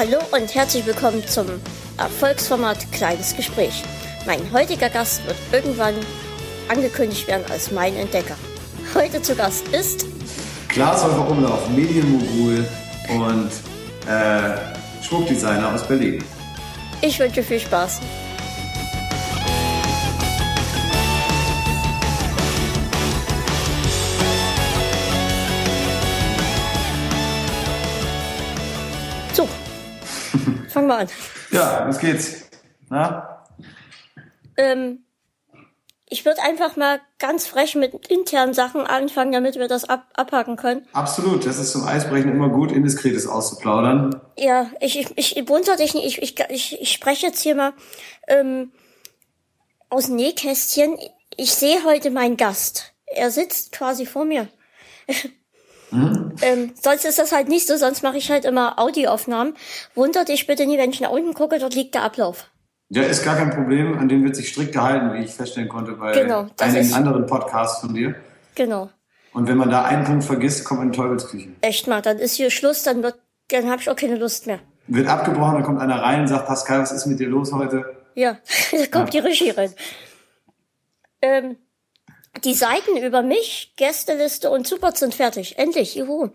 Hallo und herzlich willkommen zum Erfolgsformat Kleines Gespräch. Mein heutiger Gast wird irgendwann angekündigt werden als mein Entdecker. Heute zu Gast ist Klaas Häufer Umlauf, Medienmogul und Schmuckdesigner aus Berlin. Ich wünsche viel Spaß. So, fangen wir an. Ja, los geht's. Na? Ich würde einfach mal ganz frech mit internen Sachen anfangen, damit wir das abhaken können. Absolut, das ist zum Eisbrechen immer gut, Indiskretes auszuplaudern. Ja, ich wundere dich nicht, ich spreche jetzt hier mal aus dem Nähkästchen. Ich sehe heute meinen Gast. Er sitzt quasi vor mir. Sonst ist das halt nicht so, sonst mache ich halt immer Audioaufnahmen. Wundert dich bitte nie, wenn ich nach unten gucke, dort liegt der Ablauf. Ja, ist gar kein Problem, an dem wird sich strikt gehalten, wie ich feststellen konnte bei einigen anderen Podcasts von dir. Genau. Und wenn man da einen Punkt vergisst, kommt man in die Teufelsküche. Echt mal, dann ist hier Schluss, dann habe ich auch keine Lust mehr. Wird abgebrochen, dann kommt einer rein und sagt, Pascal, was ist mit dir los heute? Ja, da kommt die Regie rein. Die Seiten über mich, Gästeliste und Support sind fertig. Endlich, juhu.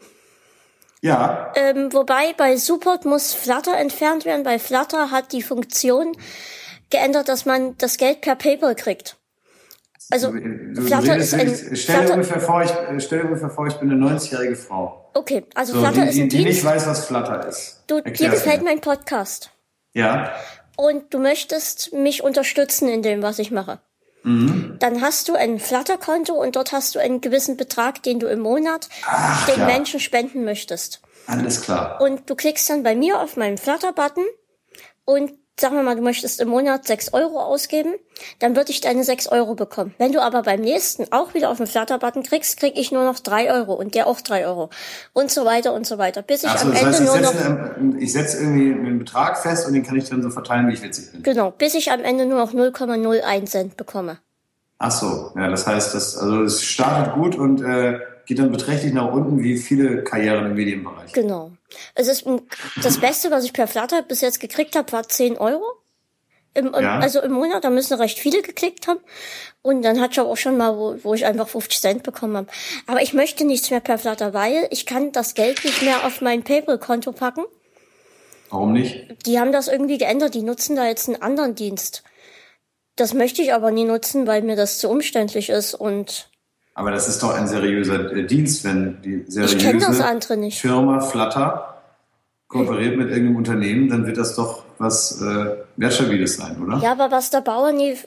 Ja. Wobei bei Support muss Flutter entfernt werden, weil Flutter hat die Funktion geändert, dass man das Geld per PayPal kriegt. Also Flutter ist stell dir ungefähr vor, ich bin eine 90-jährige Frau. Okay, also Flutter ist ein Dienst. Die nicht weiß, was Flutter ist. Dir gefällt mein Podcast. Ja. Und du möchtest mich unterstützen in dem, was ich mache. Mhm. Dann hast du ein Flutter-Konto und dort hast du einen gewissen Betrag, den du im Monat den Menschen spenden möchtest. Alles klar. Und du klickst dann bei mir auf meinen Flutter-Button und sagen wir mal, du möchtest im Monat 6 Euro ausgeben, dann würde ich deine 6 Euro bekommen. Wenn du aber beim nächsten auch wieder auf den Flutter-Button kriegst, krieg ich nur noch 3 Euro und der auch 3 Euro und so weiter und so weiter. Bis ich am Ende ich setze irgendwie einen Betrag fest und den kann ich dann so verteilen, wie ich witzig bin. Genau, bis ich am Ende nur noch 0,01 Cent bekomme. Ach so, ja, das heißt, es startet gut und geht dann beträchtlich nach unten, wie viele Karrieren im Medienbereich. Genau. Es ist das Beste, was ich per Flutter bis jetzt gekriegt habe, war 10 Euro. Also im Monat, da müssen recht viele geklickt haben. Und dann hatte ich auch schon mal, wo ich einfach 50 Cent bekommen habe. Aber ich möchte nichts mehr per Flutter, weil ich kann das Geld nicht mehr auf mein PayPal-Konto packen. Warum nicht? Die haben das irgendwie geändert, die nutzen da jetzt einen anderen Dienst. Das möchte ich aber nie nutzen, weil mir das zu umständlich ist und... Aber das ist doch ein seriöser Dienst, wenn die seriöse Firma Flutter kooperiert mit irgendeinem Unternehmen, dann wird das doch was Wertstabiles sein, oder? Ja, aber was der Bauer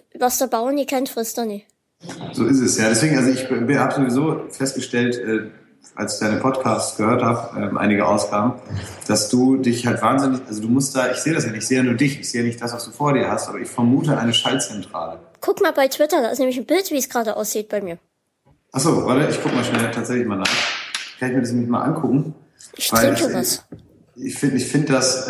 nie kennt, frisst er nie. So ist es, ja. Deswegen, also ich habe sowieso festgestellt, als ich deine Podcasts gehört habe, einige Ausgaben, dass du dich halt wahnsinnig, also du musst da, ich sehe das ja nicht, ich sehe ja nur dich, ich sehe ja nicht das, was du vor dir hast, aber ich vermute eine Schaltzentrale. Guck mal bei Twitter, da ist nämlich ein Bild, wie es gerade aussieht bei mir. Achso, warte, ich guck mal schnell tatsächlich mal nach. Kann ich mir das nämlich mal angucken? Ich trinke was. Ich finde das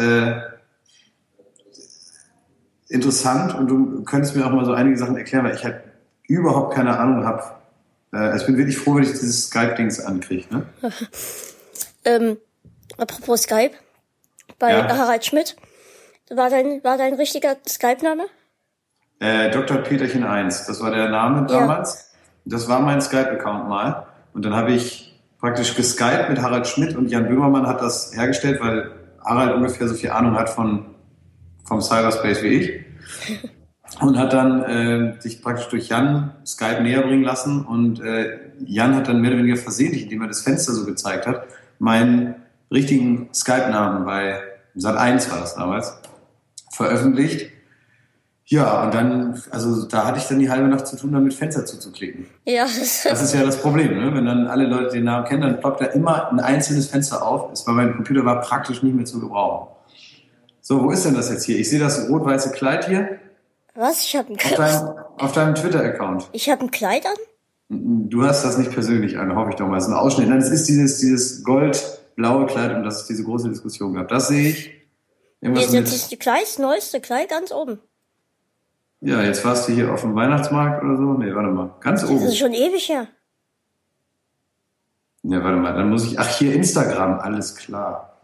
interessant und du könntest mir auch mal so einige Sachen erklären, weil ich halt überhaupt keine Ahnung habe. Also ich bin wirklich froh, wenn ich dieses Skype-Dings ankriege. Ne? Apropos Skype, bei Harald Schmidt, war dein richtiger Skype-Name? Dr. Peterchen 1, das war der Name damals. Ja. Das war mein Skype-Account mal. Und dann habe ich praktisch geskypt mit Harald Schmidt und Jan Böhmermann hat das hergestellt, weil Harald ungefähr so viel Ahnung hat vom Cyberspace wie ich. Und hat dann sich praktisch durch Jan Skype näher bringen lassen. Und Jan hat dann mehr oder weniger versehentlich, indem er das Fenster so gezeigt hat, meinen richtigen Skype-Namen bei Sat.1 war das damals, veröffentlicht. Ja, und dann, also da hatte ich dann die halbe Nacht zu tun, damit Fenster zuzuklicken. Ja. Das ist ja das Problem, ne? Wenn dann alle Leute den Namen kennen, dann ploppt da immer ein einzelnes Fenster auf. Mein Computer war praktisch nicht mehr zu gebrauchen. So, wo ist denn das jetzt hier? Ich sehe das rot-weiße Kleid hier. Was? Ich habe ein Kleid. Auf deinem Twitter-Account. Ich habe ein Kleid an? Du hast das nicht persönlich an, hoffe ich doch mal. Es ist ein Ausschnitt. Nein, es ist dieses goldblaue Kleid, um das es diese große Diskussion gab. Das sehe ich. Jetzt ist das neueste Kleid ganz oben. Ja, jetzt warst du hier auf dem Weihnachtsmarkt oder so. Nee, warte mal. Ganz oben. Das ist schon ewig her. Ja, warte mal. Dann muss ich... Ach, hier Instagram. Alles klar.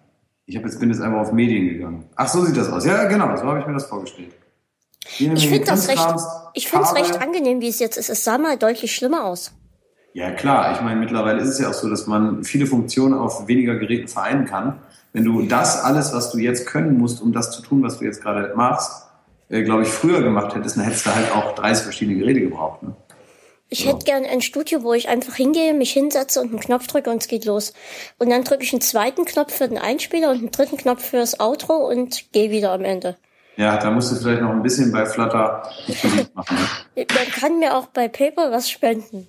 Bin jetzt einfach auf Medien gegangen. Ach, so sieht das aus. Ja, genau, so habe ich mir das vorgestellt. Ich finde es recht angenehm, wie es jetzt ist. Es sah mal deutlich schlimmer aus. Ja, klar. Ich meine, mittlerweile ist es ja auch so, dass man viele Funktionen auf weniger Geräten vereinen kann. Wenn du das alles, was du jetzt können musst, um das zu tun, was du jetzt gerade machst, glaube ich, früher gemacht hättest, dann hättest du halt auch 30 verschiedene Geräte gebraucht. Ne? Ich hätte gern ein Studio, wo ich einfach hingehe, mich hinsetze und einen Knopf drücke und es geht los. Und dann drücke ich einen zweiten Knopf für den Einspieler und einen dritten Knopf fürs Outro und gehe wieder am Ende. Ja, da musst du vielleicht noch ein bisschen bei Flutter machen. Ne? Man kann mir auch bei Paper was spenden.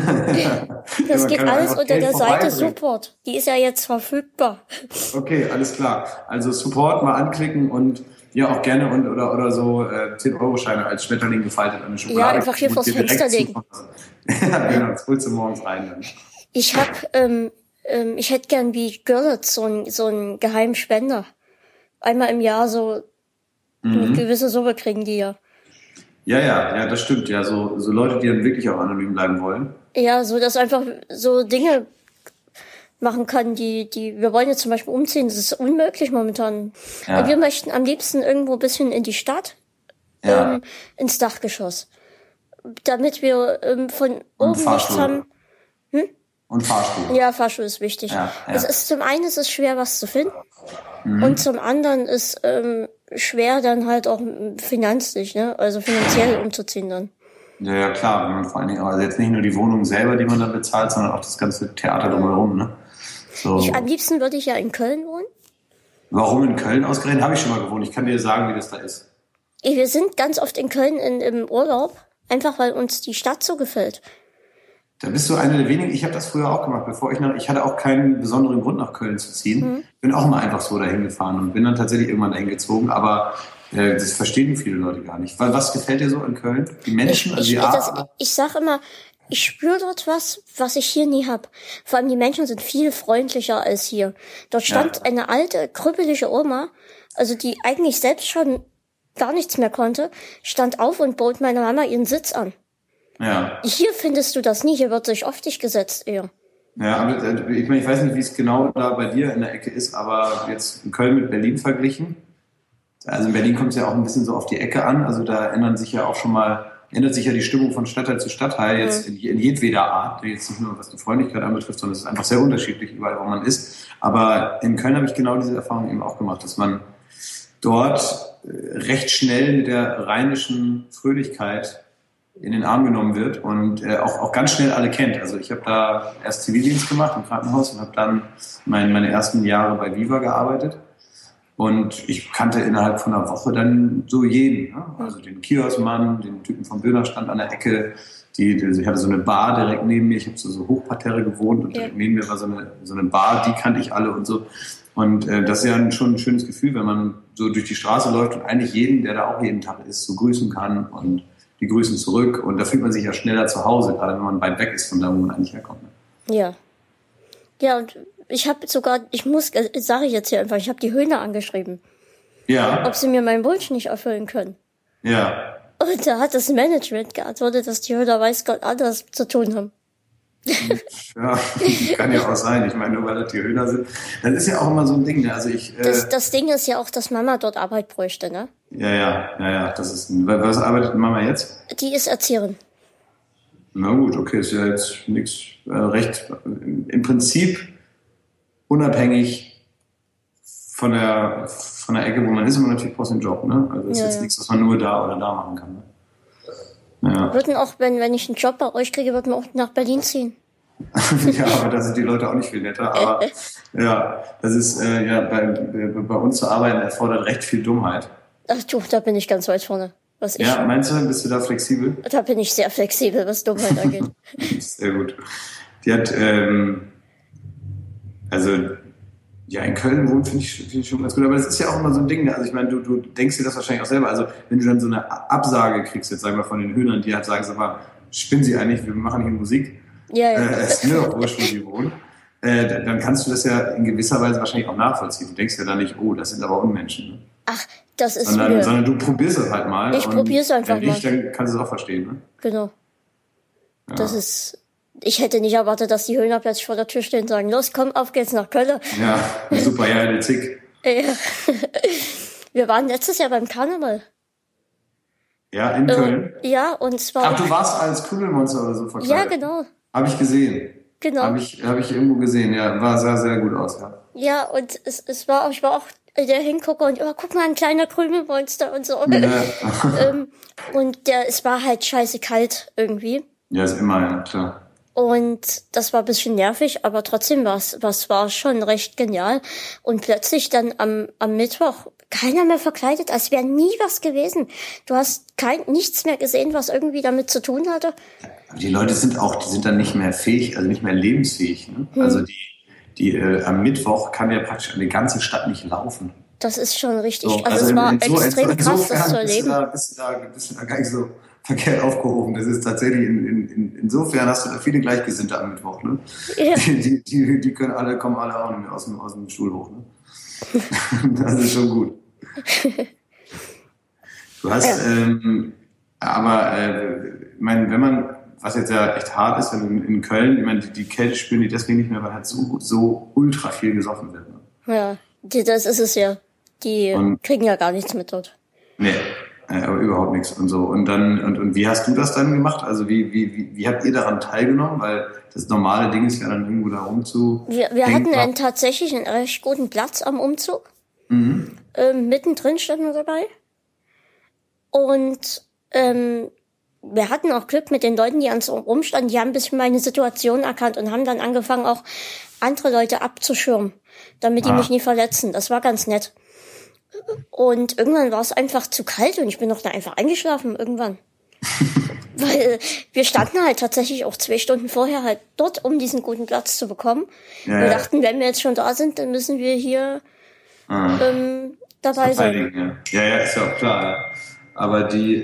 Das geht alles unter der Seite Support. Die ist ja jetzt verfügbar. Okay, alles klar. Also Support mal anklicken und ja auch gerne oder so 10-Euro-Scheine als Schmetterling gefaltet an eine Schokolade. Ja, einfach hier vors Fenster legen. Ja, genau, das holst du morgens rein. Dann. Ich hätte gern wie Görlitz so einen geheimen Spender. Einmal im Jahr so eine gewisse Summe kriegen die ja. Ja, das stimmt. Ja, so Leute, die dann wirklich auch anonym bleiben wollen. Ja, so dass einfach so Dinge machen kann, wir wollen jetzt zum Beispiel umziehen, das ist unmöglich momentan. Ja. Wir möchten am liebsten irgendwo ein bisschen in die Stadt, ins Dachgeschoss. Damit wir von oben nichts haben. Und Fahrstuhl. Ja, Fahrstuhl ist wichtig. Ja. Zum einen ist es schwer, was zu finden. Und zum anderen ist schwer dann halt auch finanzlich, ne? Also finanziell umzuziehen dann. Ja, klar, wenn man vor allen Dingen, also jetzt nicht nur die Wohnung selber, die man dann bezahlt, sondern auch das ganze Theater drumherum, ne? So. Am liebsten würde ich ja in Köln wohnen. Warum in Köln ausgerechnet? Habe ich schon mal gewohnt. Ich kann dir sagen, wie das da ist. Wir sind ganz oft in Köln im Urlaub, einfach weil uns die Stadt so gefällt. Da bist du eine der wenigen. Ich habe das früher auch gemacht, ich hatte auch keinen besonderen Grund, nach Köln zu ziehen. Bin auch mal einfach so dahin gefahren und bin dann tatsächlich irgendwann dahin gezogen. Aber das verstehen viele Leute gar nicht. Was gefällt dir so in Köln? Die Menschen? Ich sag immer, ich spüre dort was ich hier nie hab. Vor allem die Menschen sind viel freundlicher als hier. Dort stand eine alte, krüppelige Oma, also die eigentlich selbst schon gar nichts mehr konnte, stand auf und bot meiner Mama ihren Sitz an. Ja. Hier findest du das nie, hier wird sich auf dich gesetzt eher. Ja, aber ich weiß nicht, wie es genau da bei dir in der Ecke ist, aber jetzt in Köln mit Berlin verglichen. Also in Berlin kommt es ja auch ein bisschen so auf die Ecke an, also da ändert sich ja die Stimmung von Stadtteil zu Stadtteil jetzt in jedweder Art, jetzt nicht nur was die Freundlichkeit anbetrifft, sondern es ist einfach sehr unterschiedlich überall, wo man ist. Aber in Köln habe ich genau diese Erfahrung eben auch gemacht, dass man dort recht schnell mit der rheinischen Fröhlichkeit in den Arm genommen wird und auch ganz schnell alle kennt. Also ich habe da erst Zivildienst gemacht im Krankenhaus und habe dann meine ersten Jahre bei Viva gearbeitet. Und ich kannte innerhalb von einer Woche dann so jeden. Ne? Also den Kioskmann, den Typen vom Dönerstand an der Ecke. Ich hatte so eine Bar direkt neben mir. Ich habe so Hochparterre gewohnt und direkt neben mir war so eine Bar, die kannte ich alle und so. Und das ist ja schon ein schönes Gefühl, wenn man so durch die Straße läuft und eigentlich jeden, der da auch jeden Tag ist, so grüßen kann und die grüßen zurück. Und da fühlt man sich ja schneller zu Hause, gerade wenn man weit weg ist von da, wo man eigentlich herkommt. Ne? Ja. Ja, und ich habe sage ich jetzt hier einfach, ich habe die Höhner angeschrieben. Ja. Ob sie mir meinen Wunsch nicht erfüllen können. Ja. Und da hat das Management geantwortet, dass die Höhner weiß Gott anders zu tun haben. Ja, kann ja auch sein. Ich meine, nur weil das die Höhner sind. Das ist ja auch immer so ein Ding. Ne? Also das Ding ist ja auch, dass Mama dort Arbeit bräuchte, ne? Ja. Was arbeitet Mama jetzt? Die ist Erzieherin. Na gut, okay, ist ja jetzt nichts recht. Im Prinzip unabhängig von der Ecke, wo man ist, aber natürlich braucht einen Job. Ne? Also ist jetzt nichts, was man nur da oder da machen kann. Ne? Ja. Würden auch, wenn ich einen Job bei euch kriege, würden wir auch nach Berlin ziehen. Ja, aber da sind die Leute auch nicht viel netter. Aber ja, das ist bei uns zu arbeiten erfordert recht viel Dummheit. Ach du, da bin ich ganz weit vorne. Ja, meinst du, bist du da flexibel? Da bin ich sehr flexibel, was Dummheit angeht. Sehr gut. Die hat, in Köln wohnen finde ich schon ganz gut. Aber das ist ja auch immer so ein Ding. Also ich meine, du denkst dir das wahrscheinlich auch selber. Also wenn du dann so eine Absage kriegst, jetzt sagen wir von den Höhnern, die halt sagen, sag mal, spinnen Sie eigentlich, wir machen hier Musik. Ja. Es ist mir doch wurscht, wo Sie wohnen. Dann kannst du das ja in gewisser Weise wahrscheinlich auch nachvollziehen. Du denkst ja dann nicht, oh, das sind aber Unmenschen. Ne? Ach, das ist sondern du probierst es halt mal. Ich probiere es einfach mal. Dann kannst du es auch verstehen. Ne? Genau. Ja. Das ist Ich hätte nicht erwartet, dass die Höhner plötzlich vor der Tür stehen und sagen, los, komm, auf geht's nach Köln. Ja, super, ja, der Zick. Ja. Wir waren letztes Jahr beim Karneval. Ja, in Köln? Ja, und zwar... Ach, du warst als Kugelmonster oder so verkleidet? Ja, genau. Habe ich gesehen. Genau. Habe ich irgendwo gesehen, ja. War sehr, sehr gut aus, ja. Ja, und ich war auch der Hingucker und, oh, guck mal, ein kleiner Krümelmonster und so. Ja. Und es war halt scheiße kalt irgendwie. Ja, ist immer, ja, klar. Und das war ein bisschen nervig, aber trotzdem war schon recht genial. Und plötzlich dann am Mittwoch keiner mehr verkleidet, als wäre nie was gewesen. Du hast nichts mehr gesehen, was irgendwie damit zu tun hatte. Aber die Leute sind dann nicht mehr fähig, also nicht mehr lebensfähig. Ne? Also am Mittwoch kann ja praktisch eine ganze Stadt nicht laufen. Das ist schon richtig. So, also es war extrem krass, das zu erleben. Bist du da gar nicht so verkehrt aufgehoben. Das ist tatsächlich, insofern hast du da viele Gleichgesinnte am Mittwoch. Ne? Ja. Die kommen alle auch nicht mehr aus dem Stuhl hoch. Ne? Das ist schon gut. Du hast, ich meine, wenn man, was jetzt ja echt hart ist, wenn in Köln, ich meine, die Kälte spüren die deswegen nicht mehr, weil halt so ultra viel gesoffen wird. Ne? Ja, das ist es ja. Die kriegen ja gar nichts mit dort. Nee, aber überhaupt nichts und so. Und dann, und wie hast du das dann gemacht? Also wie habt ihr daran teilgenommen? Weil das normale Ding ist ja dann irgendwo da rumzu. Wir hatten tatsächlich einen recht guten Platz am Umzug. Mhm. Mittendrin standen wir dabei. Und wir hatten auch Glück mit den Leuten, die an uns rumstanden. Die haben ein bisschen meine Situation erkannt und haben dann angefangen, auch andere Leute abzuschirmen, damit die mich nie verletzen. Das war ganz nett. Und irgendwann war es einfach zu kalt und ich bin doch da einfach eingeschlafen irgendwann. Weil wir standen halt tatsächlich auch 2 Stunden vorher halt dort, um diesen guten Platz zu bekommen. Ja, wir dachten, wenn wir jetzt schon da sind, dann müssen wir hier dabei sein. Ja, ist ja auch klar. Ja. Aber ich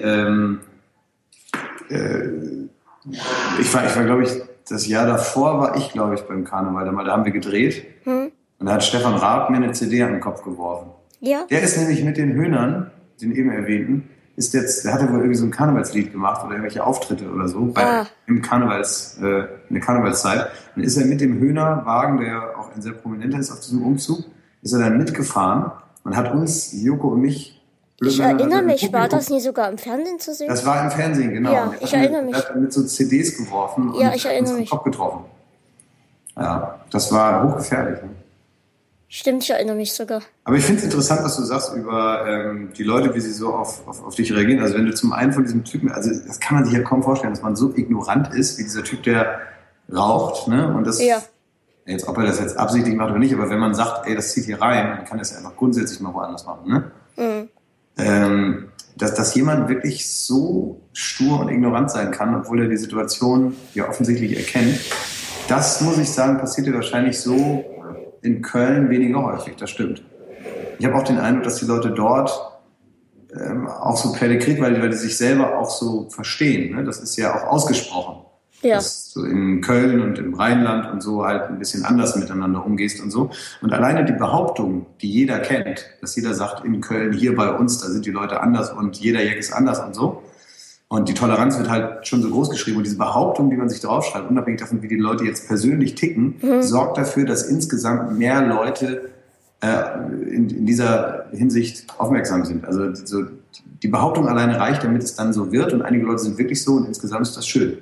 war, glaube ich, das Jahr davor war ich, glaube ich, beim Karneval. Da haben wir gedreht. Und da hat Stefan Raab mir eine CD an den Kopf geworfen. Ja. Der ist nämlich mit den Höhnern, den eben erwähnten, der hat wohl irgendwie so ein Karnevalslied gemacht oder irgendwelche Auftritte oder so in der Karnevalszeit. Dann ist er mit dem Höhnerwagen, der auch ein sehr prominenter ist auf diesem Umzug, ist er dann mitgefahren und hat uns, Joko und mich, ich erinnere mich, war das nie sogar im Fernsehen zu sehen? Das war im Fernsehen, genau. Ja, ich erinnere mich. Er hat mit so CDs geworfen und ich erinnere mich. Den Kopf getroffen. Ja, das war hochgefährlich. Ne? Stimmt, ich erinnere mich sogar. Aber ich finde es interessant, was du sagst über die Leute, wie sie so auf dich reagieren. Also wenn du zum einen von diesem Typen, also das kann man sich ja kaum vorstellen, dass man so ignorant ist, wie dieser Typ, der raucht, ne? Und das, jetzt, ob er das jetzt absichtlich macht oder nicht, aber wenn man sagt, ey, das zieht hier rein, dann kann das ja einfach grundsätzlich mal woanders machen, ne? Mhm. Dass jemand wirklich so stur und ignorant sein kann, obwohl er die Situation ja offensichtlich erkennt, das, muss ich sagen, passiert ja wahrscheinlich so in Köln weniger häufig, das stimmt. Ich habe auch den Eindruck, dass die Leute dort auch so Pläne kriegen, weil die sich selber auch so verstehen. Ne? Das ist ja auch ausgesprochen. Ja. Dass du in Köln und im Rheinland und so halt ein bisschen anders miteinander umgehst und so. Und alleine die Behauptung, die jeder kennt, dass jeder sagt, in Köln, hier bei uns, da sind die Leute anders und jeder Jack ist anders und so. Und die Toleranz wird halt schon so groß geschrieben. Und diese Behauptung, die man sich draufschreibt, unabhängig davon, wie die Leute jetzt persönlich ticken, sorgt dafür, dass insgesamt mehr Leute in dieser Hinsicht aufmerksam sind. Also so, die Behauptung alleine reicht, damit es dann so wird. Und einige Leute sind wirklich so und insgesamt ist das schön.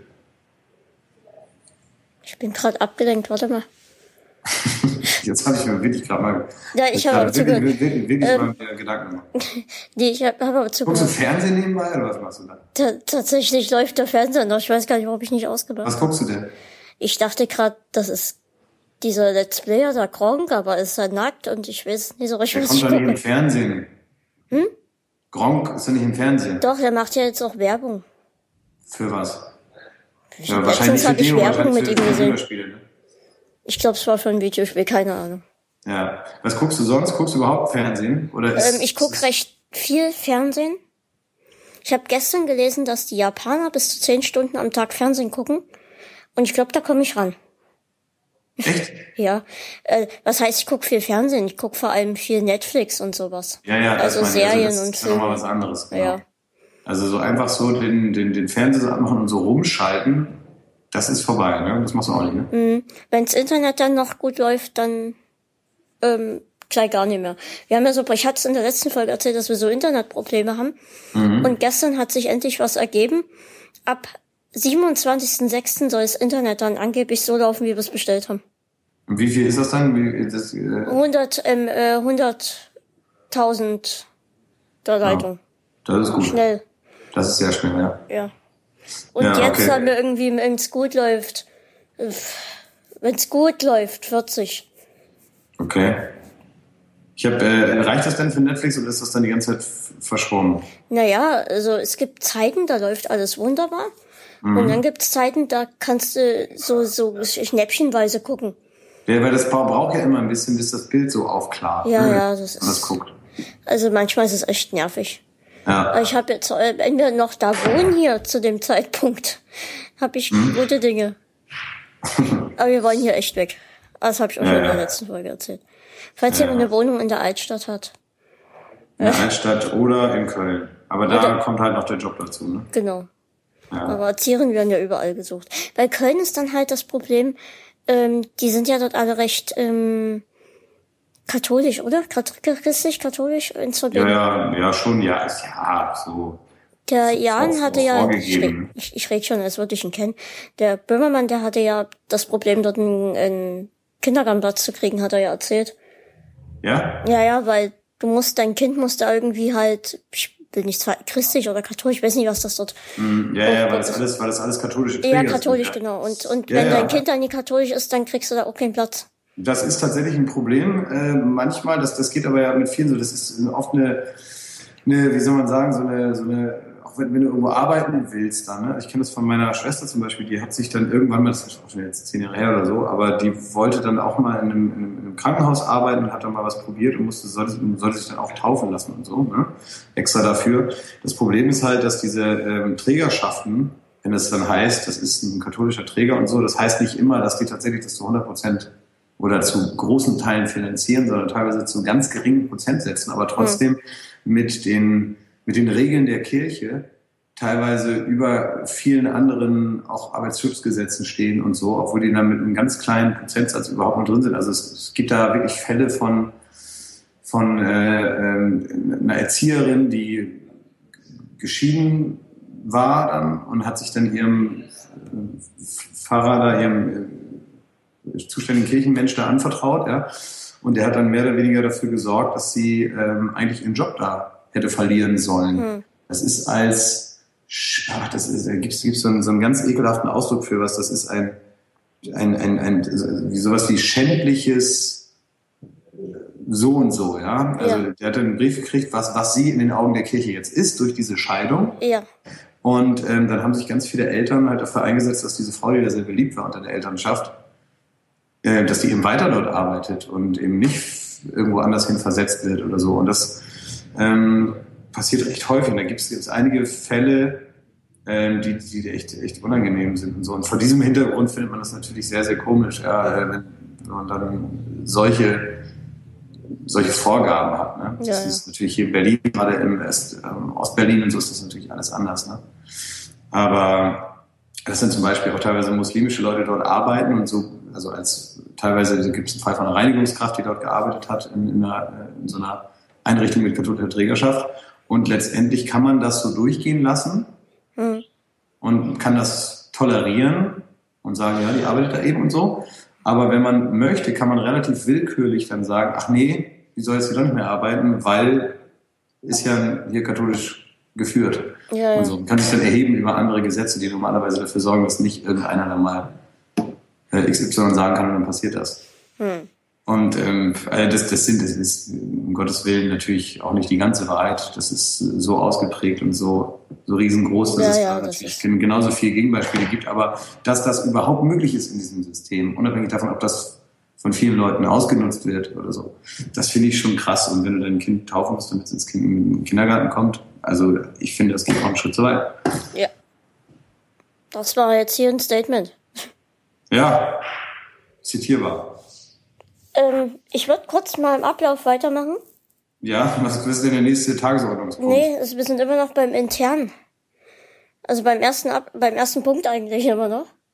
Ich bin gerade abgelenkt, warte mal. Jetzt habe ich mir wirklich gerade mal... Ja, ich habe wirklich mal Gedanken gemacht. Nee, ich habe aber zugehört. Guckst du Fernsehen nebenbei oder was machst du da? Tatsächlich läuft der Fernseher noch. Ich weiß gar nicht, warum ich nicht ausgemacht habe. Was guckst du denn? Ich dachte gerade, das ist dieser Let's Player, der Gronkh, aber ist halt nackt und ich weiß nicht so richtig, was ich gucke. Der kommt doch nicht im Fernsehen. Gronkh ist doch nicht im Fernsehen. Doch, der macht ja jetzt auch Werbung. Für was? Ja, wahrscheinlich habe ich Werbung mit ihm gesehen. Ne? Ich glaube, es war für ein Videospiel, keine Ahnung. Ja. Was guckst du sonst? Guckst du überhaupt Fernsehen? Oder ich gucke recht viel Fernsehen. Ich habe gestern gelesen, dass die Japaner bis zu 10 Stunden am Tag Fernsehen gucken. Und ich glaube, da komme ich ran. Echt? Ja. Was heißt, ich gucke viel Fernsehen? Ich gucke vor allem viel Netflix und sowas. Ja, also Serien und Filme. Das ist nochmal was anderes. Genau. Ja. Also so einfach so den Fernseher anmachen und so rumschalten, das ist vorbei, ne? Das machst du auch nicht, ne? Wenns Internet dann noch gut läuft, dann gleich gar nicht mehr. Wir haben ja so, ich hatte es in der letzten Folge erzählt, dass wir so Internetprobleme haben. Und gestern hat sich endlich was ergeben. Ab 27.06. soll das Internet dann angeblich so laufen, wie wir es bestellt haben. Und wie viel ist das dann? 100.000 der Leitung. Das ist gut. Schnell. Das ist sehr schnell, ja. Ja. Und jetzt haben wir irgendwie, wenn's gut läuft, 40. Okay. Reicht das denn für Netflix oder ist das dann die ganze Zeit verschwommen? Naja, also es gibt Zeiten, da läuft alles wunderbar. Und dann gibt's Zeiten, da kannst du so schnäppchenweise gucken. Ja, weil das braucht ja immer ein bisschen, bis das Bild so aufklart. Ja, das ist... das guckt. Also manchmal ist es echt nervig. Ja. Aber ich habe jetzt, wenn wir noch da wohnen hier zu dem Zeitpunkt, habe ich gute Dinge. Aber wir wollen hier echt weg. Das habe ich auch schon in der letzten Folge erzählt. Falls jemand eine Wohnung in der Altstadt hat. In der Altstadt oder in Köln. Aber da kommt halt noch der Job dazu, ne? Genau. Ja. Aber Erzieherinnen werden ja überall gesucht. Bei Köln ist dann halt das Problem, die sind ja dort alle recht katholisch, oder? Christlich, katholisch ins Verbindung. Ja, schon, ja, so. Der Jan hatte ja, vorgegeben. ich rede schon, als würde ich ihn kennen. Der Böhmermann, der hatte ja das Problem, dort einen Kindergartenplatz zu kriegen, hat er ja erzählt. Ja? Ja, weil dein Kind muss da irgendwie halt, ich will nicht zwar christlich oder katholisch, ich weiß nicht, was das dort. Weil das alles katholische Träger sind. Ja, katholisch, genau. Und wenn dein Kind dann nicht katholisch ist, dann kriegst du da auch keinen Platz. Das ist tatsächlich ein Problem. Manchmal, das geht aber ja mit vielen so, das ist oft eine, wie soll man sagen, so eine, auch wenn du irgendwo arbeiten willst dann, ne? Ich kenne das von meiner Schwester zum Beispiel, die hat sich dann irgendwann mal, das ist auch schon jetzt 10 Jahre her oder so, aber die wollte dann auch mal in einem Krankenhaus arbeiten und hat dann mal was probiert und sollte sich dann auch taufen lassen und so, ne? Extra dafür. Das Problem ist halt, dass diese Trägerschaften, wenn es dann heißt, das ist ein katholischer Träger und so, das heißt nicht immer, dass die tatsächlich das zu 100% oder zu großen Teilen finanzieren, sondern teilweise zu ganz geringen Prozentsätzen, aber trotzdem mit den Regeln der Kirche teilweise über vielen anderen auch Arbeitsschutzgesetzen stehen und so, obwohl die dann mit einem ganz kleinen Prozentsatz überhaupt noch drin sind. Also es gibt da wirklich Fälle von einer Erzieherin, die geschieden war dann und hat sich dann ihrem Pfarrer, ihrem zuständigen Kirchenmensch da anvertraut, ja. Und der hat dann mehr oder weniger dafür gesorgt, dass sie eigentlich ihren Job da hätte verlieren sollen. Das ist gibt's so einen ganz ekelhaften Ausdruck für was. Das ist wie sowas wie schändliches so und so, ja. Also der hat einen Brief gekriegt, was sie in den Augen der Kirche jetzt ist durch diese Scheidung. Ja. Und dann haben sich ganz viele Eltern halt dafür eingesetzt, dass diese Frau, die da sehr beliebt war unter der Elternschaft, dass die eben weiter dort arbeitet und eben nicht irgendwo anders hin versetzt wird oder so. Und das passiert recht häufig. Und da gibt es einige Fälle, die echt unangenehm sind und so. Und vor diesem Hintergrund findet man das natürlich sehr, sehr komisch, wenn man dann solche Vorgaben hat. Ne? Das ist natürlich hier in Berlin, gerade im Ostberlin und so ist das natürlich alles anders. Ne? Aber das sind zum Beispiel auch teilweise muslimische Leute dort arbeiten und so. Also teilweise gibt es einen Fall von einer Reinigungskraft, die dort gearbeitet hat in so einer Einrichtung mit katholischer Trägerschaft. Und letztendlich kann man das so durchgehen lassen und kann das tolerieren und sagen, ja, die arbeitet da eben und so. Aber wenn man möchte, kann man relativ willkürlich dann sagen, ach nee, die soll jetzt hier doch nicht mehr arbeiten, weil ist ja hier katholisch geführt. Ja. Und so. Man kann sich dann erheben über andere Gesetze, die normalerweise dafür sorgen, dass nicht irgendeiner dann mal XY sagen kann und dann passiert das. Und das ist um Gottes Willen natürlich auch nicht die ganze Wahrheit. Das ist so ausgeprägt und so riesengroß, dass es da natürlich genauso viele Gegenbeispiele gibt. Aber dass das überhaupt möglich ist in diesem System, unabhängig davon, ob das von vielen Leuten ausgenutzt wird oder so, das finde ich schon krass. Und wenn du dein Kind taufen musst, damit es ins Kindergarten kommt, also ich finde, das geht auch einen Schritt zu weit. Ja. Das war jetzt hier ein Statement. Ja, zitierbar. Ich würde kurz mal im Ablauf weitermachen. Ja, was ist denn der nächste Tagesordnungspunkt? Nee, wir sind immer noch beim Internen. Also beim ersten Punkt eigentlich immer noch.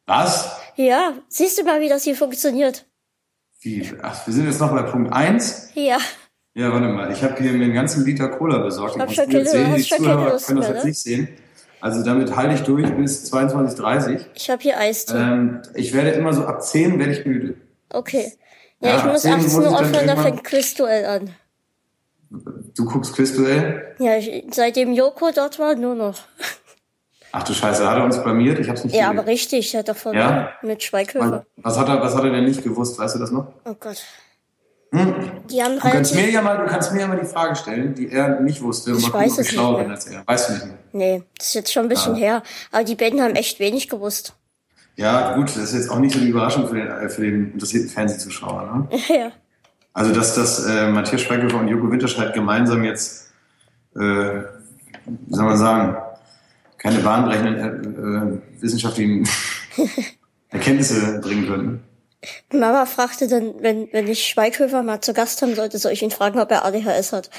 Was? Ja, siehst du mal, wie das hier funktioniert? Wie? Ach, wir sind jetzt noch bei Punkt 1? Ja. Ja, warte mal. Ich habe hier mir einen ganzen Liter Cola besorgt. Ich schon keine, sehen. Die Zuhörer Lust können das mehr, jetzt ne? nicht sehen. Also damit halte ich durch bis 22:30. Ich habe hier Eistee. Ich werde immer so ab 10 werde ich müde. Okay. Ja, ich muss 18 Uhr aufhören, da fängt Quizduell an. Du guckst Quizduell? Ja, seitdem Joko dort war, nur noch. Ach du Scheiße, hat er uns blamiert? Ich hab's nicht gesehen. Ja, gesehen. aber richtig, er hat doch verloren mit Schweighöfer. Was hat er denn nicht gewusst? Weißt du das noch? Oh Gott. Die haben du kannst mir ja mal die Frage stellen, die er nicht wusste. Ich weiß es nicht mehr. Als er. Weißt du nicht mehr? Nee, das ist jetzt schon ein bisschen her. Aber die beiden haben echt wenig gewusst. Ja, gut, das ist jetzt auch nicht so eine Überraschung für den interessierten Fernsehzuschauer, ne? Ja. Also, dass Matthias Schweighöfer und Joko Winterscheid gemeinsam jetzt, wie soll man sagen, keine bahnbrechenden wissenschaftlichen Erkenntnisse bringen können. Mama fragte dann, wenn ich Schweighöfer mal zu Gast haben sollte, soll ich ihn fragen, ob er ADHS hat.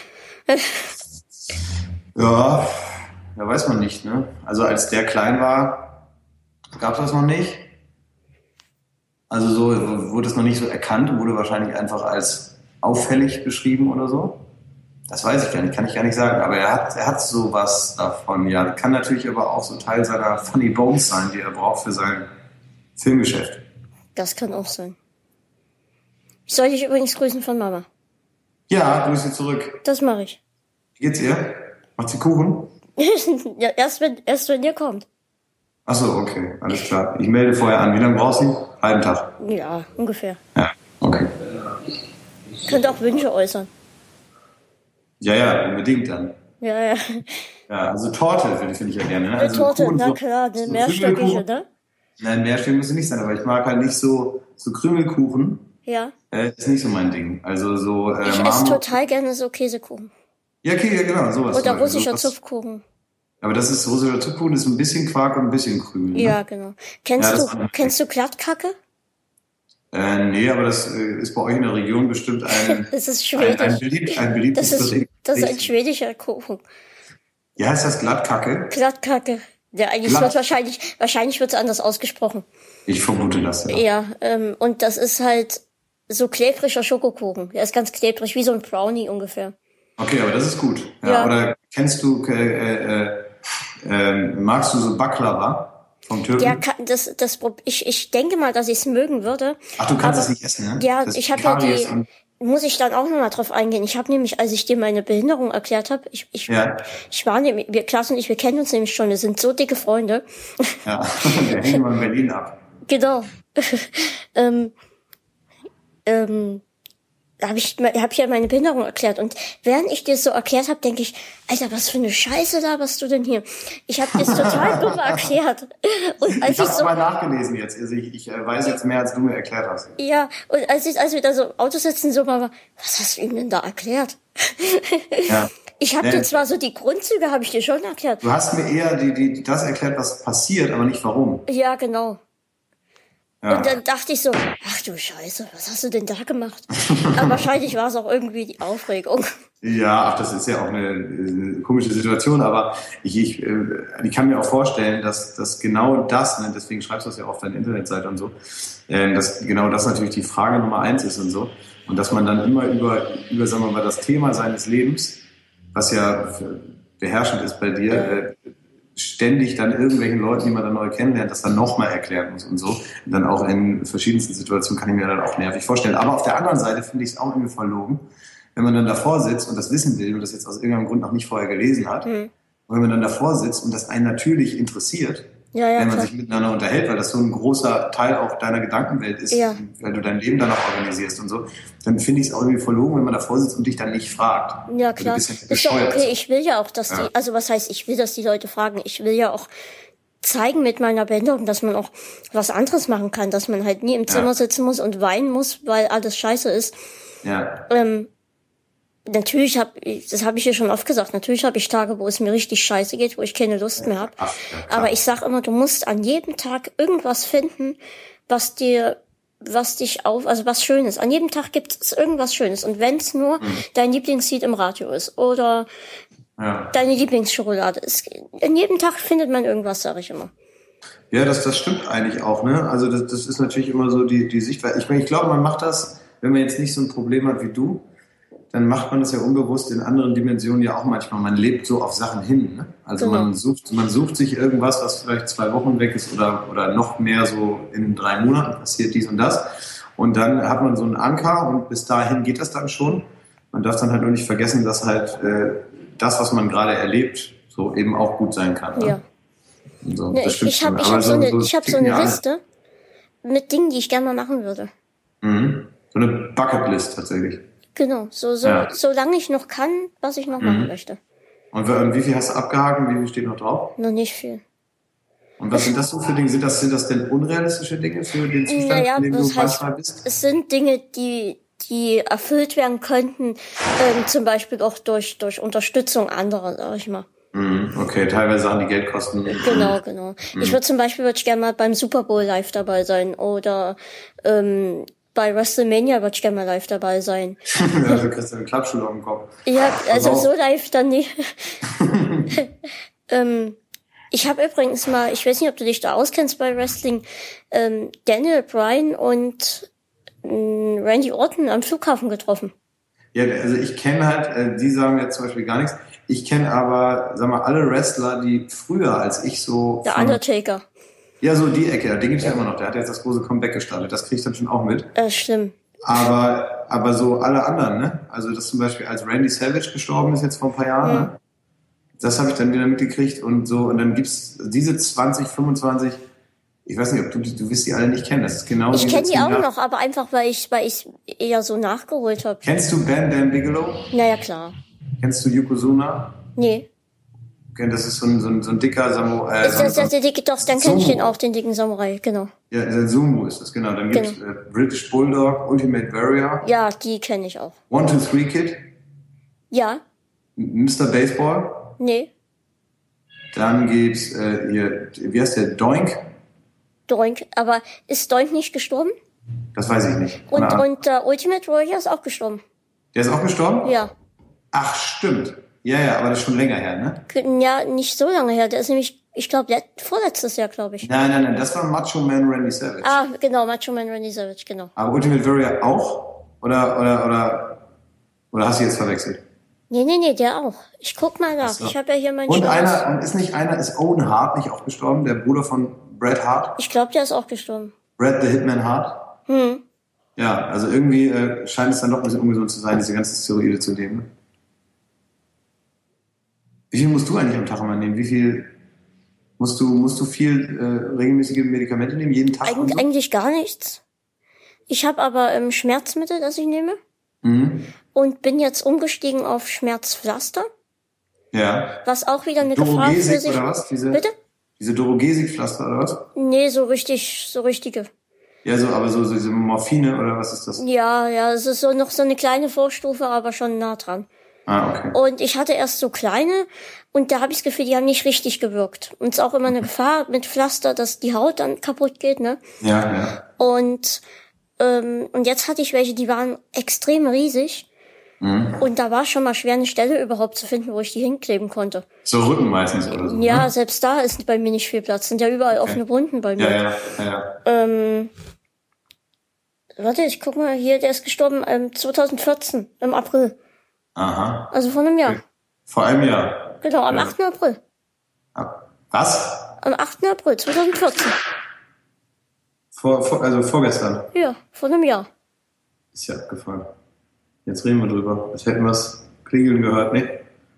Ja, weiß man nicht, ne? Also als der klein war, gab's das noch nicht. Also so wurde es noch nicht so erkannt, wurde wahrscheinlich einfach als auffällig beschrieben oder so. Das weiß ich gar nicht, kann ich gar nicht sagen. Aber er hat sowas davon, ja. Kann natürlich aber auch so Teil seiner Funny Bones sein, die er braucht für sein Filmgeschäft. Das kann auch sein. Ich soll dich übrigens grüßen von Mama. Ja, grüße zurück. Das mache ich. Wie geht's ihr? Macht sie Kuchen? Ja, erst wenn ihr kommt. Ach so, okay, alles klar. Ich melde vorher an. Wie lange brauchst du? Halben Tag? Ja, ungefähr. Ja, okay. Könnt auch Wünsche äußern. Ja, unbedingt dann. Ja. Ja, also Torte finde ich ja gerne. Ne? Also Torte, Kuchen, na klar, eine mehrstöckige, ne? Nein, mehrstöckig muss sie nicht sein, aber ich mag halt nicht so Krümelkuchen. Ja. Ist nicht so mein Ding. Also so ich esse total gerne so Käsekuchen. Ja, okay, ja, genau, sowas. Oder russischer Zupfkuchen. Aber das ist russischer Zupfkuchen, ist ein bisschen Quark und ein bisschen Krümel. Ja, ne? Genau. Kennst du Glattkacke? Nee, aber das ist bei euch in der Region bestimmt das ist schwedisch. ein beliebtes Das ist ein schwedischer Kuchen. Ja, heißt das Glattkacke? Glattkacke. Ja, eigentlich wird wahrscheinlich wird es anders ausgesprochen. Ich vermute das, ja. Ja, und das ist halt so klebriger Schokokuchen. Der ist ganz klebrig, wie so ein Brownie ungefähr. Okay, aber das ist gut. Ja. Oder kennst du, magst du so Baklava vom Türken? Ja, ich denke mal, dass ich es mögen würde. Ach, du kannst es nicht essen, ne? Ja, ich habe ja muss ich dann auch nochmal drauf eingehen. Ich habe nämlich, als ich dir meine Behinderung erklärt habe, Klaas und ich, wir kennen uns nämlich schon, wir sind so dicke Freunde. Ja, wir hängen mal in Berlin ab. Genau. hab ich ja meine Behinderung erklärt. Und während ich dir das so erklärt habe, denke ich, Alter, was für eine Scheiße laberst du denn hier? Ich habe dir das total dumm erklärt. Und als ich habe mal nachgelesen jetzt. Also ich weiß jetzt mehr, als du mir erklärt hast. Ja, und als wir da so im Auto sitzen, so mal, was hast du ihm denn da erklärt? Ja. Ich habe dir zwar so die Grundzüge, habe ich dir schon erklärt. Du hast mir eher das erklärt, was passiert, aber nicht warum. Ja, genau. Ja. Und dann dachte ich so, ach du Scheiße, was hast du denn da gemacht? Aber wahrscheinlich war es auch irgendwie die Aufregung. Ja, das ist ja auch eine komische Situation, aber ich kann mir auch vorstellen, dass genau das, ne, deswegen schreibst du das ja auf deiner Internetseite und so, dass genau das natürlich die Frage Nummer 1 ist und so. Und dass man dann immer über sagen wir mal, das Thema seines Lebens, was ja beherrschend ist bei dir, ständig dann irgendwelchen Leuten, die man dann neu kennenlernt, das dann nochmal erklären muss und so. Und dann auch in verschiedensten Situationen kann ich mir dann auch nervig vorstellen. Aber auf der anderen Seite finde ich es auch irgendwie verlogen, wenn man dann davor sitzt und das wissen will und das jetzt aus irgendeinem Grund noch nicht vorher gelesen hat. Und wenn man dann davor sitzt und das einen natürlich interessiert, wenn man sich miteinander unterhält, weil das so ein großer Teil auch deiner Gedankenwelt ist, weil du dein Leben dann auch organisierst und so, dann finde ich es auch irgendwie verlogen, wenn man davor sitzt und dich dann nicht fragt. Ja, klar. Ist doch okay, ich will ja auch, dass also was heißt, ich will, dass die Leute fragen, ich will ja auch zeigen mit meiner Behinderung, dass man auch was anderes machen kann, dass man halt nie im Zimmer sitzen muss und weinen muss, weil alles scheiße ist. Ja. Natürlich das habe ich hier schon oft gesagt, natürlich habe ich Tage, wo es mir richtig scheiße geht, wo ich keine Lust mehr habe. Aber ich sag immer, du musst an jedem Tag irgendwas finden, was Schönes. An jedem Tag gibt es irgendwas Schönes. Und wenn es nur dein Lieblingslied im Radio ist oder deine Lieblingsschokolade ist, an jedem Tag findet man irgendwas, sage ich immer. Ja, das stimmt eigentlich auch, ne? Also das ist natürlich immer so die Sichtweise. Ich meine, ich glaube, man macht das, wenn man jetzt nicht so ein Problem hat wie du, dann macht man das ja unbewusst in anderen Dimensionen ja auch manchmal. Man lebt so auf Sachen hin, ne? Also Genau. man sucht sich irgendwas, was vielleicht 2 Wochen weg ist oder noch mehr so in 3 Monaten passiert dies und das. Und dann hat man so einen Anker und bis dahin geht das dann schon. Man darf dann halt nur nicht vergessen, dass halt das, was man gerade erlebt, so eben auch gut sein kann. Ne? Ja. So, Ne, ich hab so eine Liste mit Dingen, die ich gerne mal machen würde. Mhm. So eine Bucketlist tatsächlich. Genau, solange ich noch kann, was ich noch machen möchte. Und wie viel hast du abgehakt und wie viel steht noch drauf? Noch nicht viel. Und was sind das so für Dinge? Sind das denn unrealistische Dinge für den Zustand, in dem du manchmal bist? Es sind Dinge, die erfüllt werden könnten, zum Beispiel auch durch Unterstützung anderer, sag ich mal. Okay, teilweise Sachen, die Geld kosten. Genau. Ich würde gerne mal beim Super Bowl live dabei sein oder bei WrestleMania würde ich gerne mal live dabei sein. Ja, du kriegst eine Klappschule auf dem Kopf. Ja, also so live dann nicht. Ich habe übrigens mal, ich weiß nicht, ob du dich da auskennst bei Wrestling, Daniel Bryan und Randy Orton am Flughafen getroffen. Ja, also ich kenne halt, die sagen jetzt zum Beispiel gar nichts. Ich kenne aber, sag mal, alle Wrestler, die früher als ich so... Der Undertaker. Ja, so die Ecke, den gibt's ja immer noch. Der hat jetzt das große Comeback gestartet. Das kriege ich dann schon auch mit. Stimmt. Aber so alle anderen, ne? Also das zum Beispiel, als Randy Savage gestorben ist jetzt vor ein paar Jahren, ne? Das habe ich dann wieder mitgekriegt und so. Und dann gibt's diese 20, 25... Ich weiß nicht, ob du wirst die alle nicht kennen. Das ist genau. Ich kenne die auch noch, aber einfach, weil ich eher so nachgeholt habe. Kennst du Bam Bam Bigelow? Naja, klar. Kennst du Yokozuna? Nee. Okay, das ist so ein dicker Samurai. Doch, dann kenne ich den auch, den dicken Samurai, genau. Ja, der Sumo ist das, genau. Dann gibt's British Bulldog, Ultimate Warrior. Ja, die kenne ich auch. 1, 2, 3 Kid. Ja. Mr. Baseball. Nee. Dann gibt's hier, wie heißt der? Doink. Doink, aber ist Doink nicht gestorben? Das weiß ich nicht. Und Ultimate Warrior ist auch gestorben. Der ist auch gestorben? Ja. Ach, stimmt. Ja, aber das ist schon länger her, ne? Ja, nicht so lange her. Der ist nämlich, ich glaube, vorletztes Jahr, glaube ich. Nein, das war Macho Man Randy Savage. Ah, genau, Macho Man Randy Savage, genau. Aber Ultimate Warrior auch? Oder hast du jetzt verwechselt? Nee, der auch. Ich guck mal nach. So. Ich habe ja hier meinen Und ist Owen Hart nicht auch gestorben? Der Bruder von Bret Hart? Ich glaube, der ist auch gestorben. Bret the Hitman Hart? Ja, also irgendwie scheint es dann doch ein bisschen ungesund zu sein, diese ganzen Steroide zu nehmen. Wie viel musst du eigentlich am Tag immer nehmen? Wie viel musst du viel regelmäßige Medikamente nehmen, jeden Tag? Eigentlich gar nichts. Ich habe aber Schmerzmittel, das ich nehme. Und bin jetzt umgestiegen auf Schmerzpflaster. Ja. Was auch wieder eine Gefahr für sich... oder was? Bitte? Diese Dorogesic-Pflaster oder was? Nee, so richtige. Ja, aber so diese Morphine oder was ist das? Ja, es ist so noch so eine kleine Vorstufe, aber schon nah dran. Ah, okay. Und ich hatte erst so kleine und da habe ich das Gefühl, die haben nicht richtig gewirkt. Und es ist auch immer eine Gefahr mit Pflaster, dass die Haut dann kaputt geht, ne? Ja. Und jetzt hatte ich welche, die waren extrem riesig. Und da war schon mal schwer, eine Stelle überhaupt zu finden, wo ich die hinkleben konnte. So Rücken meistens oder so. Ja, selbst da ist bei mir nicht viel Platz. Sind ja überall offene Wunden bei mir. Ja. Warte, ich guck mal hier, der ist gestorben 2014, im April. Aha. Also vor einem Jahr. Okay. Vor einem Jahr. Genau, am 8. April. Was? Am 8. April 2014. Also vorgestern. Ja, vor einem Jahr. Ist ja abgefahren. Jetzt reden wir drüber. Als hätten wir es klingeln gehört, ne?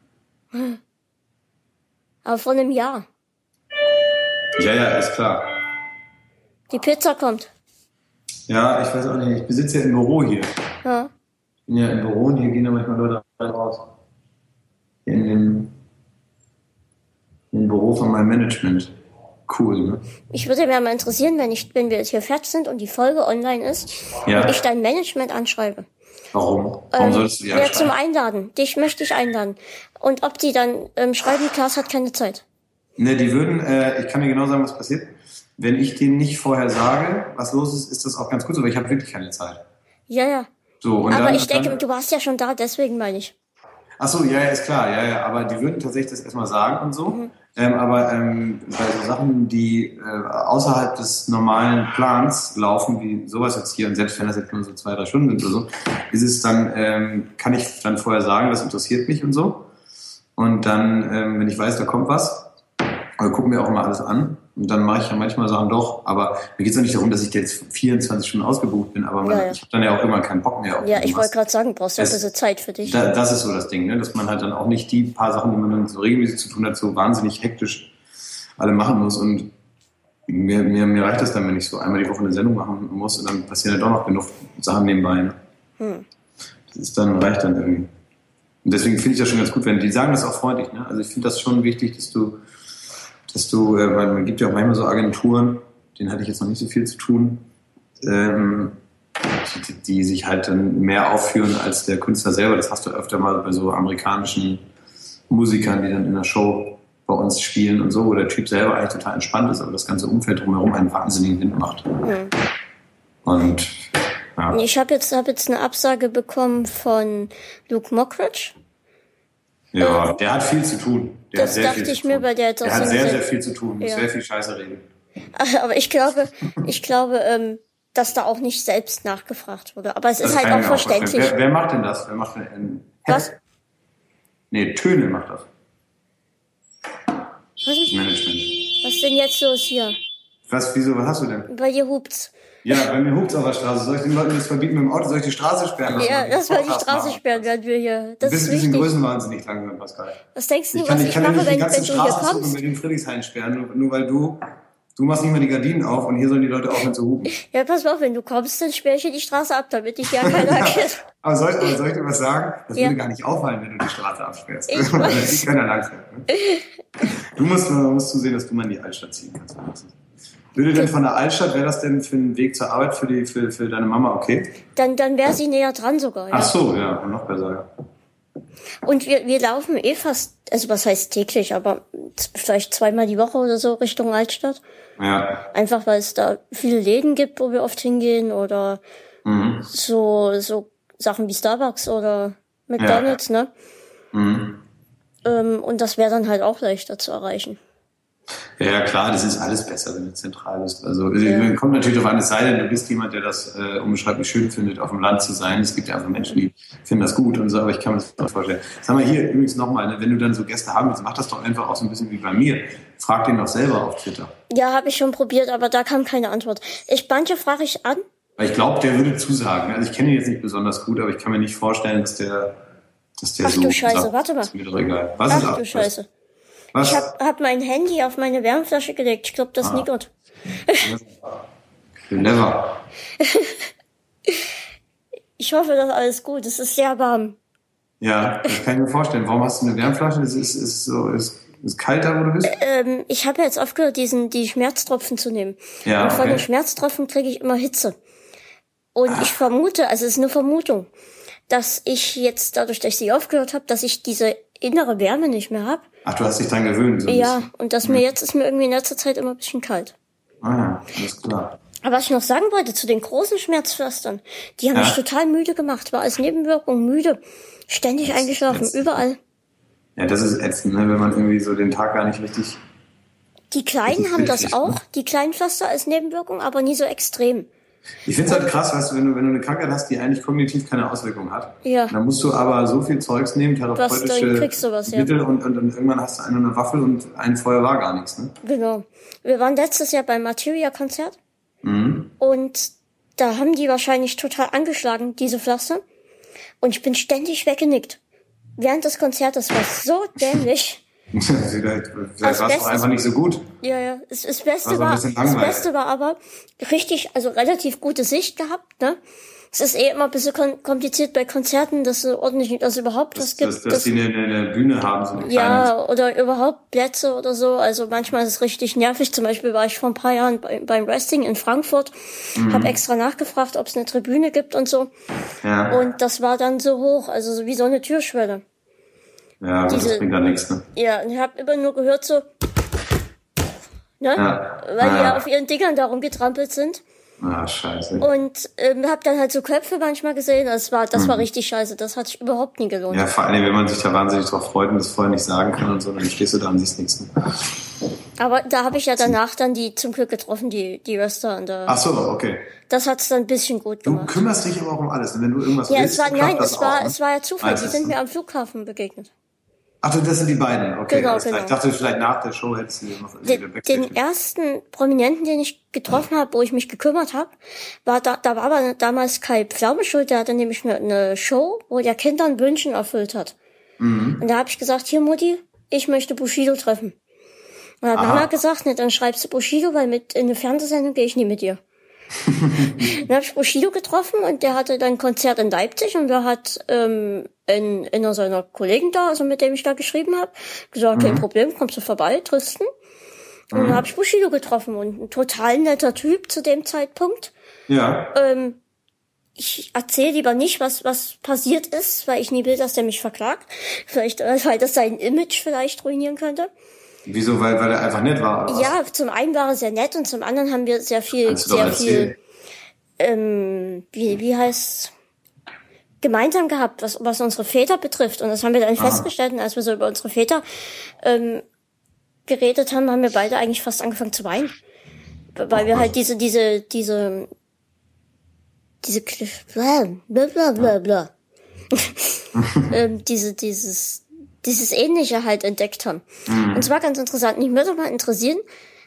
Aber vor einem Jahr. Ja, ist klar. Die Pizza kommt. Ja, ich weiß auch nicht. Ich besitze ja ein Büro hier. Ja. Ich bin ja im Büro und hier gehen ja manchmal Leute rein und raus. Hier in dem Büro von meinem Management. Cool, ne? Ich würde mir mal interessieren, wenn wir jetzt hier fertig sind und die Folge online ist, und ich dein Management anschreibe. Warum? Warum solltest du die anschreiben? Ja, zum Einladen. Dich möchte ich einladen. Und ob die dann schreiben, Klaas hat keine Zeit. Ne, die würden, ich kann dir genau sagen, was passiert. Wenn ich denen nicht vorher sage, was los ist, ist das auch ganz gut so, weil ich habe wirklich keine Zeit. Ja. So, und aber ich denke, du warst ja schon da, deswegen meine ich. Ach so, ja, ist klar, ja. Aber die würden tatsächlich das erstmal sagen und so. Aber bei so Sachen, die außerhalb des normalen Plans laufen, wie sowas jetzt hier, und selbst wenn das jetzt nur so 2-3 Stunden sind oder so, ist es dann, kann ich dann vorher sagen, das interessiert mich und so. Und dann, wenn ich weiß, da kommt was, gucken mir auch immer alles an. Und dann mache ich ja manchmal Sachen doch. Aber mir geht es ja nicht darum, dass ich jetzt 24 Stunden ausgebucht bin. Aber ich habe dann ja auch immer keinen Bock mehr auf ich wollte gerade sagen, brauchst du ja ein bisschen Zeit für dich. Das ist so das Ding, ne? Dass man halt dann auch nicht die paar Sachen, die man dann so regelmäßig zu tun hat, so wahnsinnig hektisch alle machen muss. Und mir reicht das dann, wenn ich so einmal die Woche eine Sendung machen muss. Und dann passieren ja doch noch genug Sachen nebenbei. Ne? Das reicht dann irgendwie. Und deswegen finde ich das schon ganz gut, wenn die sagen das auch freundlich. Ne? Also ich finde das schon wichtig, dass du, weil man gibt ja auch manchmal so Agenturen, denen hatte ich jetzt noch nicht so viel zu tun, die sich halt dann mehr aufführen als der Künstler selber. Das hast du öfter mal bei so amerikanischen Musikern, die dann in der Show bei uns spielen und so, wo der Typ selber eigentlich total entspannt ist, aber das ganze Umfeld drumherum einen wahnsinnigen Wind macht. Und ja. Ich habe jetzt eine Absage bekommen von Luke Mockridge. Ja, der hat viel zu tun. Das dachte ich mir, weil der jetzt auch der hat sehr viel zu tun, muss sehr viel Scheiße reden. Aber ich glaube, dass da auch nicht selbst nachgefragt wurde. Aber es ist halt auch verständlich. Wer macht denn das? Wer macht denn was? Nee, Töne macht das. Management. Was ist denn jetzt los hier? Wieso, was hast du denn? Bei dir hupt's. Ja, bei mir hupt's auf der Straße. Soll ich den Leuten das verbieten mit dem Auto? Soll ich die Straße sperren lassen? Ja, das soll die Straße sperren, werden wir hier. Das ist wichtig. Du bist ein bisschen größenwahnsinnig langsam, Pascal. Was denkst du, was ich mache, wenn du hier kommst? Ich kann den Friedrichshain sperren, nur weil du machst nicht mal die Gardinen auf und hier sollen die Leute aufhören zu hupen. Ja, pass mal auf, wenn du kommst, dann sperre ich hier die Straße ab, damit dich ja keiner erkennt. Aber soll ich dir was sagen? Das würde gar nicht auffallen, wenn du die Straße absperrst. Ich weiß. Keiner langfährt. Ne? Du musst zusehen, dass du mal in die Altstadt ziehen kannst. Würde denn von der Altstadt, wäre das denn für einen Weg zur Arbeit für deine Mama okay? Dann wäre sie näher dran sogar, ja. Ach so, ja, noch besser, ja. Und wir laufen fast, also was heißt täglich, aber vielleicht 2-mal die Woche oder so Richtung Altstadt. Ja. Einfach, weil es da viele Läden gibt, wo wir oft hingehen oder so Sachen wie Starbucks oder McDonald's, ne? Und das wäre dann halt auch leichter zu erreichen. Ja, klar, das ist alles besser, wenn du zentral bist. Also kommt natürlich darauf an, es sei denn, du bist jemand, der das unbeschreiblich schön findet, auf dem Land zu sein. Es gibt ja einfach Menschen, die finden das gut und so, aber ich kann mir das nicht vorstellen. Sag mal hier übrigens nochmal, ne, wenn du dann so Gäste haben willst, mach das doch einfach auch so ein bisschen wie bei mir. Frag den doch selber auf Twitter. Ja, habe ich schon probiert, aber da kam keine Antwort. Manche frage ich an. Weil ich glaube, der würde zusagen. Also ich kenne ihn jetzt nicht besonders gut, aber ich kann mir nicht vorstellen, dass der Ach so du Scheiße, sagt, warte mal. Ist mir doch egal. Was Ach ist du Scheiße. Was? Ich hab mein Handy auf meine Wärmflasche gelegt. Ich glaube, das nickert. Never. Ich hoffe, das ist alles gut. Es ist sehr warm. Ja, das kann ich mir vorstellen. Warum hast du eine Wärmflasche? Es ist kalt da, wo du bist? Ich habe jetzt aufgehört, die Schmerztropfen zu nehmen. Ja, und von den Schmerztropfen kriege ich immer Hitze. Und ich vermute, also es ist eine Vermutung, dass ich jetzt, dadurch, dass ich sie aufgehört habe, dass ich diese innere Wärme nicht mehr habe. Ach, du hast dich dran gewöhnt. So ja, und dass mir jetzt ist mir irgendwie in letzter Zeit immer ein bisschen kalt. Ah ja, alles klar. Aber was ich noch sagen wollte, zu den großen Schmerzpflastern, die haben mich total müde gemacht, war als Nebenwirkung müde, ständig eingeschlafen, überall. Ja, das ist ätzend, ne? Wenn man irgendwie so den Tag gar nicht richtig... Die Kleinen haben das auch, die kleinen Pflaster als Nebenwirkung, aber nie so extrem. Ich finde es halt krass, weißt du, wenn du eine Krankheit hast, die eigentlich kognitiv keine Auswirkung hat, ja. Dann musst du aber so viel Zeugs nehmen, therapeutische Mittel und irgendwann hast du eine Waffel und ein Feuer war gar nichts. Ne? Genau. Wir waren letztes Jahr beim Materia-Konzert und da haben die wahrscheinlich total angeschlagen, diese Pflaster. Und ich bin ständig weggenickt. Während des Konzertes war es so dämlich. Das war doch einfach nicht so gut. Ja. Das Beste war aber relativ gute Sicht gehabt, ne? Es ist immer ein bisschen kompliziert bei Konzerten, dass du ordentlich, dass überhaupt was gibt. Dass die eine Bühne haben, so eine kleine. Ja, oder überhaupt Plätze oder so. Also manchmal ist es richtig nervig. Zum Beispiel war ich vor ein paar Jahren beim Wrestling in Frankfurt, habe extra nachgefragt, ob es eine Tribüne gibt und so. Ja. Und das war dann so hoch, also wie so eine Türschwelle. Ja, das bringt dann nichts, ne? Ja, und ich habe immer nur gehört so, ne? Ja. Weil die ja auf ihren Dingern da rumgetrampelt sind. Ah, scheiße. Und habe dann halt so Köpfe manchmal gesehen. Das war richtig scheiße. Das hat sich überhaupt nie gelohnt. Ja, vor allem, wenn man sich da wahnsinnig drauf freut und das vorher nicht sagen kann und so, dann stehst du da und siehst nichts. Ne? Aber da habe ich ja danach dann die zum Glück getroffen, die Röster. Und, Ach so, okay. Das hat's dann ein bisschen gut gemacht. Du kümmerst dich aber auch um alles. Und wenn du irgendwas willst, es war ja Zufall. Die sind mir am Flughafen begegnet. Ach, das sind die beiden. Okay, genau. Ich dachte, vielleicht nach der Show hättest du noch den ersten Prominenten, den ich getroffen habe, wo ich mich gekümmert habe, war aber damals Kai Pflaume schuld. Der hatte nämlich eine Show, wo der Kindern Wünschen erfüllt hat. Mhm. Und da habe ich gesagt, hier Mutti, ich möchte Bushido treffen. Und dann hat Mama gesagt, ne, dann schreibst du Bushido, weil in eine Fernsehsendung gehe ich nie mit dir. Dann habe ich Bushido getroffen und der hatte dann ein Konzert in Leipzig und der hat einer seiner Kollegen da, also mit dem ich da geschrieben habe, gesagt, kein Problem, kommst du vorbei, triffst ihn. Und dann habe ich Bushido getroffen und ein total netter Typ zu dem Zeitpunkt. Ja. Ich erzähle lieber nicht, was passiert ist, weil ich nie will, dass der mich verklagt. Vielleicht, weil das sein Image vielleicht ruinieren könnte. Wieso? Weil er einfach nett war? Oder was? Ja, zum einen war er sehr nett und zum anderen haben wir sehr viel, wie heißt gemeinsam gehabt, was unsere Väter betrifft. Und das haben wir dann festgestellt, und als wir so über unsere Väter geredet haben, haben wir beide eigentlich fast angefangen zu weinen. Weil wir halt diese blablabla. Dieses Ähnliche halt entdeckt haben. Und es war ganz interessant. Mich würde mal interessieren,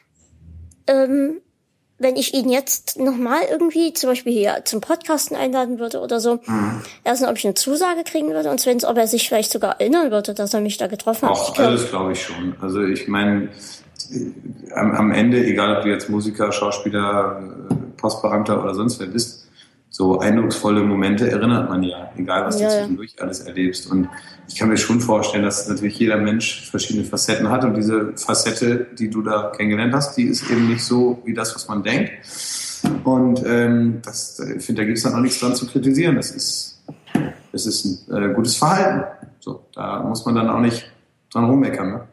wenn ich ihn jetzt nochmal irgendwie zum Beispiel hier zum Podcasten einladen würde oder so, erstens, ob ich eine Zusage kriegen würde und zweitens, ob er sich vielleicht sogar erinnern würde, dass er mich da getroffen hat. Auch alles glaube ich schon. Also ich meine, am Ende, egal ob du jetzt Musiker, Schauspieler, Postbeamter oder sonst wer bist, so eindrucksvolle Momente erinnert man ja, egal was du zwischendurch alles erlebst. Und ich kann mir schon vorstellen, dass natürlich jeder Mensch verschiedene Facetten hat. Und diese Facette, die du da kennengelernt hast, die ist eben nicht so wie das, was man denkt. Und ich finde, da gibt es dann auch nichts dran zu kritisieren. Das ist ein gutes Verhalten. So, da muss man dann auch nicht dran rummeckern. Ne?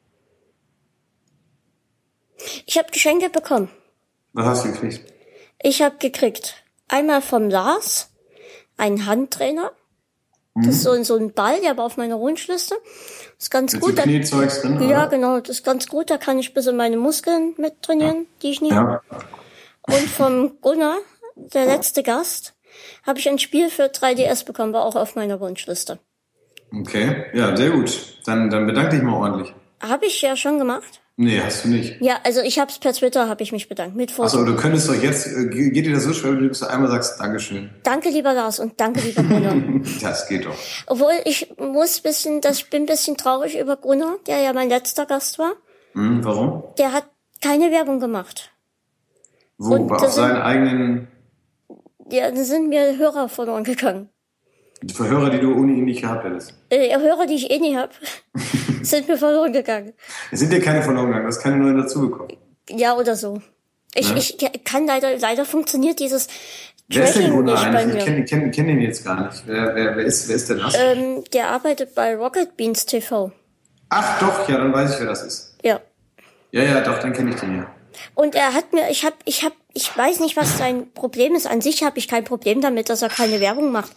Ich habe Geschenke bekommen. Was hast du gekriegt? Ich habe gekriegt einmal vom Lars einen Handtrainer. Das ist so ein Ball, der war auf meiner Wunschliste. Das ist ganz gut. Kniezeugs drin, ja, genau, das ist ganz gut. Da kann ich ein bisschen meine Muskeln mit trainieren, die ich nie habe. Und vom Gunnar, der letzte Gast, habe ich ein Spiel für 3DS bekommen, war auch auf meiner Wunschliste. Okay, ja, sehr gut. Dann bedank dich mal ordentlich. Habe ich ja schon gemacht. Nee, hast du nicht. Ja, also ich hab's per Twitter, habe ich mich bedankt. Mit Foto. Achso, du könntest doch jetzt, geht dir das so schwer, wenn du einmal sagst, Dankeschön. Danke, lieber Lars, und danke, lieber Gunnar. Das geht doch. Obwohl, ich bin ein bisschen traurig über Gunnar, der ja mein letzter Gast war. Warum? Der hat keine Werbung gemacht. Wo? Auf seinen eigenen... Ja, da sind mir Hörer verloren gegangen. Für Hörer, die du ohne ihn nicht gehabt hättest? Hörer, die ich eh nie hab, sind mir verloren gegangen. Es sind dir keine verloren gegangen, du hast keine neuen dazugekommen. Ja, oder so. Ich kann leider funktioniert dieses Wer ist denn nicht bei mir. Ich kenn den jetzt gar nicht. Wer ist denn das? Der arbeitet bei Rocket Beans TV. Ach doch, ja, dann weiß ich, wer das ist. Ja. Ja, doch, dann kenne ich den ja. Und er hat mir, ich weiß nicht, was sein Problem ist. An sich habe ich kein Problem damit, dass er keine Werbung macht.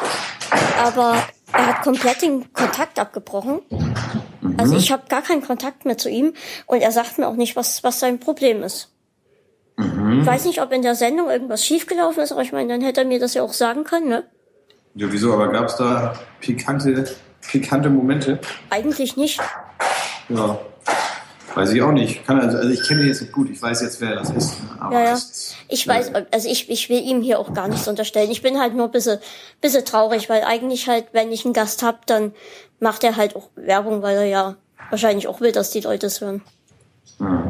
Aber er hat komplett den Kontakt abgebrochen. Also ich habe gar keinen Kontakt mehr zu ihm. Und er sagt mir auch nicht, was sein Problem ist. Ich weiß nicht, ob in der Sendung irgendwas schiefgelaufen ist, aber ich meine, dann hätte er mir das ja auch sagen können, ne? Ja, wieso? Aber gab es da pikante Momente? Eigentlich nicht. Ja. Weiß ich auch nicht. Also ich kenne ihn jetzt nicht gut. Ich weiß jetzt, wer das ist. Aber ja. Ich weiß, also ich will ihm hier auch gar nichts unterstellen. Ich bin halt nur ein bisschen traurig, weil eigentlich halt, wenn ich einen Gast hab, dann macht er halt auch Werbung, weil er ja wahrscheinlich auch will, dass die Leute es hören. Ja.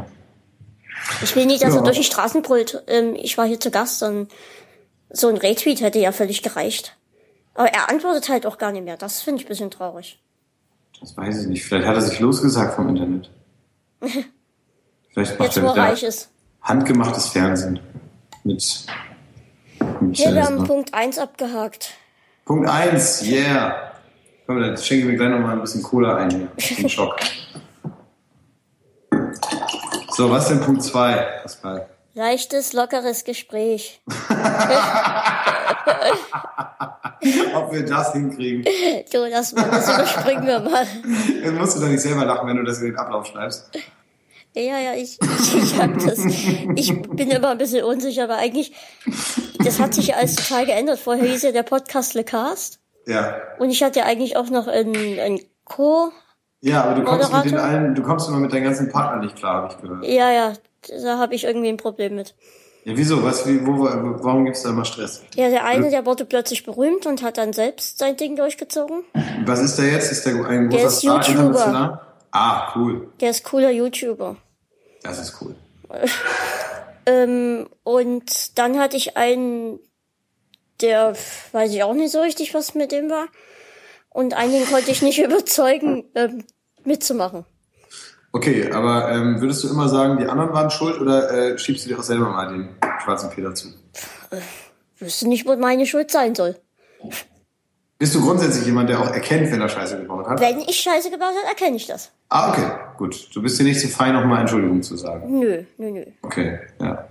Ich will nicht, dass er durch die Straßen brüllt. Ich war hier zu Gast und so ein Retweet hätte ja völlig gereicht. Aber er antwortet halt auch gar nicht mehr. Das finde ich ein bisschen traurig. Das weiß ich nicht. Vielleicht hat er sich losgesagt vom Internet. Vielleicht macht jetzt, wo er reich ist. Handgemachtes Fernsehen. Mit hier, wir haben Punkt 1 abgehakt. Punkt 1, yeah. Komm, dann schenke ich mir gleich nochmal ein bisschen Cola ein hier. Ein Schock. So, was denn Punkt 2, Pascal? Leichtes, lockeres Gespräch. Ob wir das hinkriegen. Du, das überspringen wir mal. Jetzt musst du doch nicht selber lachen, wenn du das in den Ablauf schreibst. Ja, ich hab das. Ich bin immer ein bisschen unsicher, aber eigentlich, das hat sich ja alles total geändert. Vorher hieß ja der Podcast Le Cast. Ja. Und ich hatte ja eigentlich auch noch einen Co. Ja, aber du kommst immer mit deinen ganzen Partnern nicht klar, habe ich gehört. Ja, da habe ich irgendwie ein Problem mit. Ja, wieso? Warum gibt's da immer Stress? Ja, der eine, der wurde plötzlich berühmt und hat dann selbst sein Ding durchgezogen. Was ist der jetzt? Ist der ein großer Star international? Ah, cool. Der ist cooler YouTuber. Das ist cool. Und dann hatte ich einen, der, weiß ich auch nicht so richtig, was mit dem war. Und einen konnte ich nicht überzeugen, mitzumachen. Okay, aber würdest du immer sagen, die anderen waren schuld oder schiebst du dir auch selber mal den schwarzen Peter zu? Wüsste nicht, wo meine Schuld sein soll. Bist du grundsätzlich jemand, der auch erkennt, wenn er Scheiße gebaut hat? Wenn ich Scheiße gebaut habe, erkenne ich das. Ah, okay, gut. Du bist dir nicht so fein, nochmal Entschuldigung zu sagen. Nö. Okay, ja.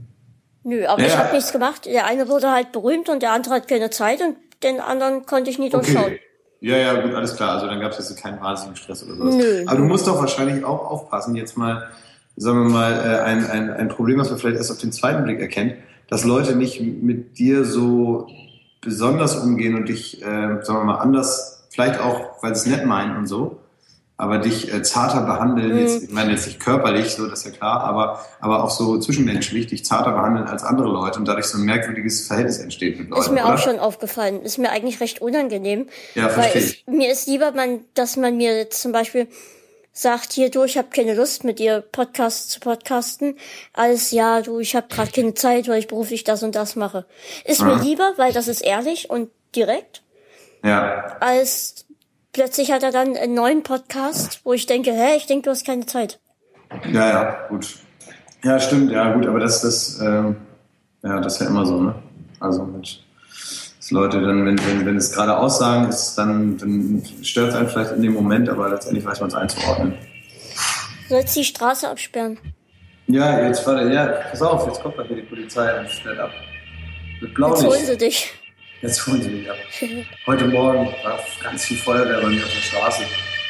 Nö, aber ich habe nichts gemacht. Der eine wurde halt berühmt und der andere hat keine Zeit und den anderen konnte ich nie durchschauen. Ja, gut, alles klar. Also dann gab es jetzt keinen wahnsinnigen Stress oder sowas. Nö. Aber du musst doch wahrscheinlich auch aufpassen, jetzt mal, sagen wir mal, ein Problem, was man vielleicht erst auf den zweiten Blick erkennt, dass Leute nicht mit dir so besonders umgehen und dich, sagen wir mal, anders, vielleicht auch, weil sie es nett meinen und so, aber dich zarter behandeln, jetzt, ich meine jetzt nicht körperlich, so, das ist ja klar, aber auch so zwischenmenschlich dich zarter behandeln als andere Leute und dadurch so ein merkwürdiges Verhältnis entsteht mit Leuten. Ist mir oder? Auch schon aufgefallen. Ist mir eigentlich recht unangenehm. Ja, verstehe ich. Mir ist lieber, dass man mir jetzt zum Beispiel sagt, hier, du, ich habe keine Lust mit dir Podcast zu podcasten, als ja, du, ich habe gerade keine Zeit, weil ich beruflich das und das mache. Ist mir lieber, weil das ist ehrlich und direkt. Ja. Als plötzlich hat er dann einen neuen Podcast, wo ich denke, ich denke, du hast keine Zeit. Ja, gut. Ja, stimmt, ja, gut, aber das ist ja immer so, ne? Also dass Leute dann, wenn es gerade Aussagen ist, dann stört es einen vielleicht in dem Moment, aber letztendlich weiß man es einzuordnen. Sollst die Straße absperren? Ja, pass auf, jetzt kommt mal hier die Polizei und stellt ab. Mit Blaulicht. Jetzt holen sie dich. Jetzt holen sie mich ab. Heute Morgen war ganz viel Feuerwehr bei mir auf der Straße.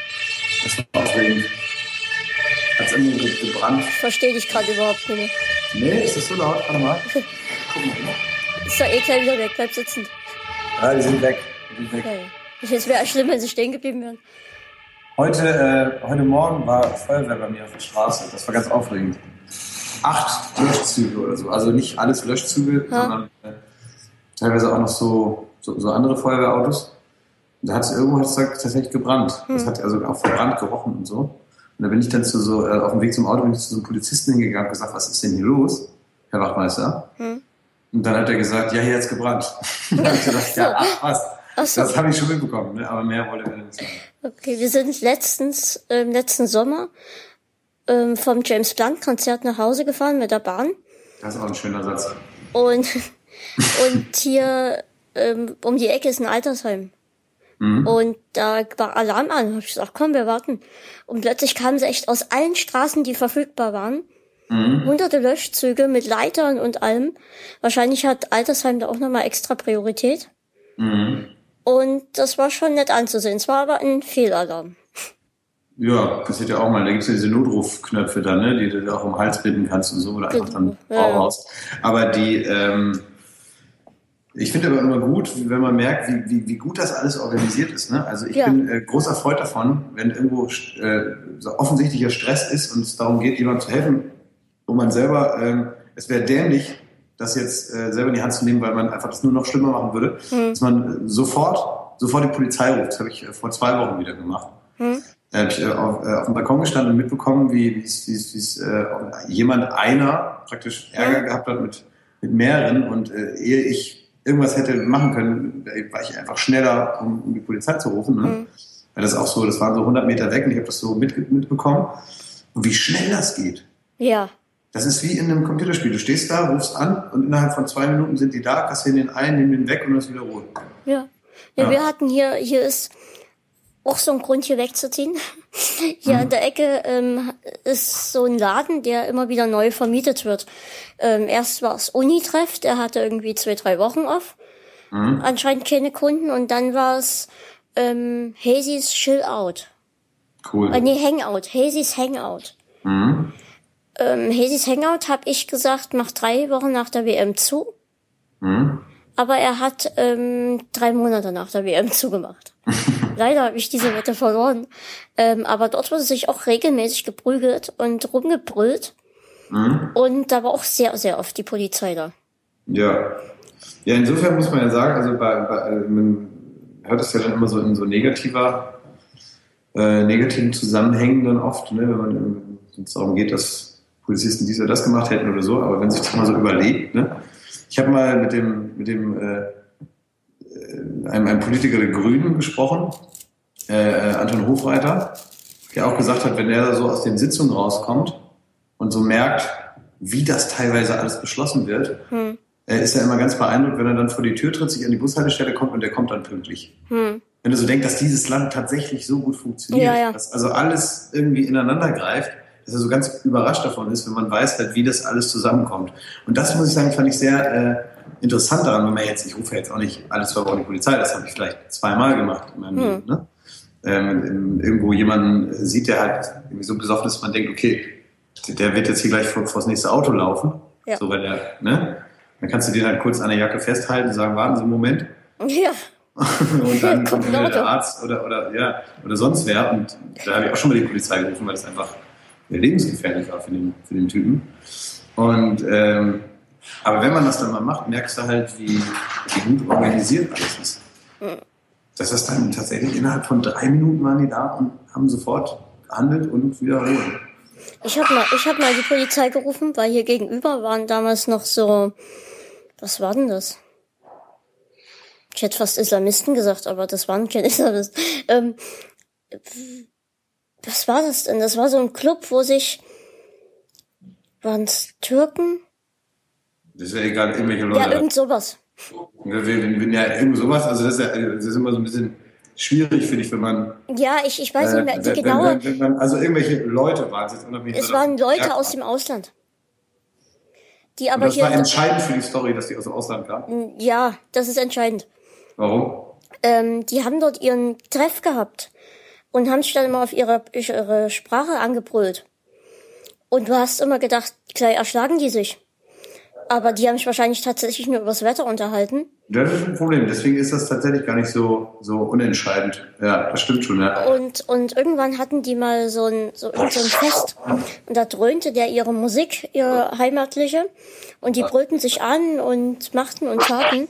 Das war aufregend. Hat's immer gebrannt. Ich verstehe dich gerade überhaupt nicht. Nee, ist das so laut? Warte mal. Guck mal. Ist doch gleich wieder weg, bleib sitzen. Ja, die sind weg. Ja. Es wäre schlimm, wenn sie stehen geblieben wären. Heute Morgen war Feuerwehr bei mir auf der Straße. Das war ganz aufregend. 8 Löschzüge oder so. Also nicht alles Löschzüge, sondern teilweise auch noch so andere Feuerwehrautos. Und irgendwo hat es tatsächlich gebrannt. Das hat also auch verbrannt gerochen und so. Und da bin ich dann auf dem Weg zum Auto zu so einem Polizisten hingegangen und gesagt, was ist denn hier los, Herr Wachtmeister? Und dann hat er gesagt, ja, hier hat's gebrannt. Dann habe ich gesagt, ja, ach was. So. Das habe ich schon mitbekommen, ne? Aber mehr wollte er nicht sagen. Okay, wir sind letzten Sommer vom James Blunt Konzert nach Hause gefahren mit der Bahn. Das ist auch ein schöner Satz. Und hier um die Ecke ist ein Altersheim. Und da war Alarm an. Hab ich gesagt, komm, wir warten. Und plötzlich kamen sie echt aus allen Straßen, die verfügbar waren. Hunderte Löschzüge mit Leitern und allem. Wahrscheinlich hat Altersheim da auch nochmal extra Priorität. Und das war schon nett anzusehen. Es war aber ein Fehlalarm. Ja, passiert ja auch mal. Da gibt's ja diese Notrufknöpfe dann, ne, die du auch um den Hals binden kannst und so, oder einfach dann raus. Aber ich finde aber immer gut, wenn man merkt, wie gut das alles organisiert ist. Ne? Also ich bin großer Freund davon, wenn irgendwo so offensichtlicher Stress ist und es darum geht, jemandem zu helfen, wo man selber, es wäre dämlich, das jetzt selber in die Hand zu nehmen, weil man einfach das nur noch schlimmer machen würde, dass man sofort die Polizei ruft. Das habe ich vor 2 Wochen wieder gemacht. Da habe ich auf dem Balkon gestanden und mitbekommen, wie einer praktisch Ärger gehabt hat mit mehreren und ehe ich irgendwas hätte machen können, war ich einfach schneller, um die Polizei zu rufen. Ne? Weil das auch so, das waren so 100 Meter weg und ich habe das so mitbekommen. Und wie schnell das geht. Ja. Das ist wie in einem Computerspiel. Du stehst da, rufst an und innerhalb von 2 Minuten sind die da, kassieren den ein, nehmen den weg und dann ist wieder Ruhe. Ja, wir hatten hier ist auch so ein Grund, hier wegzuziehen. Hier an der Ecke ist so ein Laden, der immer wieder neu vermietet wird. Erst war es Unitreff, der hatte irgendwie 2-3 Wochen off. Anscheinend keine Kunden. Und dann war es Hazy's Chill Out. Cool. Hangout. Hazy's Hangout. Hazy's Hangout, habe ich gesagt, macht 3 Wochen nach der WM zu. Aber er hat 3 Monate nach der WM zugemacht. Leider habe ich diese Wette verloren. Aber dort wurde sich auch regelmäßig geprügelt und rumgebrüllt. Und da war auch sehr, sehr oft die Polizei da. Ja. Ja, insofern muss man ja sagen, also man hört es ja dann immer so in so negativen Zusammenhängen dann oft, ne, wenn es darum geht, dass Polizisten dies oder das gemacht hätten oder so. Aber wenn sich das mal so überlegt, ne, ich habe mal mit einem Politiker der Grünen gesprochen, Anton Hofreiter, der auch gesagt hat, wenn er so aus den Sitzungen rauskommt und so merkt, wie das teilweise alles beschlossen wird, ist er immer ganz beeindruckt, wenn er dann vor die Tür tritt, sich an die Bushaltestelle kommt und der kommt dann pünktlich. Wenn du so denkst, dass dieses Land tatsächlich so gut funktioniert, dass also alles irgendwie ineinander greift, dass er so ganz überrascht davon ist, wenn man weiß halt, wie das alles zusammenkommt. Und das, muss ich sagen, fand ich sehr interessant daran, wenn man jetzt, ich rufe jetzt auch nicht alle 2 Wochen die Polizei, das habe ich vielleicht 2-mal gemacht in meinem Leben, ne? Irgendwo jemanden sieht, der halt irgendwie so besoffen ist, man denkt, okay, der wird jetzt hier gleich vor das nächste Auto laufen, so, weil der, ne? Dann kannst du den halt kurz an der Jacke festhalten und sagen, warten Sie einen Moment. Ja. Und dann kommt der Arzt oder sonst wer. Und da habe ich auch schon mal die Polizei gerufen, weil das einfach lebensgefährlich war für den Typen. Und aber wenn man das dann mal macht, merkst du halt, wie gut organisiert alles ist. Dass das dann tatsächlich innerhalb von 3 Minuten waren die da und haben sofort gehandelt und wieder Ruhe. Ich hab mal die Polizei gerufen, weil hier gegenüber waren damals noch so, was war denn das? Ich hätte fast Islamisten gesagt, aber das waren keine Islamisten. Was war das denn? Das war so ein Club, waren's Türken? Das ist ja egal, irgendwelche Leute. Ja, irgend sowas. Wenn ja irgend sowas, also das ist immer so ein bisschen schwierig, finde ich, wenn man... Ja, ich weiß nicht mehr, die genaue... Also irgendwelche Leute waren es jetzt unabhängig. Es waren Leute aus dem Ausland. Die aber und das hier... war entscheidend für die Story, dass die aus dem Ausland kamen? Ja, das ist entscheidend. Warum? Die haben dort ihren Treff gehabt und haben sich dann immer auf ihre Sprache angebrüllt. Und du hast immer gedacht, gleich erschlagen die sich. Aber die haben sich wahrscheinlich tatsächlich nur über das Wetter unterhalten. Das ist ein Problem. Deswegen ist das tatsächlich gar nicht so unentscheidend. Ja, das stimmt schon, ja. Und irgendwann hatten die mal so ein Fest. Und da dröhnte der ihre Musik, ihre heimatliche. Und die brüllten sich an und machten und taten.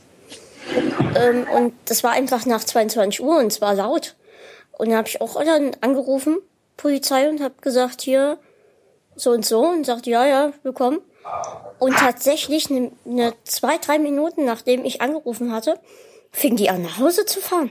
Und das war einfach nach 22 Uhr und es war laut. Und dann habe ich auch dann angerufen, Polizei, und habe gesagt, hier, so und so. Und sagte, ja, willkommen. Und tatsächlich 2-3 Minuten, nachdem ich angerufen hatte, fing die an, nach Hause zu fahren.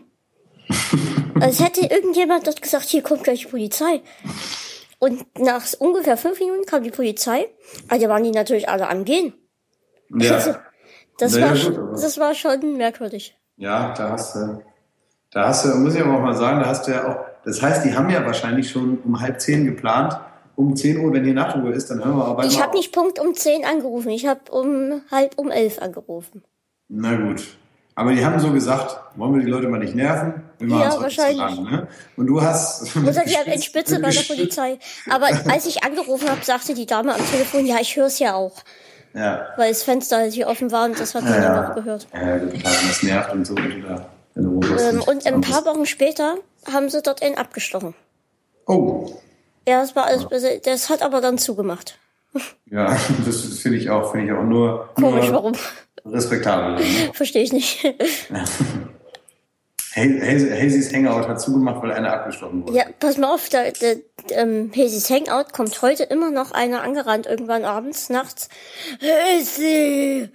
Als hätte irgendjemand dort gesagt, hier kommt gleich die Polizei. Und nach ungefähr 5 Minuten kam die Polizei. Also waren die natürlich alle am Gehen. Ja. Also, das war schon merkwürdig. Ja, da hast du, muss ich aber auch mal sagen, da hast du ja auch, das heißt, die haben ja wahrscheinlich schon um 9:30 geplant. Um 10 Uhr, wenn hier Nachtruhe ist, dann hören wir aber... Ich habe nicht Punkt um 10 angerufen, ich habe um 10:30 angerufen. Na gut. Aber die haben so gesagt, wollen wir die Leute mal nicht nerven? Ja, wahrscheinlich. An, ne? Und du hast... Oder die haben eine Spitze bei der Polizei. Aber als ich angerufen habe, sagte die Dame am Telefon, ja, ich höre es ja auch. Ja. Weil das Fenster halt hier offen war und das hat man dann auch gehört. Ja, gut, klar, das nervt und so. Und ein paar Wochen später haben sie dort einen abgestochen. Oh. Ja, das war alles, das hat aber dann zugemacht. Ja, das finde ich auch nur komisch, warum? Respektabel. Ne? Verstehe ich nicht. Hazy's Hangout hat zugemacht, weil einer abgestochen wurde. Ja, pass mal auf, Hazy's Hangout kommt heute immer noch einer angerannt, irgendwann abends, nachts. Hazy!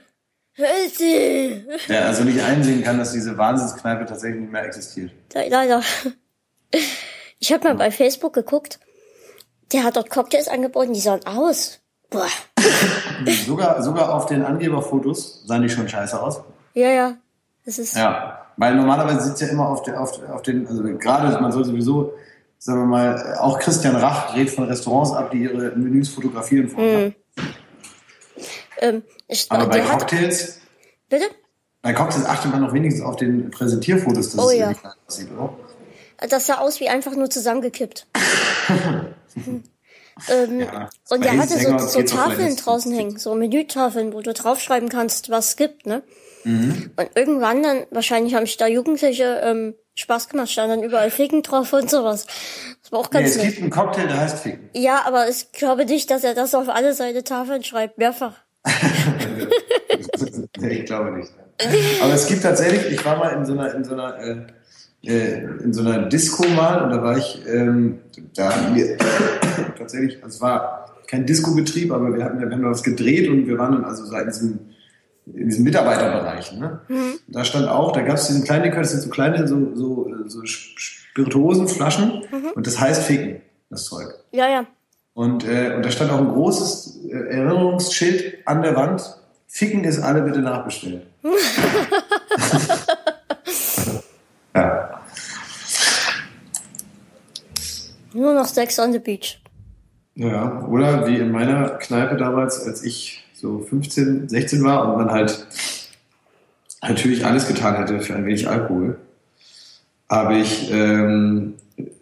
Der also nicht einsehen kann, dass diese Wahnsinnskneipe tatsächlich nicht mehr existiert. Leider. Ich habe mal bei Facebook geguckt. Der hat dort Cocktails angeboten, die sahen aus. Boah. Sogar auf den Angeberfotos sahen die schon scheiße aus. Ja. Das ist ja, weil normalerweise sitzt ja immer auf den, also gerade, man soll sowieso, sagen wir mal, auch Christian Rach rät von Restaurants ab, die ihre Menüs fotografieren vorher. Aber bei Cocktails... Bitte? Bei Cocktails achtet man noch wenigstens auf den Präsentierfotos, dass es irgendwie klein aussieht, oder? Das sah aus wie einfach nur zusammengekippt. Und der hatte so Tafeln draußen hängen, so Menütafeln, wo du draufschreiben kannst, was es gibt, ne? Und irgendwann dann, wahrscheinlich haben sich da Jugendliche Spaß gemacht, standen dann überall Ficken drauf und sowas. Das war auch ganz nett. Es gibt einen Cocktail, der heißt Ficken. Ja, aber ich glaube nicht, dass er das auf alle seine Tafeln schreibt, mehrfach. Nee, ich glaube nicht. Aber es gibt tatsächlich, ich war mal in so einer Disco mal und da war ich, da haben wir tatsächlich, also es war kein Disco-Betrieb, aber wir haben was gedreht und wir waren dann also so in diesem Mitarbeiterbereich. Ne? Da stand auch, da gab es diesen kleinen Likör, das sind so kleine so Spirituosenflaschen und das heißt Ficken, das Zeug. Ja, ja. Und da stand auch ein großes Erinnerungsschild an der Wand. Ficken ist alle bitte nachbestellen. Ja. Nur noch Sex on the Beach. Ja, oder wie in meiner Kneipe damals, als ich so 15, 16 war und man halt natürlich alles getan hätte für ein wenig Alkohol, habe ich in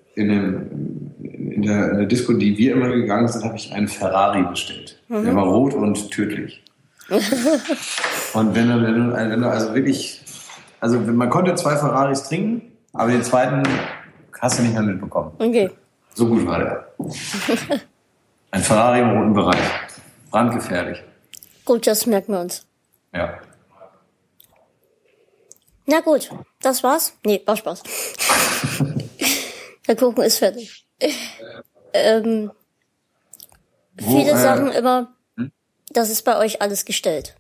der Disco, die wir immer gegangen sind, habe ich einen Ferrari bestellt. Der war rot und tödlich. Und wenn du also wirklich, also man konnte 2 Ferraris trinken, aber den zweiten hast du nicht mehr mitbekommen. Okay. So gut war der. Ein Ferrari im roten Bereich. Brandgefährlich. Gut, das merken wir uns. Ja. Na gut, das war's. Nee, war Spaß. Der Kuchen ist fertig. Viele sagen immer, das ist bei euch alles gestellt.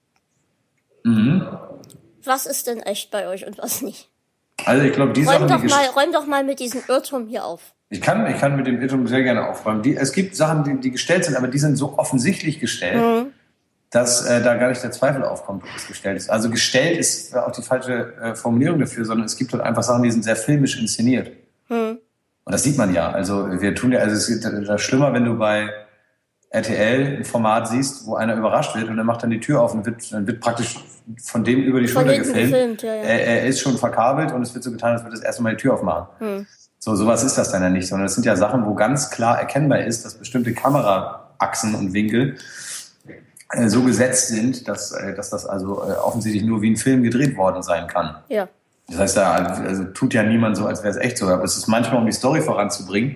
Was ist denn echt bei euch und was nicht? Also ich glaube, räum doch mal mit diesem Irrtum hier auf. Ich kann mit dem Irrtum sehr gerne aufräumen. Es gibt Sachen, die gestellt sind, aber die sind so offensichtlich gestellt, dass da gar nicht der Zweifel aufkommt, ob es gestellt ist. Also gestellt ist auch die falsche Formulierung dafür, sondern es gibt halt einfach Sachen, die sind sehr filmisch inszeniert. Und das sieht man ja. Also es ist das schlimmer, wenn du bei RTL ein Format siehst, wo einer überrascht wird und er macht dann die Tür auf und dann wird praktisch von dem über die Schulter gefilmt. Ja. Er ist schon verkabelt und es wird so getan, als würde das erste Mal die Tür aufmachen. Sowas ist das dann ja nicht, sondern es sind ja Sachen, wo ganz klar erkennbar ist, dass bestimmte Kameraachsen und Winkel so gesetzt sind, dass das also offensichtlich nur wie ein Film gedreht worden sein kann. Ja. Das heißt, da tut ja niemand so, als wäre es echt so. Aber es ist manchmal, um die Story voranzubringen,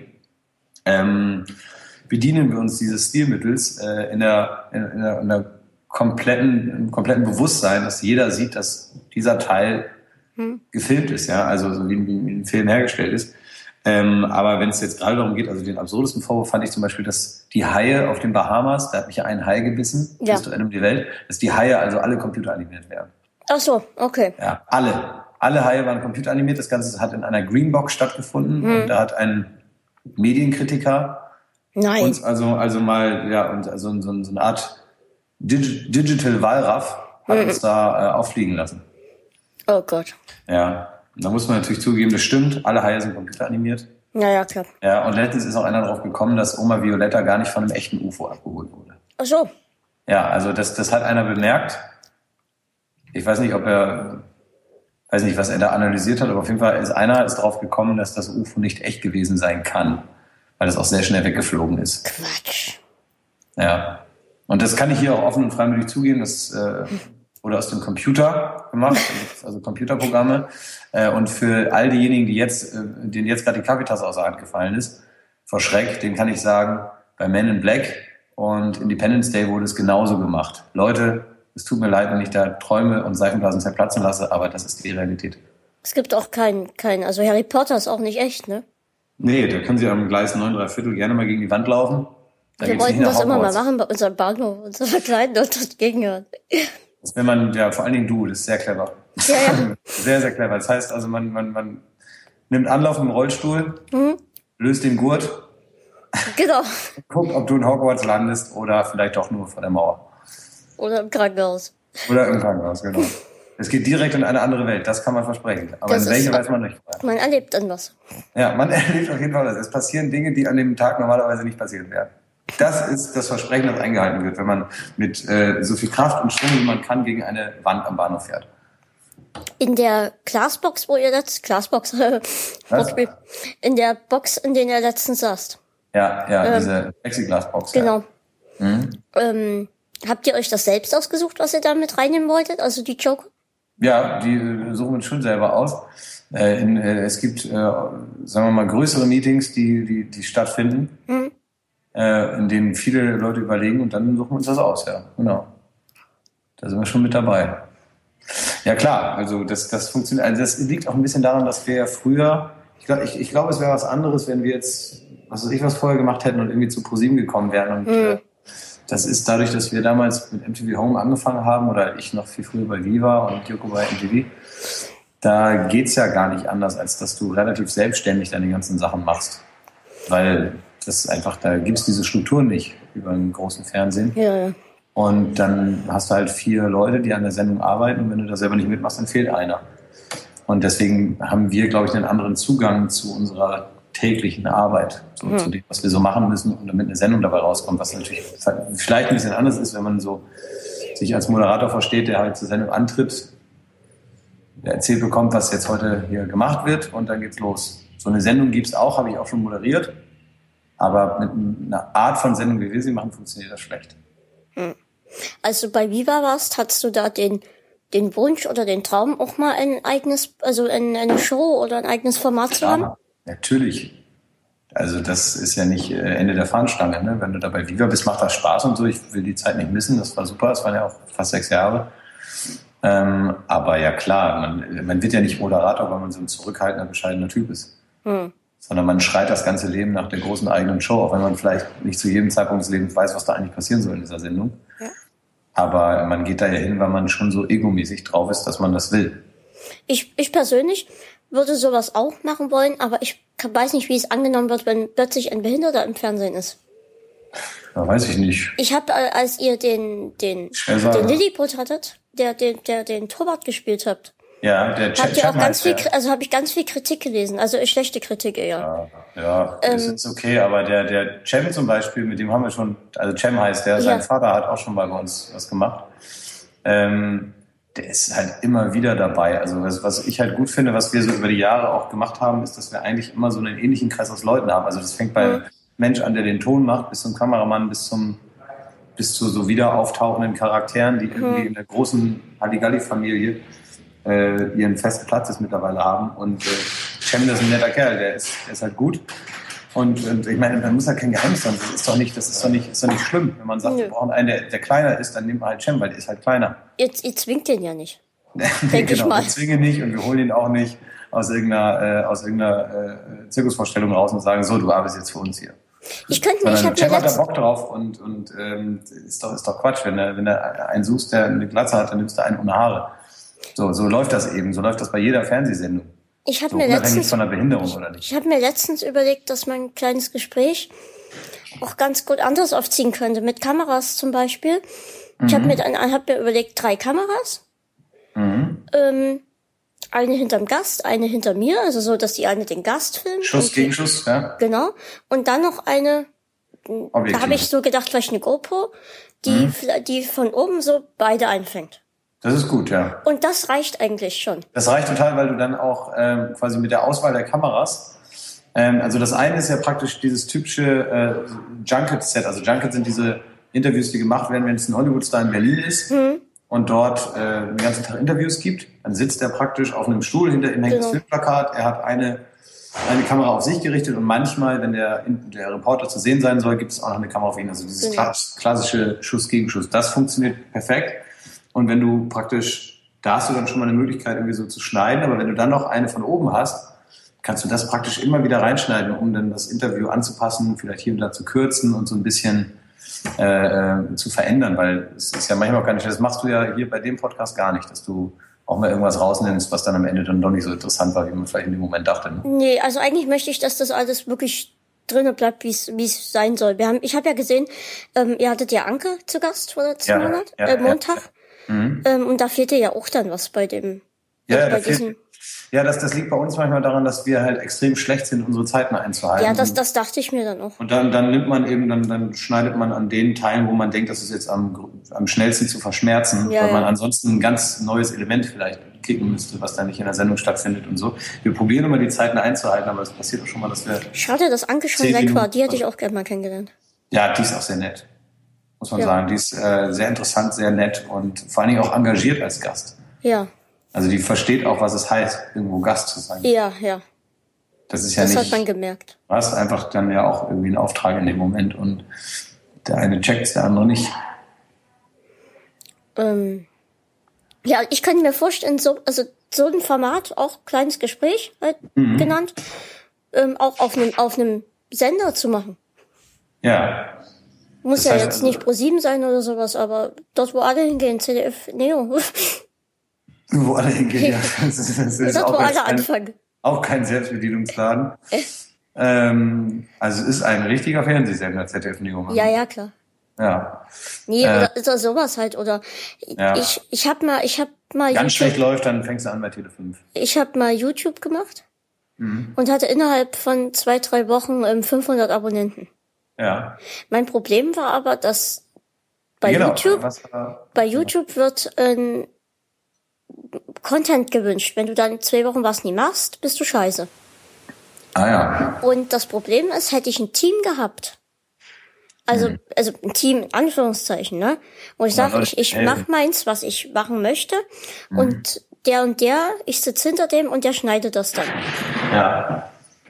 bedienen wir uns dieses Stilmittels in der kompletten Bewusstsein, dass jeder sieht, dass dieser Teil gefilmt ist, ja, also so wie ein Film hergestellt ist. Aber wenn es jetzt gerade darum geht, also den absurdesten Vorwurf fand ich zum Beispiel, dass die Haie auf den Bahamas, da hat mich ja ein Hai gebissen, das ist um die Welt, dass die Haie also alle computeranimiert werden. Ach so, okay. Ja, alle Haie waren computeranimiert. Das Ganze hat in einer Greenbox stattgefunden und da hat ein Medienkritiker uns also mal so eine Art Digital Wallraff hat uns da auffliegen lassen. Oh Gott. Ja. Da muss man natürlich zugeben, das stimmt, alle Haie sind computeranimiert. Ja, klar. Ja, und letztens ist auch einer drauf gekommen, dass Oma Violetta gar nicht von einem echten UFO abgeholt wurde. Ach so. Ja, also das hat einer bemerkt. Ich weiß nicht, was er da analysiert hat, aber auf jeden Fall ist einer drauf gekommen, dass das UFO nicht echt gewesen sein kann, weil das auch sehr schnell weggeflogen ist. Quatsch. Ja. Und das kann ich hier auch offen und freimütig zugeben, das wurde aus dem Computer gemacht, also Computerprogramme. Und für all diejenigen, denen jetzt gerade die Kaffeetasse aus der Hand gefallen ist, vor Schreck, denen kann ich sagen, bei Men in Black und Independence Day wurde es genauso gemacht. Leute, es tut mir leid, wenn ich da Träume und Seifenblasen zerplatzen lasse, aber das ist die Realität. Es gibt auch also Harry Potter ist auch nicht echt, ne? Nee, da können Sie am Gleis 9 3/4 gerne mal gegen die Wand laufen. Wir wollten das immer mal machen bei unserem Bahnhof, unserer Kleinen dort gegenhören. Wenn man, vor allen Dingen du, das ist sehr clever. Ja. Sehr, sehr clever. Das heißt also, man nimmt Anlauf im Rollstuhl, löst den Gurt, genau. Guckt, ob du in Hogwarts landest oder vielleicht doch nur vor der Mauer. Oder im Krankenhaus. Oder im Krankenhaus, genau. Es geht direkt in eine andere Welt, das kann man versprechen. Aber in welche weiß man nicht. Man erlebt dann was. Ja, man erlebt auf jeden Fall was. Es passieren Dinge, die an dem Tag normalerweise nicht passieren werden. Das ist das Versprechen, das eingehalten wird, wenn man mit so viel Kraft und Schwung, wie man kann, gegen eine Wand am Bahnhof fährt. In der Glasbox, wo ihr in der Box, in der ihr letztens saßt. Ja, diese Plexiglasbox. Genau. Ja. Habt ihr euch das selbst ausgesucht, was ihr da mit reinnehmen wolltet, also die Joker? Ja, die suchen wir schon selber aus. Es gibt, sagen wir mal, größere Meetings, die stattfinden, in denen viele Leute überlegen und dann suchen wir uns das aus, ja, genau. Da sind wir schon mit dabei. Ja klar, also das funktioniert. Also das liegt auch ein bisschen daran, dass wir ja früher, ich glaube, es wäre was anderes, wenn wir jetzt, was weiß ich, was vorher gemacht hätten und irgendwie zu ProSieben gekommen wären. Und das ist dadurch, dass wir damals mit MTV Home angefangen haben oder ich noch viel früher bei Viva und Joko bei MTV, da geht's ja gar nicht anders, als dass du relativ selbstständig deine ganzen Sachen machst. Weil das einfach, da gibt's diese Strukturen nicht über einen großen Fernsehen. Ja. Und dann hast du halt 4 Leute, die an der Sendung arbeiten und wenn du da selber nicht mitmachst, dann fehlt einer. Und deswegen haben wir, glaube ich, einen anderen Zugang zu unserer täglichen Arbeit, zu dem, was wir so machen müssen und damit eine Sendung dabei rauskommt, was natürlich vielleicht ein bisschen anders ist, wenn man so sich als Moderator versteht, der halt zur Sendung antritt, der erzählt bekommt, was jetzt heute hier gemacht wird und dann geht's los. So eine Sendung gibt's auch, habe ich auch schon moderiert, aber mit einer Art von Sendung, wie wir sie machen, funktioniert das schlecht. Als du bei Viva warst, hattest du da den Wunsch oder den Traum, auch mal ein eigenes, also eine Show oder ein eigenes Format zu haben? Natürlich. Also das ist ja nicht Ende der Fahnenstange. Ne? Wenn du da bei Viva bist, macht das Spaß und so. Ich will die Zeit nicht missen. Das war super. Das waren ja auch fast 6 Jahre. Aber ja klar, man wird ja nicht Moderator, weil man so ein zurückhaltender, bescheidener Typ ist. Sondern man schreit das ganze Leben nach der großen eigenen Show, auch wenn man vielleicht nicht zu jedem Zeitpunkt des Lebens weiß, was da eigentlich passieren soll in dieser Sendung. Ja. Aber man geht da ja hin, weil man schon so egomäßig drauf ist, dass man das will. Ich persönlich würde sowas auch machen wollen, aber ich weiß nicht, wie es angenommen wird, wenn plötzlich ein Behinderter im Fernsehen ist. Ja, weiß ich nicht. Ich habe, als ihr den Lilliput hattet, der den Torwart gespielt habt. Ja, der habt ihr auch ganz viel, also habe ich ganz viel Kritik gelesen, also schlechte Kritik eher. Ja, das ist okay, aber der Cem zum Beispiel, mit dem haben wir schon, also Cem heißt der, sein Vater hat auch schon mal bei uns was gemacht. Der ist halt immer wieder dabei. Also was ich halt gut finde, was wir so über die Jahre auch gemacht haben, ist, dass wir eigentlich immer so einen ähnlichen Kreis aus Leuten haben. Also das fängt beim Mensch an, der den Ton macht, bis zum Kameramann, bis zu so wieder auftauchenden Charakteren, die irgendwie in der großen Halligalli-Familie ihren festen Platz jetzt mittlerweile haben. Und Cem ist ein netter Kerl, der ist halt gut. Und ich meine, man muss halt kein Geheimnis sein. Das ist doch nicht schlimm. Wenn man sagt, wir brauchen einen, der kleiner ist, dann nehmen wir halt Cem, weil der ist halt kleiner. Ihr zwingt den ja nicht. Denke ich mal. Wir zwingen nicht und wir holen ihn auch nicht aus irgendeiner Zirkusvorstellung raus und sagen, so, du arbeitest jetzt für uns hier. Cem hat da Bock drauf und ist doch Quatsch. Wenn er einen suchst, der eine Glatze hat, dann nimmst du einen ohne Haare. So läuft das eben. So läuft das bei jeder Fernsehsendung. Ich habe von der Behinderung oder nicht. Ich habe mir letztens überlegt, dass man ein kleines Gespräch auch ganz gut anders aufziehen könnte, mit Kameras zum Beispiel. Ich habe mir überlegt, 3 Kameras, eine hinterm Gast, eine hinter mir, also so, dass die eine den Gast filmt. Schuss gegen Schuss, ja. Genau. Und dann noch eine, da habe ich so gedacht, vielleicht eine GoPro, die von oben so beide einfängt. Das ist gut, ja. Und das reicht eigentlich schon. Das reicht total, weil du dann auch quasi mit der Auswahl der Kameras, also das eine ist ja praktisch dieses typische Junket-Set. Also Junket sind diese Interviews, die gemacht werden, wenn es ein Hollywood-Star in Berlin ist und dort den ganzen Tag Interviews gibt. Dann sitzt er praktisch auf einem Stuhl, hinter ihm hängt das Filmplakat, er hat eine Kamera auf sich gerichtet und manchmal, wenn der Reporter zu sehen sein soll, gibt es auch noch eine Kamera auf ihn. Also dieses klassische Schuss gegen Schuss. Das funktioniert perfekt. Und wenn du praktisch, da hast du dann schon mal eine Möglichkeit, irgendwie so zu schneiden, aber wenn du dann noch eine von oben hast, kannst du das praktisch immer wieder reinschneiden, um dann das Interview anzupassen, vielleicht hier und da zu kürzen und so ein bisschen zu verändern, weil es ist ja manchmal auch gar nicht, das machst du ja hier bei dem Podcast gar nicht, dass du auch mal irgendwas rausnimmst, was dann am Ende dann doch nicht so interessant war, wie man vielleicht in dem Moment dachte. Ne? Nee, also eigentlich möchte ich, dass das alles wirklich drinnen bleibt, wie es sein soll. Ich habe ja gesehen, ihr hattet ja Anke zu Gast vor letzten Monat, Montag. Und da fehlte ja auch dann was bei dem. Ja, das liegt bei uns manchmal daran, dass wir halt extrem schlecht sind, unsere Zeiten einzuhalten. Ja, das dachte ich mir dann auch. Und dann nimmt man eben, dann schneidet man an den Teilen, wo man denkt, das ist jetzt am schnellsten zu verschmerzen, weil man ansonsten ein ganz neues Element vielleicht kicken müsste, was dann nicht in der Sendung stattfindet und so. Wir probieren immer die Zeiten einzuhalten, aber es passiert auch schon mal, dass wir... Schade, dass Anke schon weg war. Die hätte ich auch gerne mal kennengelernt. Ja, die ist auch sehr nett, muss man sagen. Die ist sehr interessant, sehr nett und vor allen Dingen auch engagiert als Gast. Ja. Also die versteht auch, was es heißt, irgendwo Gast zu sein. Ja. Das ist ja nicht... Das hat man gemerkt. Du hast einfach dann ja auch irgendwie einen Auftrag in dem Moment und der eine checkt's, der andere nicht. Ja, ich kann mir vorstellen, so ein Format, auch kleines Gespräch halt genannt, auch auf einem Sender zu machen. Ja. Muss ja jetzt nicht Pro7 sein oder sowas, aber dort, wo alle hingehen, ZDF Neo. Wo alle hingehen, ja. Das ist dort, wo alle anfangen. Auch kein Selbstbedienungsladen. Also es ist ein richtiger Fernsehsender, ZDF Neo. Ja, klar. Ja. Nee, oder sowas halt, oder ich hab mal ganz YouTube, schlecht läuft, dann fängst du an bei Tele5. Ich habe mal YouTube gemacht und hatte innerhalb von 2-3 Wochen 500 Abonnenten. Ja. Mein Problem war aber, dass bei YouTube wird Content gewünscht. Wenn du dann 2 Wochen was nie machst, bist du scheiße. Ah ja. Und das Problem ist, hätte ich ein Team gehabt, also ein Team in Anführungszeichen, ne? Wo ich sage, ich mache meins, was ich machen möchte und der, ich sitze hinter dem und der schneidet das dann. Ja.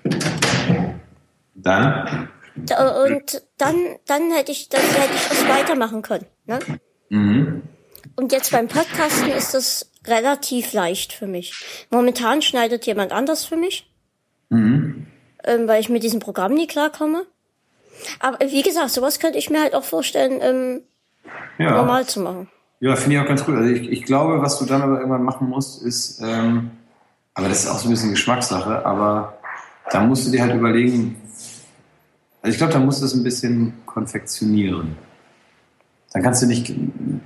Dann? Und dann hätte ich das weitermachen können, ne? Und jetzt beim Podcasten ist das relativ leicht für mich. Momentan schneidet jemand anders für mich, weil ich mit diesem Programm nie klarkomme. Aber wie gesagt, sowas könnte ich mir halt auch vorstellen, normal zu machen. Ja, finde ich auch ganz gut. Also ich glaube, was du dann aber irgendwann machen musst, ist, aber das ist auch so ein bisschen Geschmackssache, aber da musst du dir halt überlegen, also ich glaube, da musst du es ein bisschen konfektionieren. Dann kannst du nicht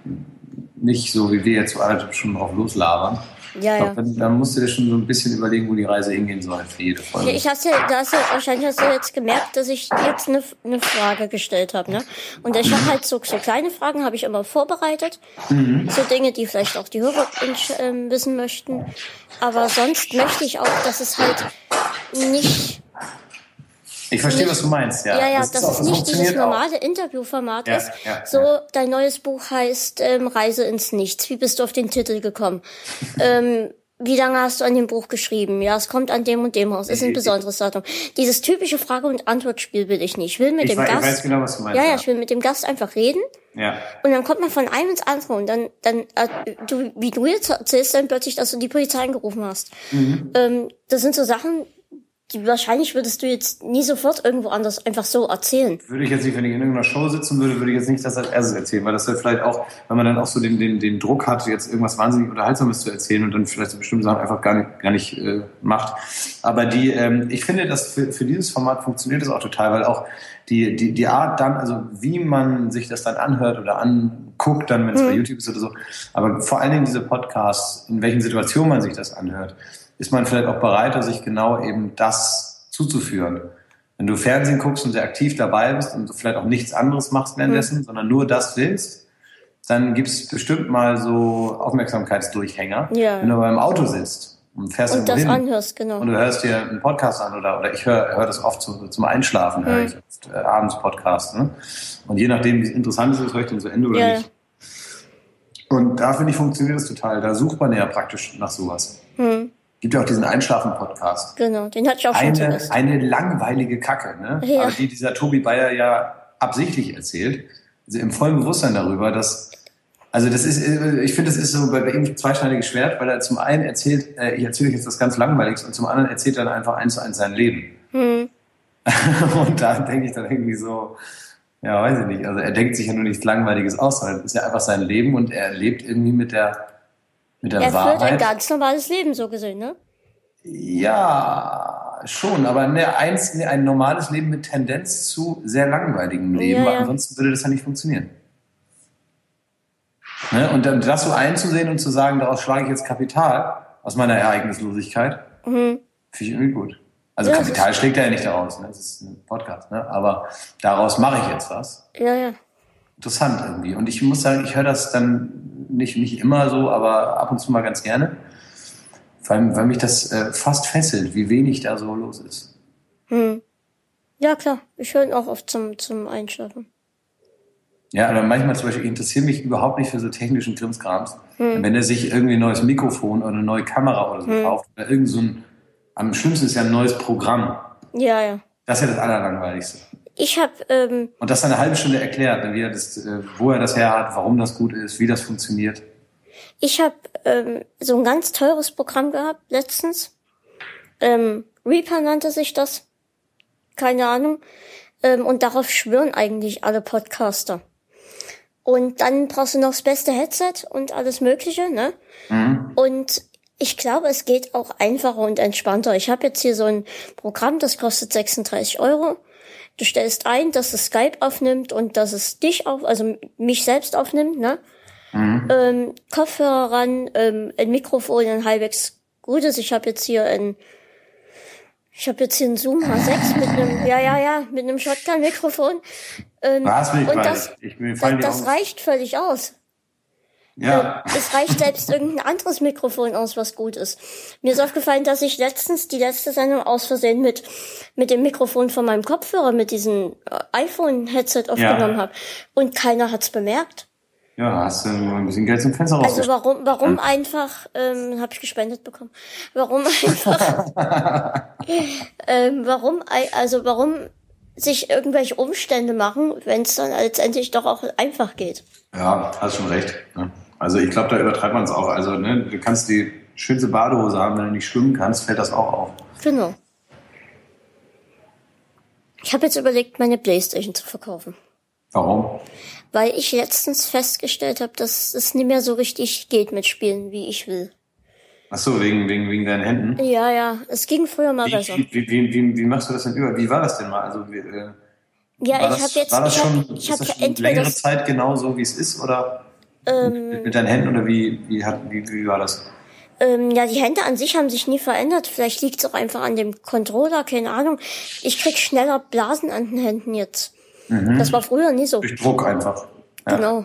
so, wie wir jetzt so alle schon drauf loslabern. Ja. Dann musst du dir schon so ein bisschen überlegen, wo die Reise hingehen soll für jede Folge. Wahrscheinlich hast du jetzt gemerkt, dass ich jetzt eine Frage gestellt habe, ne? Und ich habe halt so kleine Fragen habe ich immer vorbereitet. So Dinge, die vielleicht auch die Hörer wissen möchten. Aber sonst möchte ich auch, dass es halt nicht... Ich verstehe, was du meinst, ja. Ja, dass es nicht dieses normale Interviewformat ist. Dein neues Buch heißt Reise ins Nichts. Wie bist du auf den Titel gekommen? Wie lange hast du an dem Buch geschrieben? Ja, es kommt an dem und dem Haus. Ist ein besonderes Datum. Dieses typische Frage- und Antwortspiel will ich nicht. Ich will mit dem Gast... Ich weiß genau, was du meinst. Ja, ich will mit dem Gast einfach reden. Ja. Und dann kommt man von einem ins andere und dann wie du jetzt erzählst, dann plötzlich, dass du die Polizei angerufen hast. Das sind so Sachen... Wahrscheinlich würdest du jetzt nie sofort irgendwo anders einfach so erzählen. Würde ich jetzt nicht, wenn ich in irgendeiner Show sitzen würde ich jetzt nicht das als erstes erzählen, weil das ja vielleicht auch, wenn man dann auch so den Druck hat, jetzt irgendwas wahnsinnig Unterhaltsames zu erzählen und dann vielleicht so bestimmte Sachen einfach gar nicht macht. Aber ich finde, dass für dieses Format funktioniert das auch total, weil auch die Art dann, also wie man sich das dann anhört oder anguckt, dann, wenn es bei YouTube ist oder so, aber vor allen Dingen diese Podcasts, in welchen Situationen man sich das anhört, ist man vielleicht auch bereiter, sich genau eben das zuzuführen. Wenn du Fernsehen guckst und sehr aktiv dabei bist und du vielleicht auch nichts anderes machst währenddessen, sondern nur das willst, dann gibt es bestimmt mal so Aufmerksamkeitsdurchhänger. Ja. Wenn du beim Auto sitzt und fährst irgendwo hin anhörst, genau. Und du hörst dir einen Podcast an oder ich höre das oft zum Einschlafen, höre ich oft, abends Podcasts. Ne? Und je nachdem, wie interessant es ist, höre ich den zu Ende oder nicht. Und da, finde ich, funktioniert das total. Da sucht man ja praktisch nach sowas. Gibt ja auch diesen Einschlafen-Podcast. Genau, den hatte ich auch schon zuerst. Eine langweilige Kacke, ne? Ja. Aber die dieser Tobi Bayer ja absichtlich erzählt. Also im vollen Bewusstsein darüber, dass... Also das ist, ich finde, das ist so bei ihm ein zweischneidiges Schwert, weil er zum einen erzählt, ich erzähle euch jetzt das ganz Langweiligste, und zum anderen erzählt er dann einfach 1:1 sein Leben. Und da denke ich dann irgendwie so... Ja, weiß ich nicht. Also er denkt sich ja nur nichts Langweiliges aus, sondern es ist ja einfach sein Leben und er lebt irgendwie mit der Wahrheit. Er führt ein ganz normales Leben, so gesehen, ne? Ja, schon, aber ein normales Leben mit Tendenz zu sehr langweiligem Leben, weil ansonsten würde das ja nicht funktionieren. Ne? Und dann das so einzusehen und zu sagen, daraus schlage ich jetzt Kapital aus meiner Ereignislosigkeit, finde ich irgendwie gut. Also ja, Kapital schlägt ja nicht daraus, ne? Das ist ein Podcast, ne? Aber daraus mache ich jetzt was. Ja, ja. Interessant irgendwie. Und ich muss sagen, ich höre das dann nicht immer so, aber ab und zu mal ganz gerne, weil mich das fast fesselt, wie wenig da so los ist. Ja, klar. Ich höre ihn auch oft zum Einschlafen. Ja, aber manchmal zum Beispiel, ich interessiere mich überhaupt nicht für so technischen Krimskrams. Wenn er sich irgendwie ein neues Mikrofon oder eine neue Kamera oder so kauft, oder irgend so ein, am schlimmsten ist ja ein neues Programm. Ja, ja. Das ist ja das Allerlangweiligste. Ich habe und das eine halbe Stunde erklärt, wie er das, wo er das her hat, warum das gut ist, wie das funktioniert. Ich habe so ein ganz teures Programm gehabt letztens. Reaper nannte sich das. Keine Ahnung. Und darauf schwören eigentlich alle Podcaster. Und dann brauchst du noch das beste Headset und alles Mögliche, ne? Und ich glaube, es geht auch einfacher und entspannter. Ich habe jetzt hier so ein Programm, das kostet 36 €. Du stellst ein, dass es Skype aufnimmt und dass es also mich selbst aufnimmt, ne? Kopfhörer ran, ein Mikrofon, ein halbwegs gutes. Ich habe jetzt hier ein Zoom H6 mit einem Shotgun-Mikrofon. Das reicht völlig aus. Ja. Es reicht selbst irgendein anderes Mikrofon aus, was gut ist. Mir ist aufgefallen, dass ich letztens die letzte Sendung aus Versehen mit dem Mikrofon von meinem Kopfhörer, mit diesem iPhone-Headset aufgenommen habe. Und keiner hat's bemerkt. Ja, hast du ein bisschen Geld zum Fenster raus. Also warum einfach, habe ich gespendet bekommen. Warum sich irgendwelche Umstände machen, wenn es dann letztendlich doch auch einfach geht. Ja, hast schon recht. Ne? Also ich glaube, da übertreibt man es auch. Also ne, du kannst die schönste Badehose haben, wenn du nicht schwimmen kannst, fällt das auch auf. Genau. Ich habe jetzt überlegt, meine Playstation zu verkaufen. Warum? Weil ich letztens festgestellt habe, dass es nicht mehr so richtig geht mit Spielen, wie ich will. Ach so, wegen deinen Händen? Ja. Es ging früher mal besser. Wie machst du das denn über? Wie war das denn mal? Also ich habe längere Zeit genau so, wie es ist, oder mit deinen Händen, oder wie war das? Ja, die Hände an sich haben sich nie verändert. Vielleicht liegt es auch einfach an dem Controller, keine Ahnung. Ich krieg schneller Blasen an den Händen jetzt. Das war früher nie so. Durch Druck einfach. Ja. Genau.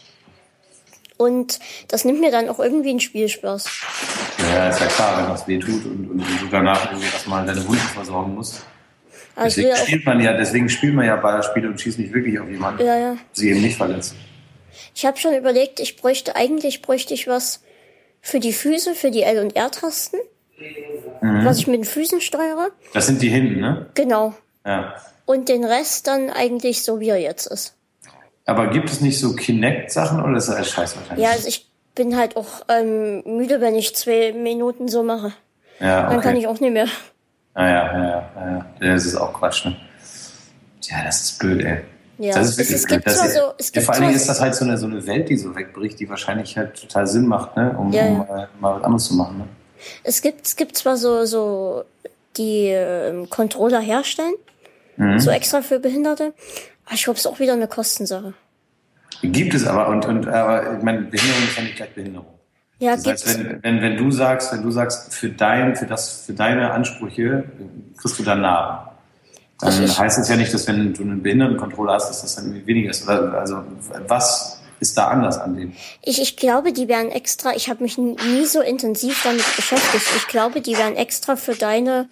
Und das nimmt mir dann auch irgendwie einen Spielspaß. Ja, ist ja klar, wenn das weh tut und du danach irgendwie erstmal deine Wunden versorgen musst. Also deswegen spielt man ja Ballerspiele und schießt nicht wirklich auf jemanden. Ja. Sie eben nicht verletzt. Ich habe schon überlegt, eigentlich bräuchte ich was für die Füße, für die L- und R-Tasten. Was ich mit den Füßen steuere. Das sind die hinten, ne? Genau. Ja. Und den Rest dann eigentlich so, wie er jetzt ist. Aber gibt es nicht so Kinect-Sachen oder ist das alles scheiße wahrscheinlich? Ja, also ich bin halt auch müde, wenn ich 2 Minuten so mache. Ja, okay. Dann kann ich auch nicht mehr. Ja. Das ist auch Quatsch, ne? Ja, das ist blöd, ey. Ja, das ist wirklich blöd. Vor allen Dingen ist das halt so eine Welt, die so wegbricht, die wahrscheinlich halt total Sinn macht, ne? Um mal was anderes zu machen, ne? Es gibt zwar so die Controller herstellen, so extra für Behinderte, aber ich glaube, es ist auch wieder eine Kostensache. Gibt es aber, aber ich meine, Behinderung ist ja nicht gleich Behinderung. Ja, das heißt, wenn du sagst, für deine Ansprüche kriegst du dann Narben. Dann heißt es ja nicht, dass wenn du einen Behindertencontroller hast, dass das dann irgendwie weniger ist. Also was ist da anders an dem? Ich glaube, die werden extra, ich habe mich nie so intensiv damit beschäftigt. Ich glaube, die werden extra für deine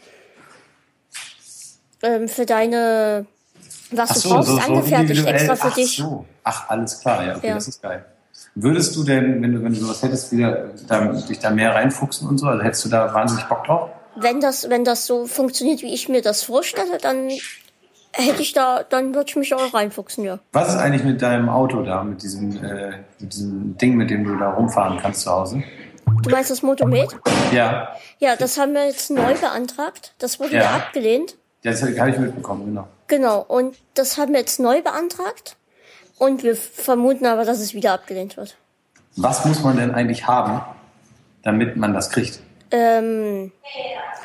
was du brauchst, angefertigt, extra für dich. Ach, alles klar, ja, okay, das ist geil. Würdest du denn, wenn du sowas hättest, wieder dich da mehr reinfuchsen und so? Also hättest du da wahnsinnig Bock drauf? Wenn das so funktioniert, wie ich mir das vorstelle, dann würde ich mich auch reinfuchsen, ja. Was ist eigentlich mit deinem Auto da, mit diesem Ding, mit dem du da rumfahren kannst zu Hause? Du meinst das Motomed? Ja. Ja, das haben wir jetzt neu beantragt. Das wurde ja abgelehnt. Ja, das habe ich mitbekommen, genau. Genau, und das haben wir jetzt neu beantragt. Und wir vermuten aber, dass es wieder abgelehnt wird. Was muss man denn eigentlich haben, damit man das kriegt?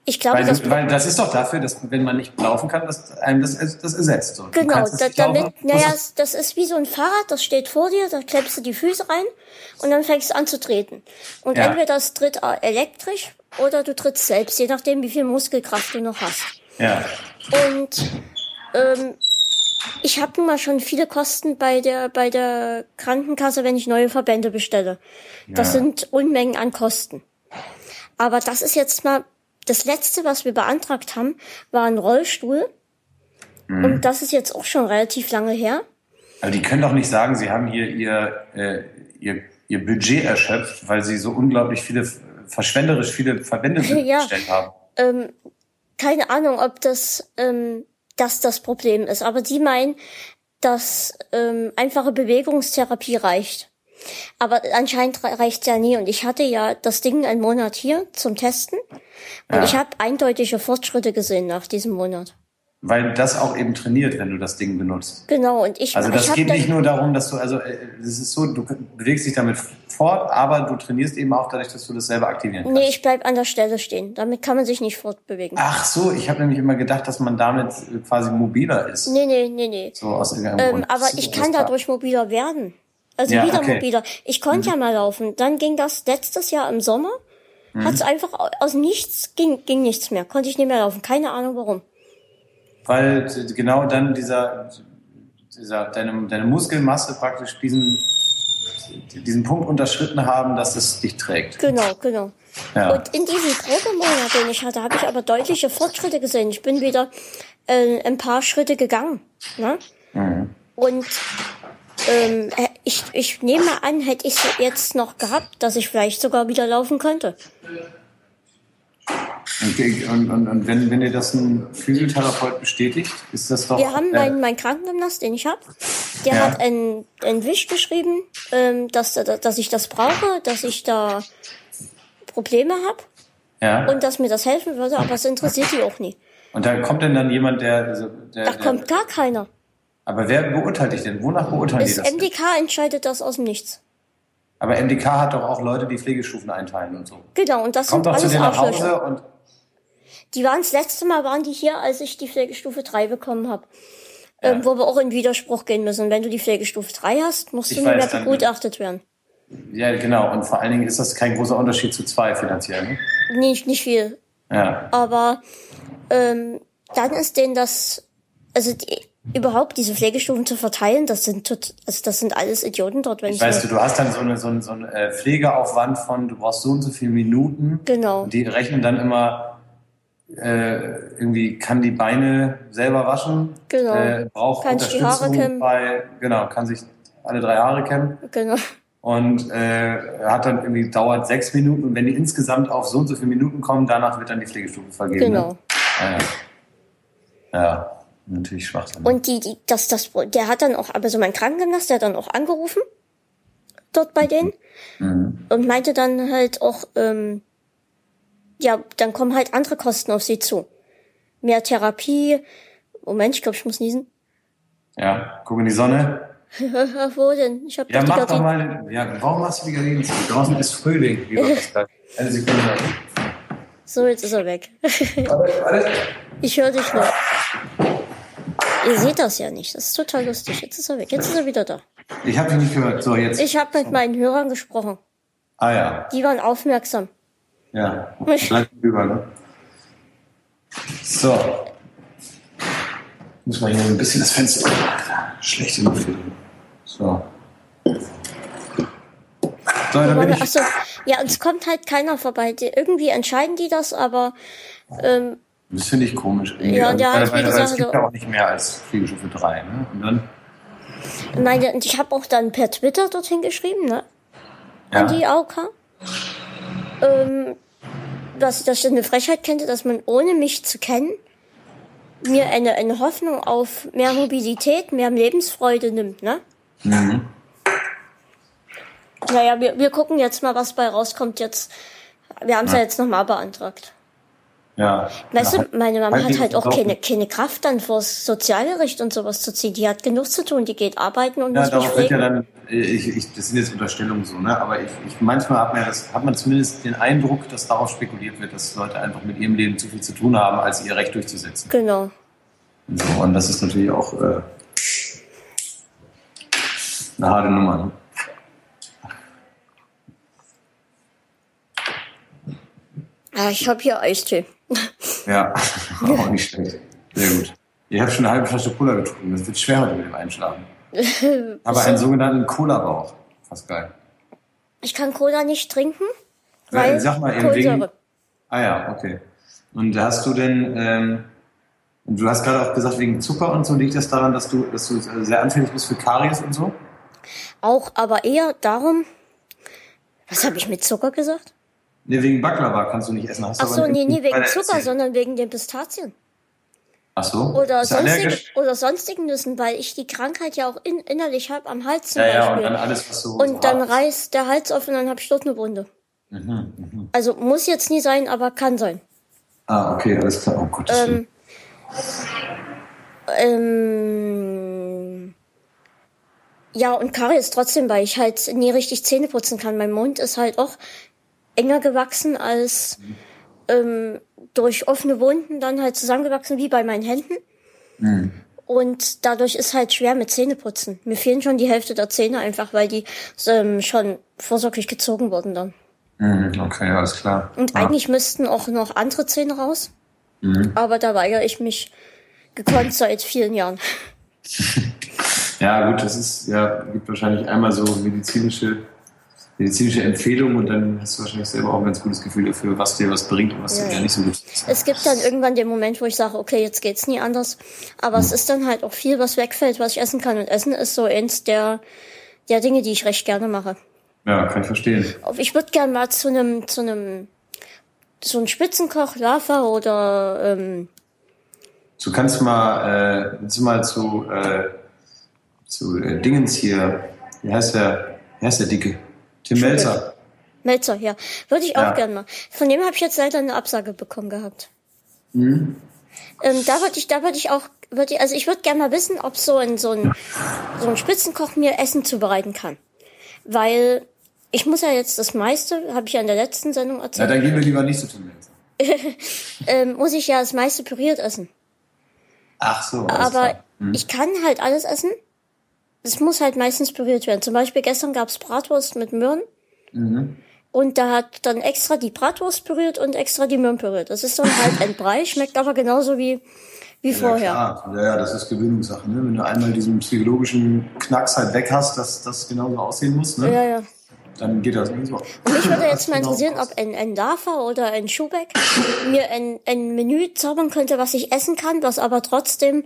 Ich glaube, weil das ist doch dafür, dass wenn man nicht laufen kann, dass einem das ersetzt. So. Genau, das ist wie so ein Fahrrad, das steht vor dir, da klemmst du die Füße rein und dann fängst du an zu treten. Und entweder das tritt elektrisch oder du trittst selbst, je nachdem, wie viel Muskelkraft du noch hast. Ja. Und ich habe nun mal schon viele Kosten bei der Krankenkasse, wenn ich neue Verbände bestelle. Das sind Unmengen an Kosten. Aber das ist jetzt mal das Letzte, was wir beantragt haben, war ein Rollstuhl. Und das ist jetzt auch schon relativ lange her. Aber die können doch nicht sagen, sie haben hier ihr Budget erschöpft, weil sie so unglaublich verschwenderisch viele Verbände bestellt haben. Keine Ahnung, ob das Problem ist. Aber die meinen, dass einfache Bewegungstherapie reicht. Aber anscheinend reicht's ja nie. Und ich hatte ja das Ding einen Monat hier zum Testen. Und ich habe eindeutige Fortschritte gesehen nach diesem Monat. Weil das auch eben trainiert, wenn du das Ding benutzt. Genau. Und also das geht nicht nur darum, dass du, also es ist so, du bewegst dich damit fort, aber du trainierst eben auch dadurch, dass du das selber aktivieren kannst. Nee, ich bleib an der Stelle stehen. Damit kann man sich nicht fortbewegen. Ach so, ich habe nämlich immer gedacht, dass man damit quasi mobiler ist. Nee. So aus irgendeinem Grund. Aber ich kann dadurch mobiler werden. Also wieder mobiler. Ich konnte ja mal laufen. Dann ging das letztes Jahr im Sommer. Hat's einfach aus nichts, ging nichts mehr. Konnte ich nicht mehr laufen. Keine Ahnung warum. Weil genau dann deine Muskelmasse praktisch diesen Punkt unterschritten haben, dass es dich trägt. Genau. Ja. Und in diesem Probemonat, den ich hatte, habe ich aber deutliche Fortschritte gesehen. Ich bin wieder ein paar Schritte gegangen. Ne? Und ich nehme an, hätte ich es jetzt noch gehabt, dass ich vielleicht sogar wieder laufen könnte. Und wenn dir das ein Physiotherapeut bestätigt, ist das doch... Wir haben meinen Krankengymnast, den ich habe, der hat einen Wisch geschrieben, dass ich das brauche, dass ich da Probleme habe und dass mir das helfen würde, aber es interessiert die auch nie. Und da kommt denn dann jemand, da kommt gar keiner. Aber wer beurteilt dich denn? Wonach beurteilen die das? MDK entscheidet das aus dem Nichts. Aber MDK hat doch auch Leute, die Pflegestufen einteilen und so. Genau, und das kommt sind doch alles zu dir nach Hause Arschlöcher. und die das letzte Mal waren die hier, als ich die Pflegestufe 3 bekommen habe. Wo wir auch in Widerspruch gehen müssen. Wenn du die Pflegestufe 3 hast, musst du nicht mehr begutachtet werden. Ja, genau. Und vor allen Dingen ist das kein großer Unterschied zu 2 finanziell, ne? Nicht viel. Ja. Aber dann ist denen das, überhaupt diese Pflegestufen zu verteilen, das sind alles Idioten dort. Du hast dann so einen Pflegeaufwand von, du brauchst so und so viele Minuten. Genau. Und die rechnen dann immer, irgendwie kann die Beine selber waschen. Genau. Braucht kann sich die Haare kämmen. Kann sich alle 3 Haare kämmen. Genau. Und hat dann irgendwie dauert 6 Minuten. Und wenn die insgesamt auf so und so viele Minuten kommen, danach wird dann die Pflegestufe vergeben. Genau. Ne? Ja. Natürlich Schwachsinn. Und der hat dann auch, also mein Krankengymnast, der hat dann auch angerufen, dort bei denen, und meinte dann halt auch, dann kommen halt andere Kosten auf sie zu. Mehr Therapie. Moment, ich glaube, ich muss niesen. Ja, guck in die Sonne. Wo denn? Ich hab mach doch mal, warum hast du die Gardinen zu? Draußen ist Frühling, wie war das gerade? Eine Sekunde. So, jetzt ist er weg. Warte. Ich höre dich noch. Ihr seht das ja nicht. Das ist total lustig. Jetzt ist er weg. Jetzt ist er wieder da. Ich habe dich nicht gehört. So, jetzt. Ich habe mit meinen Hörern gesprochen. Ah ja. Die waren aufmerksam. Ja. Bleib über, ne? So. Muss mal hier ein bisschen das Fenster. Schlechte Luft. So. Dann bin ich. Achso. Ja, und es kommt halt keiner vorbei. Irgendwie entscheiden die das, aber das finde ich komisch. Ja, und weil es gibt ja auch nicht mehr als Pflegestufe 3, ne? Und dann? Und ich habe auch dann per Twitter dorthin geschrieben, ne? An die AOK. Dass ich eine Frechheit kenne, dass man ohne mich zu kennen mir eine Hoffnung auf mehr Mobilität, mehr Lebensfreude nimmt, ne? Mhm. Naja, wir gucken jetzt mal, was bei rauskommt jetzt. Wir haben es ja jetzt nochmal beantragt. Ja. Weißt ja, du, meine Mama hat halt auch saufen. keine Kraft, dann vors Sozialgericht und sowas zu ziehen. Die hat genug zu tun, die geht arbeiten und Ja, muss mich darauf wird ja pflegen. dann, das sind jetzt Unterstellungen so, ne? Aber manchmal hat man zumindest den Eindruck, dass darauf spekuliert wird, dass Leute einfach mit ihrem Leben zu viel zu tun haben, als ihr Recht durchzusetzen. Genau. So, und das ist natürlich auch eine harte Nummer. Ne? Ja, ich habe hier Eistee. Ja, auch nicht schlecht. Sehr gut. Ich habe schon eine halbe Flasche Cola getrunken. Das wird schwer heute mit dem Einschlafen. Aber einen sogenannten Cola-Bauch. Fast geil. Ich kann Cola nicht trinken, weil Sag mal eben Kohlensäure. Ah ja, okay. Und hast du denn, du hast gerade auch gesagt, wegen Zucker und so, liegt das daran, dass du sehr anfällig bist für Karies und so? Auch, aber eher darum, was habe ich mit Zucker gesagt? Nee, wegen Baklava kannst du nicht essen. Ach so, nee, wegen Zucker, sondern wegen den Pistazien. Ach so? Oder sonstigen Nüssen, weil ich die Krankheit ja auch innerlich habe am Hals zum Beispiel. Ja, und dann alles, was so Und dann hart ist. reißt der Hals auf und dann habe ich dort eine Wunde. Also muss jetzt nie sein, aber kann sein. Ah, okay, alles klar. Oh Gott. Ja, und Karies trotzdem, weil ich halt nie richtig Zähne putzen kann. Mein Mund ist halt auch enger gewachsen als durch offene Wunden dann halt zusammengewachsen wie bei meinen Händen. Und dadurch ist halt schwer mit Zähneputzen. Mir fehlen schon die Hälfte der Zähne einfach, weil die schon vorsorglich gezogen wurden dann. Okay, alles klar. Und eigentlich müssten auch noch andere Zähne raus. Aber da weigere ich mich gekonnt seit vielen Jahren. Ja, gut, gibt wahrscheinlich einmal so medizinische Empfehlungen und dann hast du wahrscheinlich selber auch ein ganz gutes Gefühl dafür, was dir was bringt und was dir nicht so gut ist. Es gibt dann irgendwann den Moment, wo ich sage, okay, jetzt geht's nie anders. Aber es ist dann halt auch viel, was wegfällt, was ich essen kann. Und Essen ist so eins der Dinge, die ich recht gerne mache. Ja, kann ich verstehen. Ich würde gerne mal so einem Spitzenkoch, Lava oder Du kannst mal zu Dingens hier. Wie heißt der Dicke? Tim Melzer. Melzer, ja. Würde ich auch gerne mal. Von dem habe ich jetzt leider eine Absage bekommen gehabt. Ich würde gerne mal wissen, ob so ein Spitzenkoch mir Essen zubereiten kann. Weil ich muss ja jetzt das meiste, habe ich ja in der letzten Sendung erzählt. Ja, dann gehen wir lieber nicht zu Tim Melzer. Muss ich ja das meiste püriert essen. Ach so. Aber ich kann halt alles essen. Es muss halt meistens püriert werden. Zum Beispiel gestern gab's Bratwurst mit Möhren. Und da hat dann extra die Bratwurst püriert und extra die Möhren püriert. Das ist dann halt ein Brei, schmeckt aber genauso wie vorher. Klar. Ja, das ist Gewöhnungssache. Ne? Wenn du einmal diesen psychologischen Knacks halt weg hast, dass das genauso aussehen muss, ne? Ja. Dann geht das nicht so. Und mich würde jetzt mal interessieren, ob ein Lava oder ein Schubeck mir ein Menü zaubern könnte, was ich essen kann, was aber trotzdem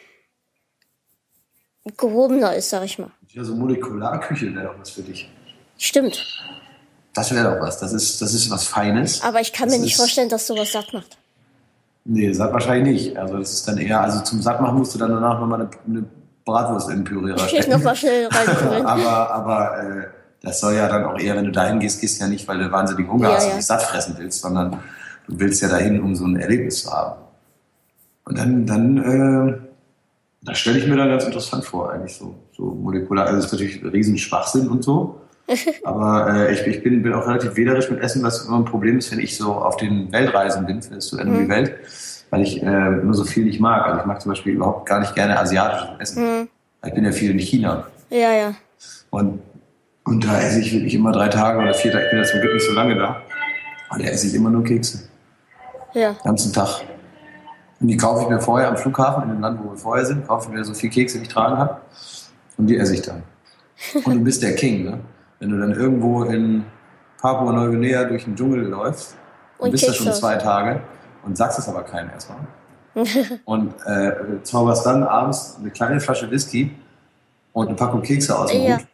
gehobener ist, sag ich mal. Ja, so Molekularküche wäre doch was für dich. Stimmt. Das wäre doch was. Das ist was Feines. Aber ich kann mir nicht vorstellen, dass sowas satt macht. Nee, satt wahrscheinlich nicht. Also das ist dann eher, also zum Sattmachen musst du dann danach nochmal eine Bratwurst in den Pürierer stecken. Nochmal schnell rein. aber das soll ja dann auch eher, wenn du dahin gehst ja nicht, weil du wahnsinnig Hunger hast und dich satt fressen willst, sondern du willst ja dahin, um so ein Erlebnis zu haben. Und dann das stelle ich mir dann ganz interessant vor, eigentlich so molekular. Also es ist natürlich riesen Schwachsinn und so. Aber ich bin auch relativ wählerisch mit Essen, was immer ein Problem ist, wenn ich so auf den Weltreisen bin, findest du um die Welt, weil ich nur so viel nicht mag. Also ich mag zum Beispiel überhaupt gar nicht gerne asiatisches Essen. Ich bin ja viel in China. Ja. Und da esse ich wirklich immer 3 Tage oder 4 Tage. Ich bin ja zum Glück nicht so lange da. Und da esse ich immer nur Kekse. Ja. Den ganzen Tag. Und die kaufe ich mir vorher am Flughafen, in dem Land, wo wir vorher sind, kaufe ich mir so viel Kekse, wie ich tragen habe. Und die esse ich dann. Und du bist der King, ne? Wenn du dann irgendwo in Papua-Neuguinea durch den Dschungel läufst und bist da schon 2 Tage und sagst es aber keinem erstmal. Und zauberst dann abends eine kleine Flasche Whisky und eine Packung Kekse aus dem Hut.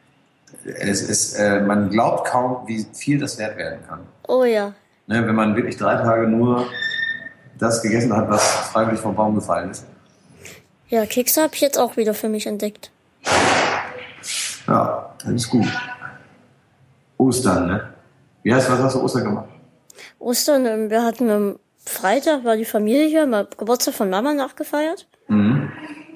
Man glaubt kaum, wie viel das wert werden kann. Oh ja. Ne, wenn man wirklich 3 Tage nur das gegessen hat, was freiwillig vom Baum gefallen ist. Ja, Kekse habe ich jetzt auch wieder für mich entdeckt. Ja, das ist gut. Ostern, ne? Was hast du Ostern gemacht? Ostern, wir hatten Freitag war die Familie hier, mal Geburtstag von Mama nachgefeiert. Mhm.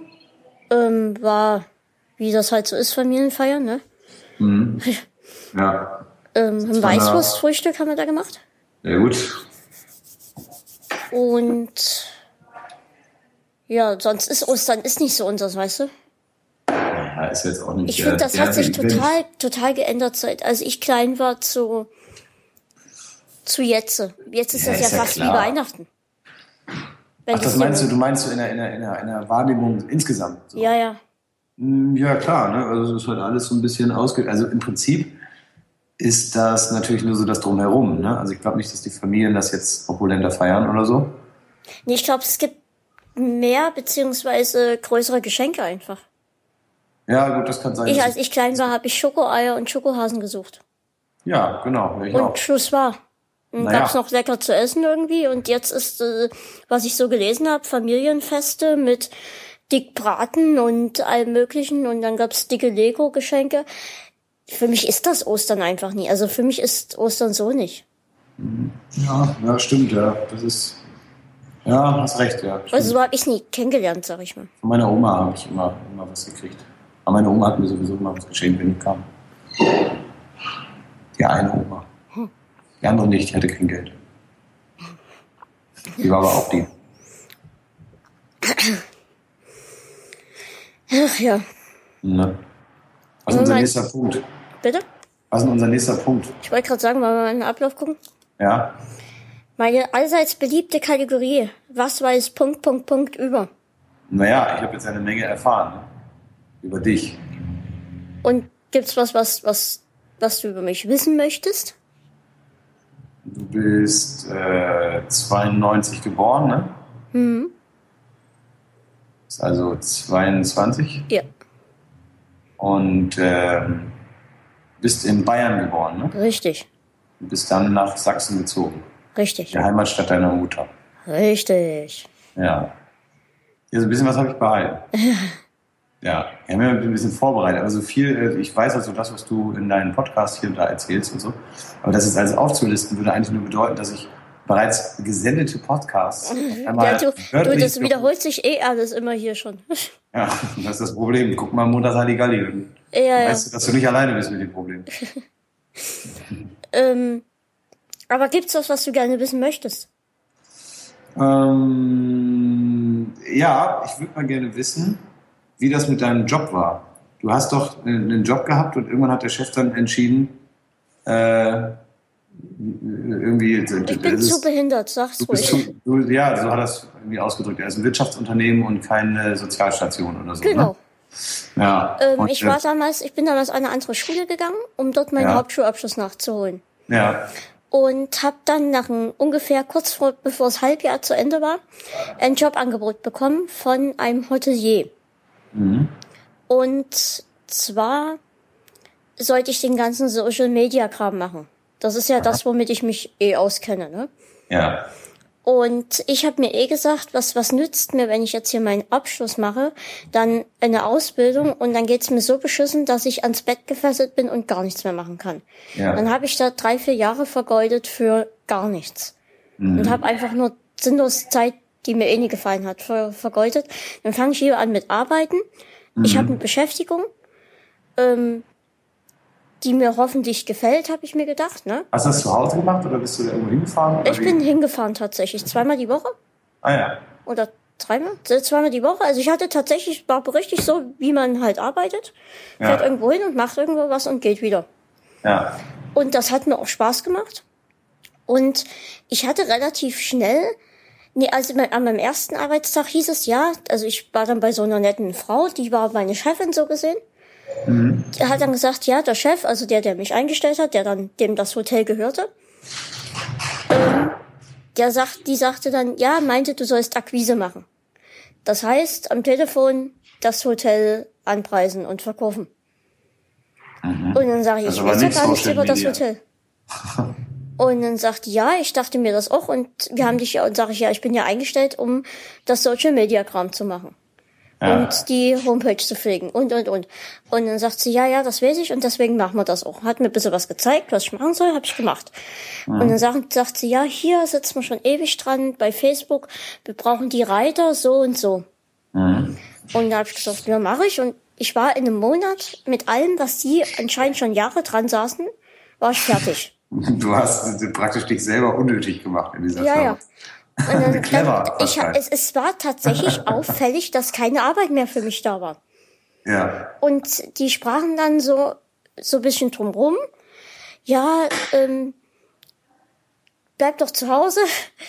War, wie das halt so ist, Familienfeiern, ne? Mhm. Ja. Ein Weißwurstfrühstück haben wir da gemacht. Sehr gut. Und ja, sonst ist Ostern nicht so unseres, weißt du? Ja, ist jetzt auch nicht. Ich finde, das hat sich total geändert, seit als ich klein war zu jetzt. Jetzt ist das ja fast klar. Wie Weihnachten. Ach, das meinst du? Du meinst so in der Wahrnehmung insgesamt? So. Ja, ja. Ja, klar. Ne? Also es ist halt alles so ein bisschen Also im Prinzip ist das natürlich nur so das Drumherum. Ne? Also ich glaube nicht, dass die Familien das jetzt opulenter feiern oder so. Nee, ich glaube, es gibt mehr beziehungsweise größere Geschenke einfach. Ja, gut, das kann sein. Als ich klein war, habe ich Schokoeier und Schokohasen gesucht. Ja, genau. Ich und auch. Schluss war. Dann gab's noch lecker zu essen irgendwie. Und jetzt ist, was ich so gelesen habe, Familienfeste mit dick Braten und allem Möglichen. Und dann gab's dicke Lego-Geschenke. Für mich ist das Ostern einfach nie. Also für mich ist Ostern so nicht. Ja, stimmt, ja. Das ist... Ja, hast recht, ja. Stimmt. Also so habe ich nie kennengelernt, sag ich mal. Von meiner Oma habe ich immer was gekriegt. Aber meine Oma hat mir sowieso immer was geschenkt, wenn ich kam. Die eine Oma. Die andere nicht, die hatte kein Geld. Die war aber auch die. Ach ja. Ne? Was ist unser nächster Punkt? Bitte? Was ist unser nächster Punkt? Ich wollte gerade sagen, wollen wir mal in den Ablauf gucken? Ja. Meine allseits beliebte Kategorie. Was weiß ... über? Naja, ich habe jetzt eine Menge erfahren. Ne? Über dich. Und gibt's was du über mich wissen möchtest? Du bist 92 geboren, ne? Mhm. Ist also 22? Ja. Und bist in Bayern geboren, ne? Richtig. Und bist dann nach Sachsen gezogen. Richtig. Der Heimatstadt deiner Mutter. Richtig. Ja. Ja, so ein bisschen was habe ich behalten. Ja, wir haben ja ein bisschen vorbereitet. Also viel, ich weiß also das, was du in deinem Podcast hier und da erzählst und so. Aber das jetzt alles aufzulisten, würde eigentlich nur bedeuten, dass ich bereits gesendete Podcasts einmal das wiederholt sich alles immer hier schon. Ja, das ist das Problem. Guck mal Montags Halligalli. Weißt du, dass du nicht alleine bist mit dem Problem. Aber gibt's was du gerne wissen möchtest? Ja, ich würde mal gerne wissen, wie das mit deinem Job war. Du hast doch einen Job gehabt und irgendwann hat der Chef dann entschieden, irgendwie... Ich bin zu behindert, sag's ruhig. Ja, so hat er es irgendwie ausgedrückt. Er ist ein Wirtschaftsunternehmen und keine Sozialstation oder so. Genau. Ne? Ja. Ich bin damals an eine andere Schule gegangen, um dort meinen Hauptschulabschluss nachzuholen. Ja. Und habe dann ungefähr bevor das Halbjahr zu Ende war, ein Jobangebot bekommen von einem Hotelier. Mhm. Und zwar sollte ich den ganzen Social-Media-Kram machen. Das ist ja das, womit ich mich auskenne, ne? Ja. Und ich habe mir gesagt, was nützt mir, wenn ich jetzt hier meinen Abschluss mache, dann eine Ausbildung und dann geht's mir so beschissen, dass ich ans Bett gefesselt bin und gar nichts mehr machen kann. Ja. Dann habe ich da 3-4 Jahre vergeudet für gar nichts. Mhm. Und habe einfach nur sinnlos Zeit, die mir nie gefallen hat, vergeudet. Dann fange ich hier an mit Arbeiten. Mhm. Ich habe eine Beschäftigung, die mir hoffentlich gefällt, habe ich mir gedacht. Ne? Hast du das zu Hause gemacht oder bist du da irgendwo hingefahren? Ich bin hingefahren tatsächlich, 2-mal die Woche. Ah ja. Oder 3-mal? 2-mal die Woche. Also ich hatte tatsächlich, war richtig so, wie man halt arbeitet. Fährt irgendwo hin und macht irgendwo was und geht wieder. Ja. Und das hat mir auch Spaß gemacht. Und ich hatte relativ schnell, also an meinem ersten Arbeitstag hieß es also ich war dann bei so einer netten Frau, die war meine Chefin so gesehen. Mhm. Er hat dann gesagt, ja, der Chef, also der mich eingestellt hat, dem das Hotel gehörte, die sagte dann, meinte, du sollst Akquise machen. Das heißt, am Telefon das Hotel anpreisen und verkaufen. Mhm. Und dann sage ich, ich weiß ja gar nichts über das Hotel. Und dann sagt die, ich dachte mir das auch und wir haben dich und sage ich, ich bin ja eingestellt, um das Social Media Kram zu machen. und die Homepage zu pflegen und. Und dann sagt sie, ja, das weiß ich und deswegen machen wir das auch. Hat mir ein bisschen was gezeigt, was ich machen soll, habe ich gemacht. Und dann sagt sie, ja, hier sitzen wir schon ewig dran bei Facebook, wir brauchen die Reiter so und so. Und da habe ich gesagt, ja, mache ich. Und ich war in einem Monat mit allem, was die anscheinend schon Jahre dran saßen, war ich fertig. Du hast praktisch dich selber unnötig gemacht in dieser Firma. Ja. Und dann, es war tatsächlich auffällig, dass keine Arbeit mehr für mich da war. Ja. Und die sprachen dann so ein bisschen drumrum. Ja, bleib doch zu Hause.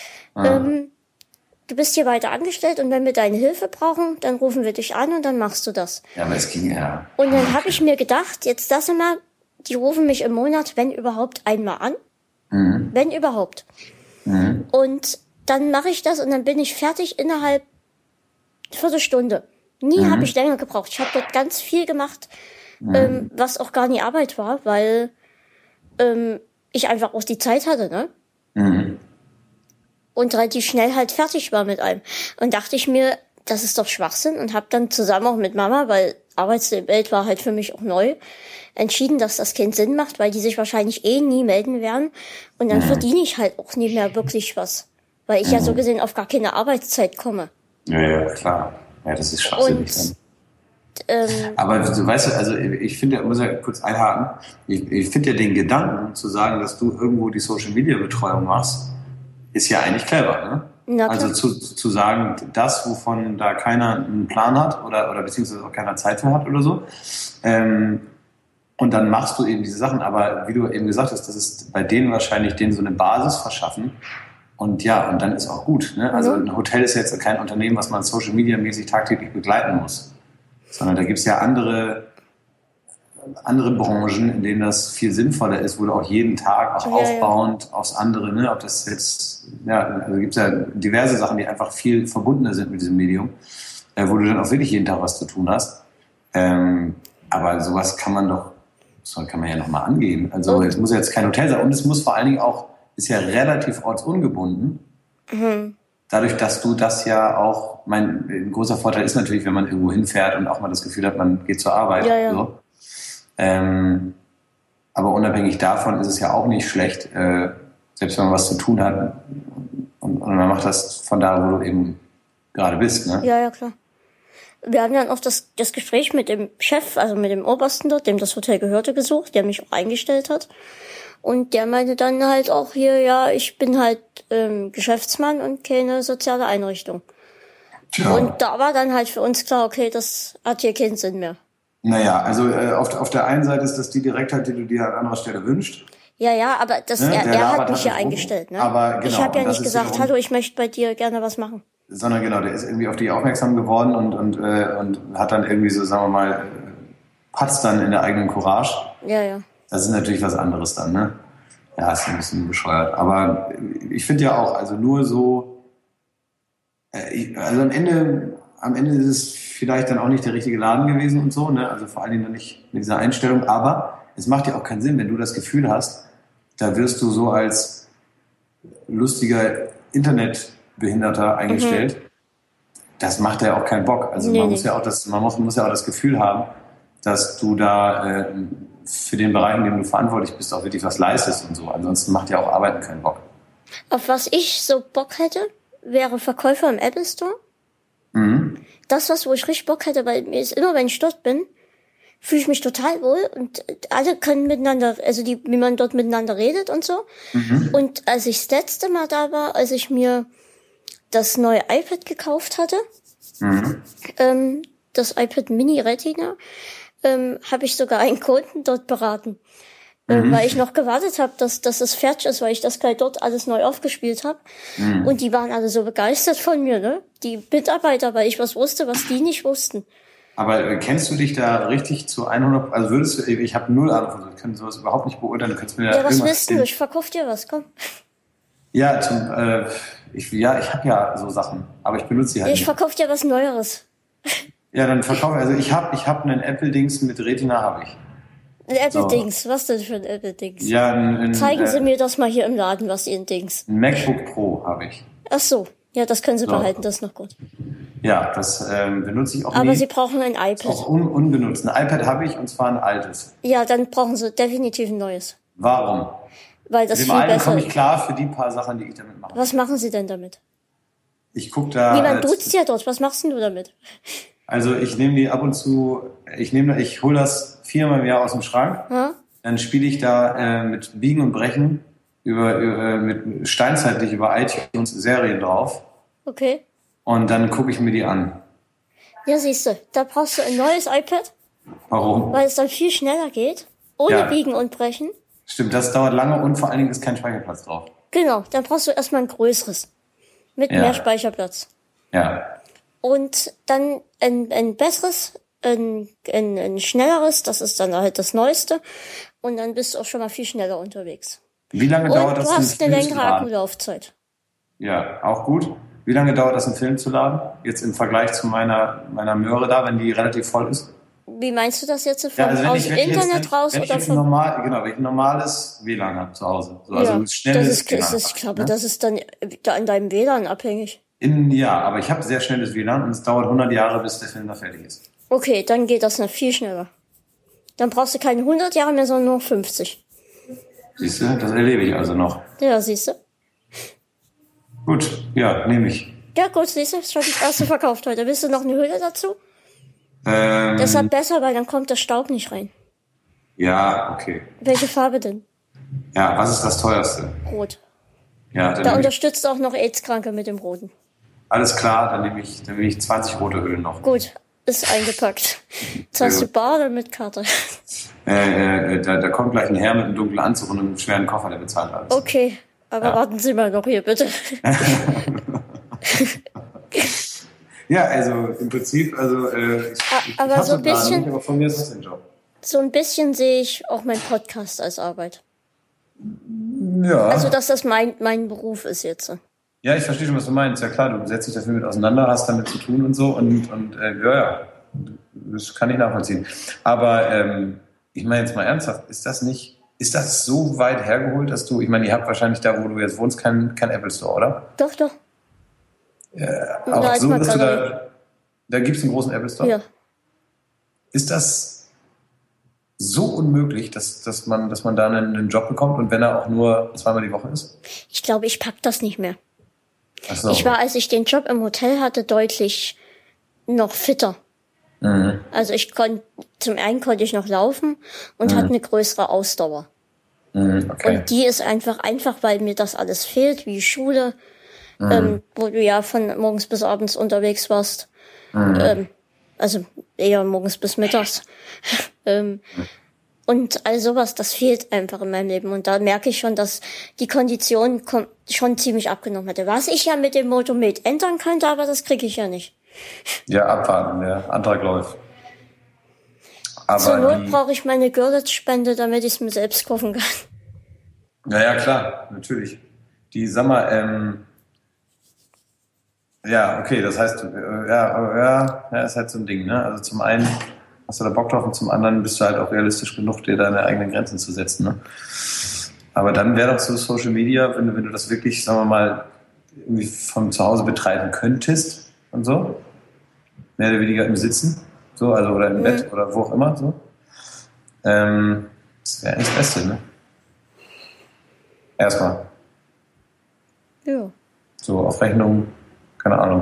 Du bist hier weiter angestellt und wenn wir deine Hilfe brauchen, dann rufen wir dich an und dann machst du das. Ja, aber es ging ja. Und dann habe ich mir gedacht, jetzt lass mal, die rufen mich im Monat, wenn überhaupt, einmal an. Wenn überhaupt. Und dann mache ich das und dann bin ich fertig innerhalb Viertelstunde. Nie habe ich länger gebraucht. Ich habe dort ganz viel gemacht, was auch gar nie Arbeit war, weil ich einfach auch die Zeit hatte, ne? Und relativ schnell halt fertig war mit allem. Und dachte ich mir, das ist doch Schwachsinn und habe dann zusammen auch mit Mama, weil Arbeitswelt war halt für mich auch neu, entschieden, dass das keinen Sinn macht, weil die sich wahrscheinlich nie melden werden. Und dann verdiene ich halt auch nie mehr wirklich was. Weil ich ja so gesehen auf gar keine Arbeitszeit komme. Ja, klar. Ja, das ist schwachsinnig. Aber du weißt, also ich finde, ich muss ja kurz einhaken, ich finde ja den Gedanken zu sagen, dass du irgendwo die Social-Media-Betreuung machst, ist ja eigentlich clever, ne? Also zu sagen, das, wovon da keiner einen Plan hat oder beziehungsweise auch keiner Zeit für hat oder so, und dann machst du eben diese Sachen, aber wie du eben gesagt hast, das ist bei denen wahrscheinlich denen so eine Basis verschaffen. Und ja, und dann ist auch gut. Ne? Also ein Hotel ist jetzt kein Unternehmen, was man Social-Media-mäßig tagtäglich begleiten muss. Sondern da gibt's ja andere Branchen, in denen das viel sinnvoller ist, wo du auch jeden Tag auch aufbauend aufs andere, ne? Ob das jetzt, also gibt's ja diverse Sachen, die einfach viel verbundener sind mit diesem Medium, wo du dann auch wirklich jeden Tag was zu tun hast. Aber sowas kann man ja nochmal angehen. Also es muss jetzt kein Hotel sein und es muss vor allen Dingen auch, ist ja relativ ortsungebunden. Dadurch, dass du das ja auch, ein großer Vorteil ist natürlich, wenn man irgendwo hinfährt und auch mal das Gefühl hat, man geht zur Arbeit. Ja. So. Aber unabhängig davon ist es ja auch nicht schlecht, selbst wenn man was zu tun hat und man macht das von da, wo du eben gerade bist. Ne? Ja, klar. Wir haben dann auch das Gespräch mit dem Chef, also mit dem Obersten dort, dem das Hotel gehörte, gesucht, der mich auch eingestellt hat. Und der meinte dann halt auch hier, ja, ich bin halt Geschäftsmann und keine soziale Einrichtung. Tja. Und da war dann halt für uns klar, okay, das hat hier keinen Sinn mehr. Naja, also auf der einen Seite ist das die Direktheit, die du dir an anderer Stelle wünschst. Ja, aber er hat mich ja eingestellt. Ne? Aber genau, ich habe ja nicht gesagt, hallo, ich möchte bei dir gerne was machen. Sondern genau, der ist irgendwie auf dich aufmerksam geworden und hat dann irgendwie so, sagen wir mal, patzt dann in der eigenen Courage. Ja. Das ist natürlich was anderes dann, ne? Ja, ist ein bisschen bescheuert. Aber ich finde ja auch, also nur so, also am Ende ist es vielleicht dann auch nicht der richtige Laden gewesen und so, ne? Also vor allen Dingen dann nicht mit dieser Einstellung. Aber es macht ja auch keinen Sinn, wenn du das Gefühl hast, da wirst du so als lustiger Internetbehinderter eingestellt. Das macht ja auch keinen Bock. Also man muss ja auch das Gefühl haben, dass du da für den Bereich, in dem du verantwortlich bist, auch wirklich was leistest und so. Ansonsten macht ja auch Arbeiten keinen Bock. Auf was ich so Bock hätte, wäre Verkäufer im Apple Store. Das, wo ich richtig Bock hätte, weil mir ist immer, wenn ich dort bin, fühle ich mich total wohl und alle können miteinander, also wie man dort miteinander redet und so. Und als ich das letzte Mal da war, als ich mir das neue iPad gekauft hatte, das iPad Mini Retina, habe ich sogar einen Kunden dort beraten. Weil ich noch gewartet habe, dass es fertig ist, weil ich das gleich dort alles neu aufgespielt habe. Und die waren alle so begeistert von mir, ne? Die Mitarbeiter, weil ich was wusste, was die nicht wussten. Aber kennst du dich da richtig zu 100%, also ich habe null Ahnung von so, ich kann sowas überhaupt nicht beurteilen, du kannst mir ja, was willst du? Ich verkauf dir was, komm. Ja, ich habe ja so Sachen, aber ich benutze die halt nicht. Ich verkauf dir was Neueres. Ja, dann also ich hab einen Apple-Dings mit Retina, habe ich. Ein Apple-Dings? So. Was denn für ein Apple-Dings? Ja, zeigen Sie mir das mal hier im Laden, was Ihr Dings. Ein MacBook Pro habe ich. Ach so, ja, das können Sie behalten, das ist noch gut. Ja, das benutze ich auch Aber nie. Sie brauchen ein iPad. Auch unbenutzt. Ein iPad habe ich, und zwar ein altes. Ja, dann brauchen Sie definitiv ein neues. Warum? Weil das Mit dem viel alten besser komme ich ist. klar für die paar Sachen, die ich damit mache. Was machen Sie denn damit? Ich gucke da. Niemand duzt ja dort. Was machst denn du damit? Also ich nehme die ab und zu, ich hole das 4-mal im Jahr aus dem Schrank. Ja? Dann spiele ich da mit Biegen und Brechen mit steinzeitlich über iTunes Serien drauf. Okay. Und dann gucke ich mir die an. Ja, siehst du, da brauchst du ein neues iPad. Warum? Weil es dann viel schneller geht. Ohne Ja. Biegen und Brechen. Stimmt, das dauert lange und vor allen Dingen ist kein Speicherplatz drauf. Genau, dann brauchst du erstmal ein größeres. Mit mehr Speicherplatz. Ja. Und dann ein besseres, ein schnelleres, das ist dann halt das Neueste. Und dann bist du auch schon mal viel schneller unterwegs. Wie lange dauert das? Und du hast eine längere Akkulaufzeit. Ja, auch gut. Wie lange dauert das, einen Film zu laden? Jetzt im Vergleich zu meiner Möhre da, wenn die relativ voll ist? Wie meinst du das jetzt? Aus dem Internet raus wenn oder ich wenn ich ein normales WLAN habe zu Hause. So, also ja, ein schnelles ich glaube, das ist dann an deinem WLAN abhängig. Ja, aber ich habe sehr schnelles WLAN und es dauert 100 Jahre, bis der Film da fertig ist. Okay, dann geht das noch viel schneller. Dann brauchst du keine 100 Jahre mehr, sondern nur 50. Siehst du, das erlebe ich also noch. Ja, siehst du. Gut, ja, nehme ich. Ja, gut, siehst du, schon das erste verkauft heute. Willst du noch eine Hülle dazu? Deshalb besser, weil dann kommt der Staub nicht rein. Ja, okay. Welche Farbe denn? Ja, was ist das teuerste? Rot. Ja, Da unterstützt auch noch AIDS-Kranke mit dem Roten. Alles klar, dann nehme ich 20 rote Hüllen noch. Gut, ist eingepackt. Jetzt hast du bar oder mit Karte? Da kommt gleich ein Herr mit einem dunklen Anzug und einem schweren Koffer, der bezahlt alles. Okay, aber warten Sie mal noch hier, bitte. Ja, also im Prinzip, aber so ein bisschen, nicht, aber von mir ist das ein Job. So ein bisschen sehe ich auch meinen Podcast als Arbeit. Ja. Also, dass das mein Beruf ist jetzt. Ja, ich verstehe schon, was du meinst. Ja klar, du setzt dich dafür mit auseinander, hast damit zu tun und so und ja, das kann ich nachvollziehen. Aber ich meine jetzt mal ernsthaft, ist das so weit hergeholt, dass ihr habt wahrscheinlich da, wo du jetzt wohnst, kein Apple Store, oder? Doch. Auch so, dass du da gibt's einen großen Apple Store? Ja. Ist das so unmöglich, dass man da einen Job bekommt und wenn er auch nur 2-mal die Woche ist? Ich glaube, ich pack das nicht mehr. Ach so. Ich war, als ich den Job im Hotel hatte, deutlich noch fitter. Mhm. Also zum einen konnte ich noch laufen und hatte eine größere Ausdauer. Mhm, okay. Und die ist einfach, weil mir das alles fehlt, wie Schule, wo du ja von morgens bis abends unterwegs warst. Also eher morgens bis mittags. Und all sowas, das fehlt einfach in meinem Leben. Und da merke ich schon, dass die Kondition schon ziemlich abgenommen hätte. Was ich ja mit dem Motomed ändern könnte, aber das kriege ich ja nicht. Ja, abwarten, der Antrag läuft. Aber zur Not brauche ich meine Görlitz-Spende, damit ich es mir selbst kaufen kann. Ja, klar, natürlich. Sag mal, ja, okay, das heißt, ist halt so ein Ding, ne? Also zum einen hast du da Bock drauf und zum anderen bist du halt auch realistisch genug, dir deine eigenen Grenzen zu setzen, ne? Aber dann wäre doch so Social Media, wenn du das wirklich, sagen wir mal, irgendwie von zu Hause betreiben könntest und so, mehr oder weniger im Sitzen, so, also oder im Bett oder wo auch immer, so. Das wäre eigentlich das Beste, ne? Erstmal. Ja. So auf Rechnung, keine Ahnung.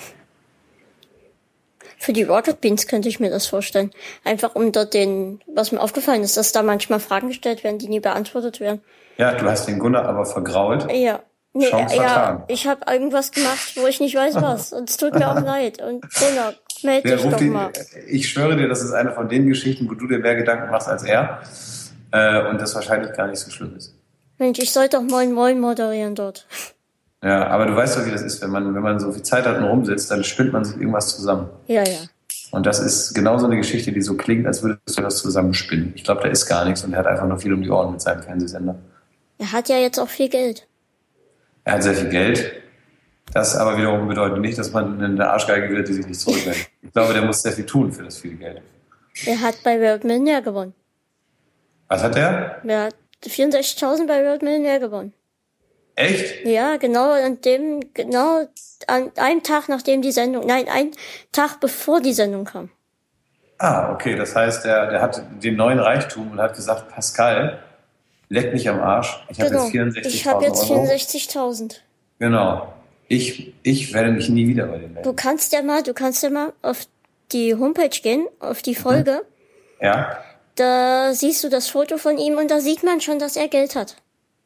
Für die Rocket Beans könnte ich mir das vorstellen. Einfach was mir aufgefallen ist, dass da manchmal Fragen gestellt werden, die nie beantwortet werden. Ja, du hast den Gunnar aber vergrault. Ja. Nee, ich habe irgendwas gemacht, wo ich nicht weiß was. Und es tut mir auch leid. Und Gunnar, melde dich doch mal. Ich schwöre dir, das ist eine von den Geschichten, wo du dir mehr Gedanken machst als er. Und das wahrscheinlich gar nicht so schlimm ist. Mensch, ich sollte doch Moin Moin moderieren dort. Ja, aber du weißt doch, wie das ist, wenn man so viel Zeit hat und rumsitzt, dann spinnt man sich irgendwas zusammen. Ja. Und das ist genau so eine Geschichte, die so klingt, als würdest du das zusammenspinnen. Ich glaube, da ist gar nichts und er hat einfach nur viel um die Ohren mit seinem Fernsehsender. Er hat ja jetzt auch viel Geld. Er hat sehr viel Geld. Das aber wiederum bedeutet nicht, dass man eine Arschgeige wird, die sich nicht zurückmeldet. Ich glaube, der muss sehr viel tun für das viele Geld. Er hat bei World Millionaire gewonnen. Was hat der? Er hat 64.000 bei World Millionaire gewonnen. Echt? Ja, genau an einem Tag nachdem einen Tag bevor die Sendung kam. Ah, okay, das heißt, der hat den neuen Reichtum und hat gesagt, Pascal, leck mich am Arsch. Ich habe jetzt 64.000 Euro. Ich habe jetzt 64.000. Genau. Ich werde mich nie wieder bei dem melden. Du kannst ja mal auf die Homepage gehen, auf die Folge. Ja. Da siehst du das Foto von ihm und da sieht man schon, dass er Geld hat.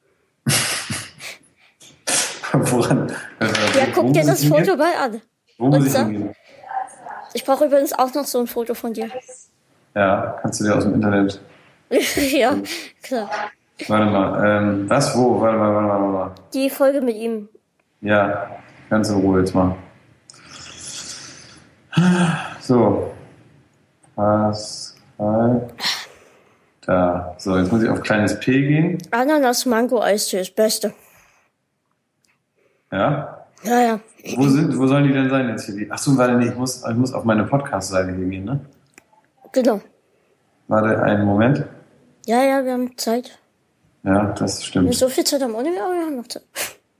Woran? Ja, guck dir das Foto mal an. Wo muss ich hingehen? Ich brauche übrigens auch noch so ein Foto von dir. Ja, kannst du dir aus dem Internet. Ja, klar. Warte mal, was? Wo? Warte mal. Die Folge mit ihm. Ja, ganz in Ruhe jetzt mal. So. Pascal. Da. So, jetzt muss ich auf kleines P gehen. Ananas Mango Eistee ist Beste. Ja? Ja. Wo sollen die denn sein jetzt hier? Achso, warte, nee, ich muss auf meine Podcast-Seite hier gehen, ne? Genau. Warte, einen Moment. Ja, wir haben Zeit. Ja, das stimmt. So viel Zeit haben wir auch nicht mehr, aber wir haben noch Zeit.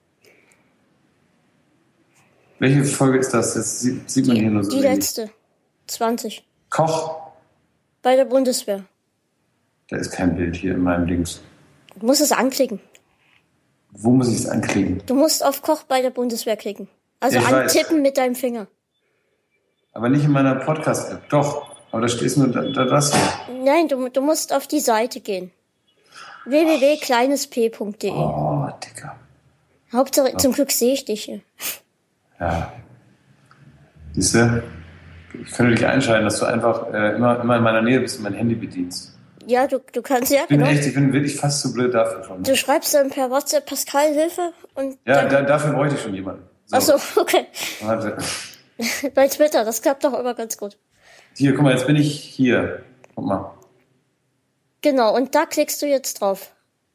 Welche Folge ist das? Jetzt sieht man hier nur so. Die letzte. 20. Koch. Bei der Bundeswehr. Da ist kein Bild hier in meinem Dings. Du musst es anklicken. Wo muss ich es anklicken? Du musst auf Koch bei der Bundeswehr klicken. Also ich antippen weiß. Mit deinem Finger. Aber nicht in meiner Podcast-App. Doch. Aber da steht nur das hier. Nein, du musst auf die Seite gehen. www.kleinesp.de. Oh, Dicker. Hauptsache, zum Glück sehe ich dich hier. Ja. Siehst du? Ich könnte dich einschalten, dass du einfach immer in meiner Nähe bist und mein Handy bedienst. Ja, du kannst ja, ich bin wirklich fast zu blöd dafür schon. Du schreibst dann per WhatsApp Pascal Hilfe und ja, dafür bräuchte ich schon jemanden. So. Ach so, okay. Warte. Bei Twitter, das klappt doch immer ganz gut. Hier, guck mal, jetzt bin ich hier. Guck mal. Genau, und da klickst du jetzt drauf.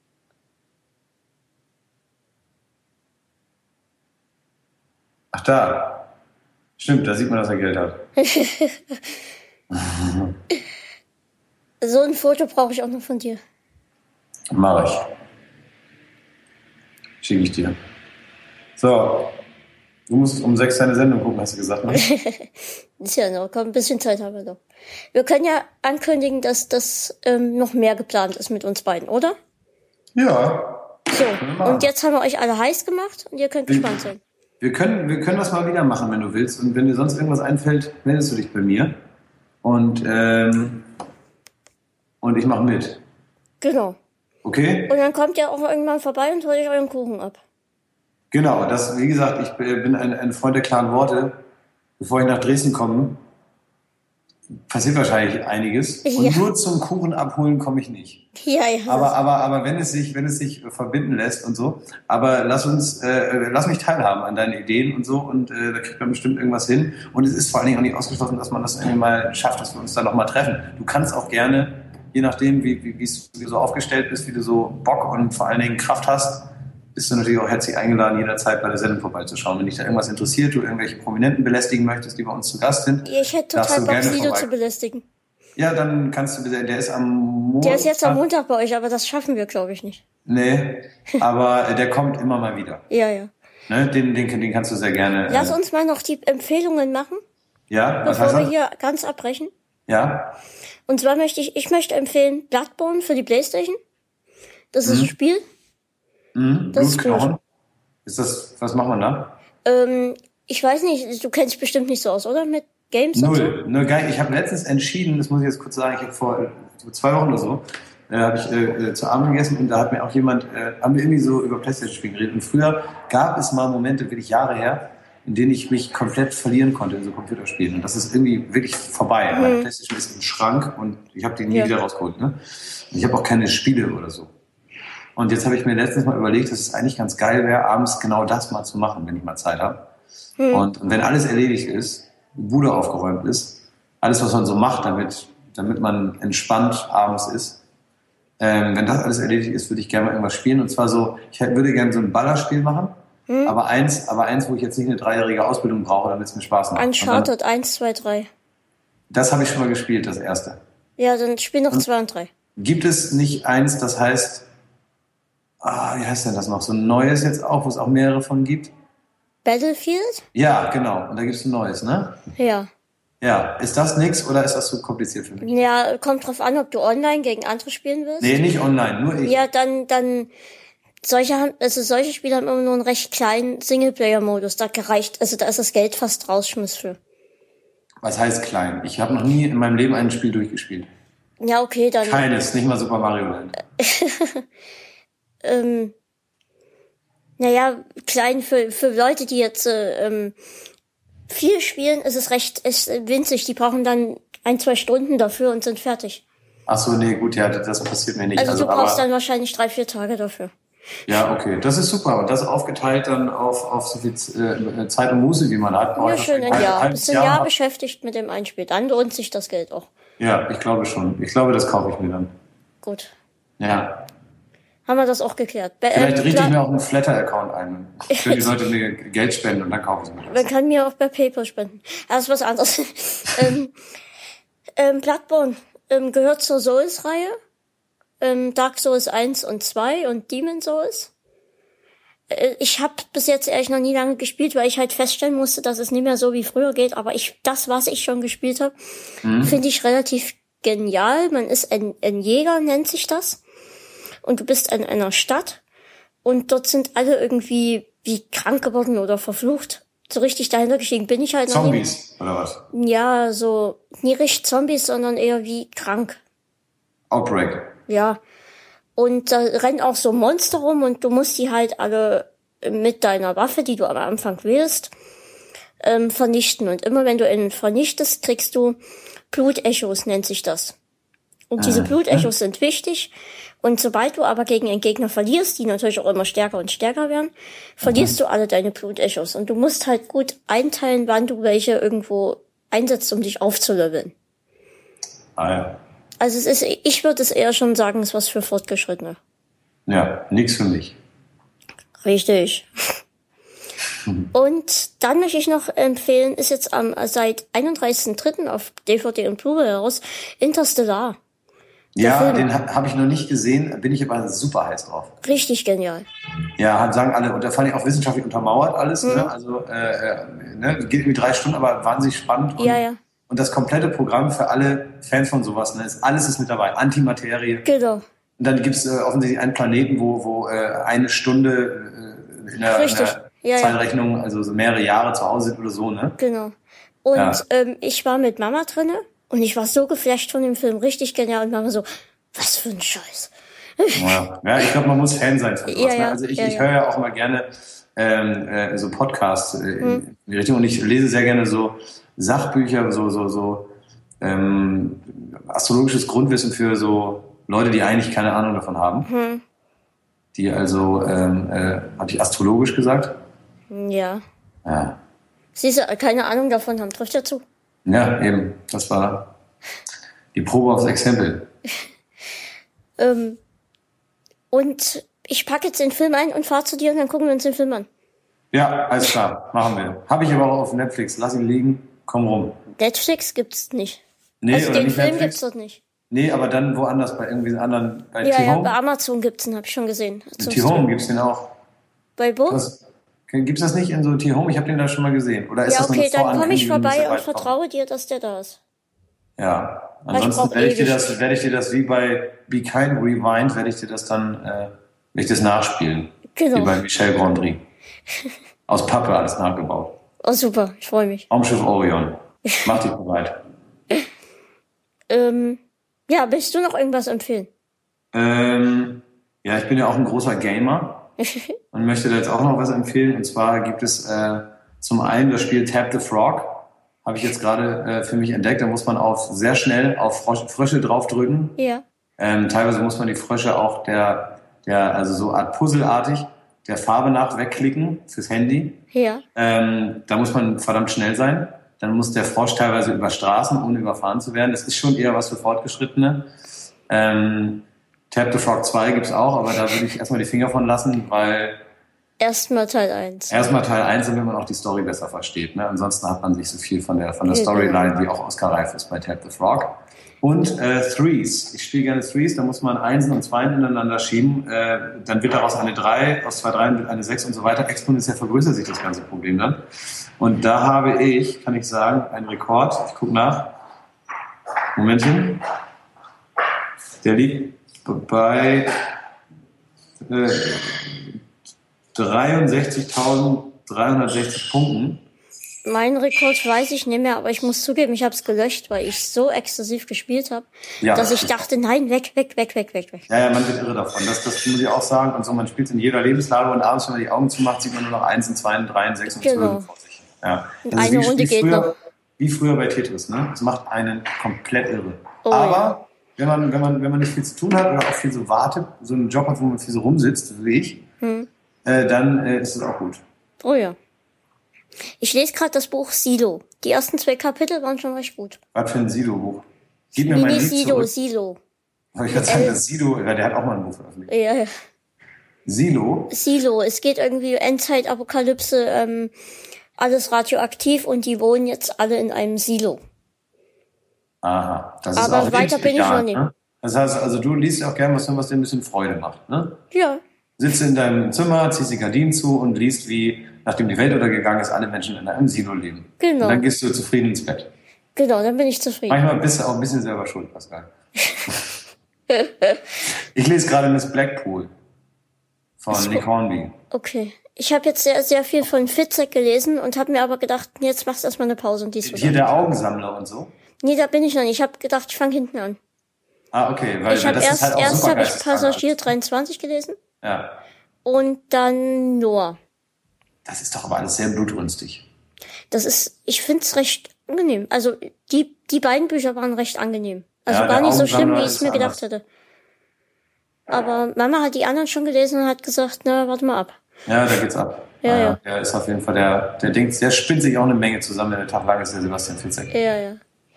Ach, da. Stimmt, da sieht man, dass er Geld hat. So ein Foto brauche ich auch noch von dir. Mach ich. Schicke ich dir. So. Du musst um 6 deine Sendung gucken, hast du gesagt, ne? Ist ja noch, komm, ein bisschen Zeit haben wir noch. Wir können ja ankündigen, dass das noch mehr geplant ist mit uns beiden, oder? Ja. So, und jetzt haben wir euch alle heiß gemacht und ihr könnt gespannt sein. Wir können das mal wieder machen, wenn du willst. Und wenn dir sonst irgendwas einfällt, meldest du dich bei mir. Und ich mache mit. Genau. Okay? Und dann kommt ihr auch irgendwann vorbei und holt euch euren Kuchen ab. Genau, wie gesagt, ich bin ein Freund der klaren Worte. Bevor ich nach Dresden komme, passiert wahrscheinlich einiges. Ja. Und nur zum Kuchen abholen komme ich nicht. Ja. Aber wenn es sich verbinden lässt und so, aber lass mich teilhaben an deinen Ideen und so und da kriegt man bestimmt irgendwas hin. Und es ist vor allen Dingen auch nicht ausgeschlossen, dass man das irgendwie mal schafft, dass wir uns da nochmal treffen. Du kannst auch gerne, je nachdem, wie du so aufgestellt bist, wie du so Bock und vor allen Dingen Kraft hast, bist du natürlich auch herzlich eingeladen, jederzeit bei der Sendung vorbeizuschauen. Wenn dich da irgendwas interessiert, du irgendwelche Prominenten belästigen möchtest, die bei uns zu Gast sind. Ich hätte total Bock, Sido zu belästigen. Ja, dann kannst du, der ist am Montag. Der ist jetzt am Montag bei euch, aber das schaffen wir, glaube ich, nicht. Nee, aber der kommt immer mal wieder. Ja. Ne, den kannst du sehr gerne. Lass uns mal noch die Empfehlungen machen. Ja, was bevor wir hier ganz abbrechen. Ja. Und zwar möchte ich empfehlen Bloodborne für die PlayStation. Das ist ein Spiel. Das ist gut. Was macht man da? Ich weiß nicht, du kennst dich bestimmt nicht so aus, oder? Mit Games Null. und so? Null, geil. Ich habe letztens entschieden, das muss ich jetzt kurz sagen, ich habe vor 2 Wochen oder so, habe ich zu Abend gegessen und da hat mir auch jemand, haben wir irgendwie so über PlayStation-Spiele geredet. Und früher gab es mal Momente, wirklich Jahre her, in denen ich mich komplett verlieren konnte in so Computerspielen. Und das ist irgendwie wirklich vorbei. Meine PlayStation ist im Schrank und ich habe die nie wieder rausgeholt. Ne? Und ich habe auch keine Spiele oder so. Und jetzt habe ich mir letztens mal überlegt, dass es eigentlich ganz geil wäre, abends genau das mal zu machen, wenn ich mal Zeit habe. Und wenn alles erledigt ist, die Bude aufgeräumt ist, alles, was man so macht, damit man entspannt abends ist, wenn das alles erledigt ist, würde ich gerne mal irgendwas spielen. Und zwar so, ich würde gerne so ein Ballerspiel machen, aber eins, wo ich jetzt nicht eine 3-jährige Ausbildung brauche, damit es mir Spaß macht. Uncharted 1, 2, 3. Das habe ich schon mal gespielt, das erste. Ja, dann spiel noch 2 und 3. Gibt es nicht eins, das heißt wie heißt denn das noch? So ein neues jetzt auch, wo es auch mehrere von gibt? Battlefield? Ja, genau. Und da gibt es ein neues, ne? Ja. Ja. Ist das nix oder ist das zu kompliziert für mich? Ja, kommt drauf an, ob du online gegen andere spielen willst. Nee, nicht online, nur ich. Ja, dann solche Spiele haben immer nur einen recht kleinen Singleplayer-Modus. Da gereicht, also da ist das Geld fast Rausschmiss für. Was heißt klein? Ich habe noch nie in meinem Leben ein Spiel durchgespielt. Ja, okay, dann. Keines, nicht mal Super Mario Land. Naja, klein für Leute, die jetzt viel spielen, ist winzig. Die brauchen dann 1-2 Stunden dafür und sind fertig. Ach so, nee, gut, ja, das passiert mir nicht. Also du brauchst dann wahrscheinlich 3-4 Tage dafür. Ja, okay, das ist super. Und das aufgeteilt dann auf so viel Zeit und Muße, wie man hat. Ja, schön, ein Jahr. Bist ein Jahr beschäftigt mit dem Einspiel. Dann lohnt sich das Geld auch. Ja, ich glaube schon. Ich glaube, das kaufe ich mir dann. Gut. Ja. Haben wir das auch geklärt. Vielleicht richte ich mir auch einen Flatter-Account ein. Für die Leute mir Geld spenden und dann kaufe ich es mir. Man kann mir auch bei PayPal spenden. Das ist was anderes. Bloodborne gehört zur Souls-Reihe. Dark Souls 1 und 2 und Demon Souls. Ich habe bis jetzt ehrlich noch nie lange gespielt, weil ich halt feststellen musste, dass es nicht mehr so wie früher geht. Aber das, was ich schon gespielt habe, finde ich relativ genial. Man ist ein Jäger, nennt sich das. Und du bist in einer Stadt. Und dort sind alle irgendwie wie krank geworden oder verflucht. So richtig dahinter gestiegen bin ich halt noch nicht. Zombies, oder was? Ja, so nie richtig Zombies, sondern eher wie krank. Outbreak. Ja. Und da rennen auch so Monster rum und du musst die halt alle mit deiner Waffe, die du am Anfang wählst, vernichten. Und immer wenn du ihn vernichtest, kriegst du Blutechos, nennt sich das. Und diese Blutechos sind wichtig. Und sobald du aber gegen einen Gegner verlierst, die natürlich auch immer stärker und stärker werden, verlierst du alle deine Blutechos. Und du musst halt gut einteilen, wann du welche irgendwo einsetzt, um dich aufzuleveln. Ah ja. Also ich würde es eher schon sagen, es ist was für Fortgeschrittene. Ja, nix für mich. Richtig. Und dann möchte ich noch empfehlen, ist jetzt seit 31.03. auf DVD und Blu-ray heraus, Interstellar. Ja, den hab ich noch nicht gesehen, bin ich aber super heiß drauf. Richtig genial. Ja, sagen alle, und da fand ich auch wissenschaftlich untermauert alles, ne? Also geht irgendwie 3 Stunden, aber wahnsinnig spannend. Ja. Und das komplette Programm für alle Fans von sowas, ne? Alles ist mit dabei. Antimaterie. Genau. Und dann gibt's offensichtlich einen Planeten, wo eine Stunde in der Zeitrechnung, also so mehrere Jahre zu Hause sind oder so, ne? Genau. Und ich war mit Mama drinne und ich war so geflasht von dem Film, richtig genial. Und Mama so, was für ein Scheiß. Ja, ich glaube, man muss Fan sein von sowas. Ja, also ich höre ja auch immer gerne so Podcasts in die Richtung und ich lese sehr gerne so Sachbücher, so astrologisches Grundwissen für so Leute, die eigentlich keine Ahnung davon haben. Die also, habe ich astrologisch gesagt? Ja. Siehst du, keine Ahnung davon haben, trifft ja zu. Ja, eben. Das war die Probe aufs Exempel. Und ich packe jetzt den Film ein und fahre zu dir und dann gucken wir uns den Film an. Ja, alles klar, machen wir. Habe ich aber auch auf Netflix. Lass ihn liegen, komm rum. Netflix gibt's nicht. Nee, also oder den nicht Film Netflix? gibt's dort nicht. Nee, aber dann woanders, bei irgendwie anderen, bei Ja, T-Home? bei Amazon gibt's den, habe ich schon gesehen. T-Home gibt's den auch. Bei wo? Gibt's das nicht in so T-Home? Ich habe den da schon mal gesehen. Oder ist ja, das okay, noch dann komme ich vorbei und vertraue dir, dass der da ist. Ja, ansonsten werde ich dir das wie bei Be Kind Rewind, werde ich dir das dann, werde ich das nachspielen. Genau. Wie bei Michel Gondry. Aus Pappe alles nachgebaut. Oh, super, ich freue mich. Raumschiff Orion. Mach dich bereit. Ja, willst du noch irgendwas empfehlen? Ja, ich bin ja auch ein großer Gamer und möchte da jetzt auch noch was empfehlen. Und zwar gibt es zum einen das Spiel Tap the Frog. Habe ich jetzt gerade für mich entdeckt. Da muss man sehr schnell auf Frösche draufdrücken. Ja. Teilweise muss man die Frösche auch also so Art Puzzelartig der Farbe nach wegklicken fürs Handy. Ja. Da muss man verdammt schnell sein. Dann muss der Frosch teilweise über Straßen, ohne überfahren zu werden. Das ist schon eher was für Fortgeschrittene. Tap the Frog 2 gibt's auch, aber da würde ich erstmal die Finger von lassen, weil Erstmal Teil 1. Erstmal Teil 1, damit man auch die Story besser versteht. Ne? Ansonsten hat man nicht so viel von der Storyline, die auch Oscar-reif ist bei Tap the Frog. Und Threes. Ich spiele gerne Threes, da muss man Einsen und Zweien ineinander schieben. Dann wird daraus eine 3, aus 2 Dreien wird eine 6 und so weiter. Exponentiell vergrößert sich das ganze Problem dann. Und da habe ich, kann ich sagen, einen Rekord. Ich gucke nach. Momentchen. Der liegt bei 63.360 Punkten. Meinen Rekord weiß ich nicht mehr, aber ich muss zugeben, ich habe es gelöscht, weil ich so exzessiv gespielt habe, dass ich dachte, nein, weg. Ja, man wird irre davon. Das muss ich auch sagen. Und so, man spielt in jeder Lebenslage und abends, wenn man die Augen zumacht, sieht man nur noch 1, 2, 3, 6 und 12 vor sich. Ja. Und eine Runde geht noch. Wie früher bei Tetris, ne? Das macht einen komplett irre. Aber wenn man nicht viel zu tun hat oder auch viel so wartet, so einen Job hat, wo man viel so rumsitzt, wie ich, dann ist es auch gut. Oh ja. Ich lese gerade das Buch Silo. Die ersten 2 Kapitel waren schon recht gut. Was für ein Silo-Buch? Gib mir mein Lied Silo. Ich würde sagen, das Silo, der hat auch mal ein Buch veröffentlicht. Ja. Silo? Es geht irgendwie Endzeit-Apokalypse, alles radioaktiv und die wohnen jetzt alle in einem Silo. Aha. Das ist aber auch weiter bin ich noch nicht. Ne? Das heißt, also du liest auch gerne was, dir ein bisschen Freude macht, ne? Ja. Sitzt in deinem Zimmer, ziehst die Gardinen zu und liest, wie, nachdem die Welt untergegangen ist, alle Menschen in einem Silo leben. Genau. Und dann gehst du zufrieden ins Bett. Genau, dann bin ich zufrieden. Manchmal bist du auch ein bisschen selber schuld, Pascal. Ich lese gerade Miss Blackpool von Nick Hornby. Okay. Ich habe jetzt sehr, sehr viel von Fitzek gelesen und habe mir aber gedacht, jetzt machst du erstmal eine Pause und liest Hier der Augensammler und so? Nee, da bin ich noch nicht. Ich habe gedacht, ich fange hinten an. Ah, okay. Weil ich habe erst habe ich Passagier 23 gelesen. Ja. Und dann Noah. Das ist doch aber alles sehr blutrünstig. Ich find's recht angenehm. Also, die beiden Bücher waren recht angenehm. Also gar nicht so schlimm, wie ich es mir gedacht hätte. Aber Mama hat die anderen schon gelesen und hat gesagt, na, warte mal ab. Ja, da geht's ab. Ja. Der ist auf jeden Fall, der spinnt sich auch eine Menge zusammen, wenn der Tag lang ist, der Sebastian Fitzek. Ja.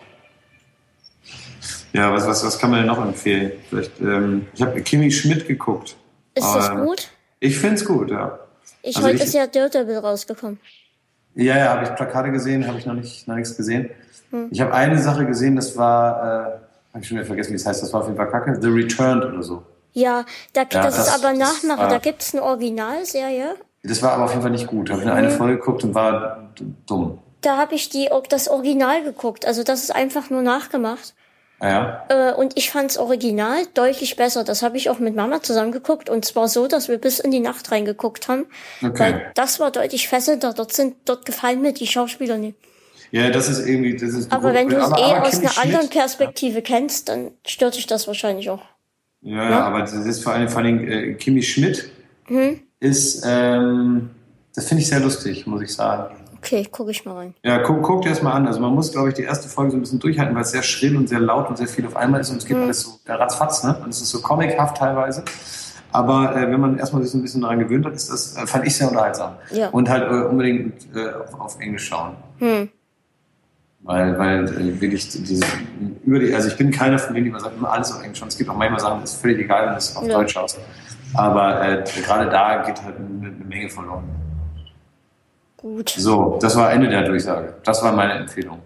Ja, was kann man denn noch empfehlen? Vielleicht, ich habe Kimi Schmidt geguckt. Ist das gut? Ich find's gut, ja. Heute ist ja Dirtable rausgekommen. Ja, habe ich Plakate gesehen, habe ich noch nichts gesehen. Ich habe eine Sache gesehen, das war, habe ich schon wieder vergessen, wie es heißt, das war auf jeden Fall kacke, The Returned oder so. Ja, das ist aber Nachmacher, da gibt's eine Originalserie. Das war aber auf jeden Fall nicht gut. Da habe ich nur eine Folge geguckt und war dumm. Da habe ich das Original geguckt, also das ist einfach nur nachgemacht. Ja. Und ich fand's Original deutlich besser. Das habe ich auch mit Mama zusammen geguckt. Und zwar so, dass wir bis in die Nacht reingeguckt haben. Okay. Weil das war deutlich fesselnder. Dort gefallen mir die Schauspieler nicht. Ja, das ist irgendwie... Aber wenn du es aus einer anderen Perspektive kennst, dann stört dich das wahrscheinlich auch. Ja, aber das ist vor allem Kimi Schmidt ist... das finde ich sehr lustig, muss ich sagen. Okay, gucke ich mal rein. Ja, guck dir das mal an. Also man muss, glaube ich, die erste Folge so ein bisschen durchhalten, weil es sehr schrill und sehr laut und sehr viel auf einmal ist und es geht alles so ratzfatz, ne? Und es ist so comichaft teilweise. Aber wenn man erstmal sich so ein bisschen daran gewöhnt hat, ist das, fand ich sehr unterhaltsam. Ja. Und halt unbedingt auf Englisch schauen. Weil wirklich also ich bin keiner von denen, die immer sagt, immer alles auf Englisch schauen. Es gibt auch manchmal Sachen, das ist völlig egal, wenn du es auf Deutsch schaust. Aber gerade da geht halt eine Menge verloren. Gut. So, das war Ende der Durchsage. Das war meine Empfehlung.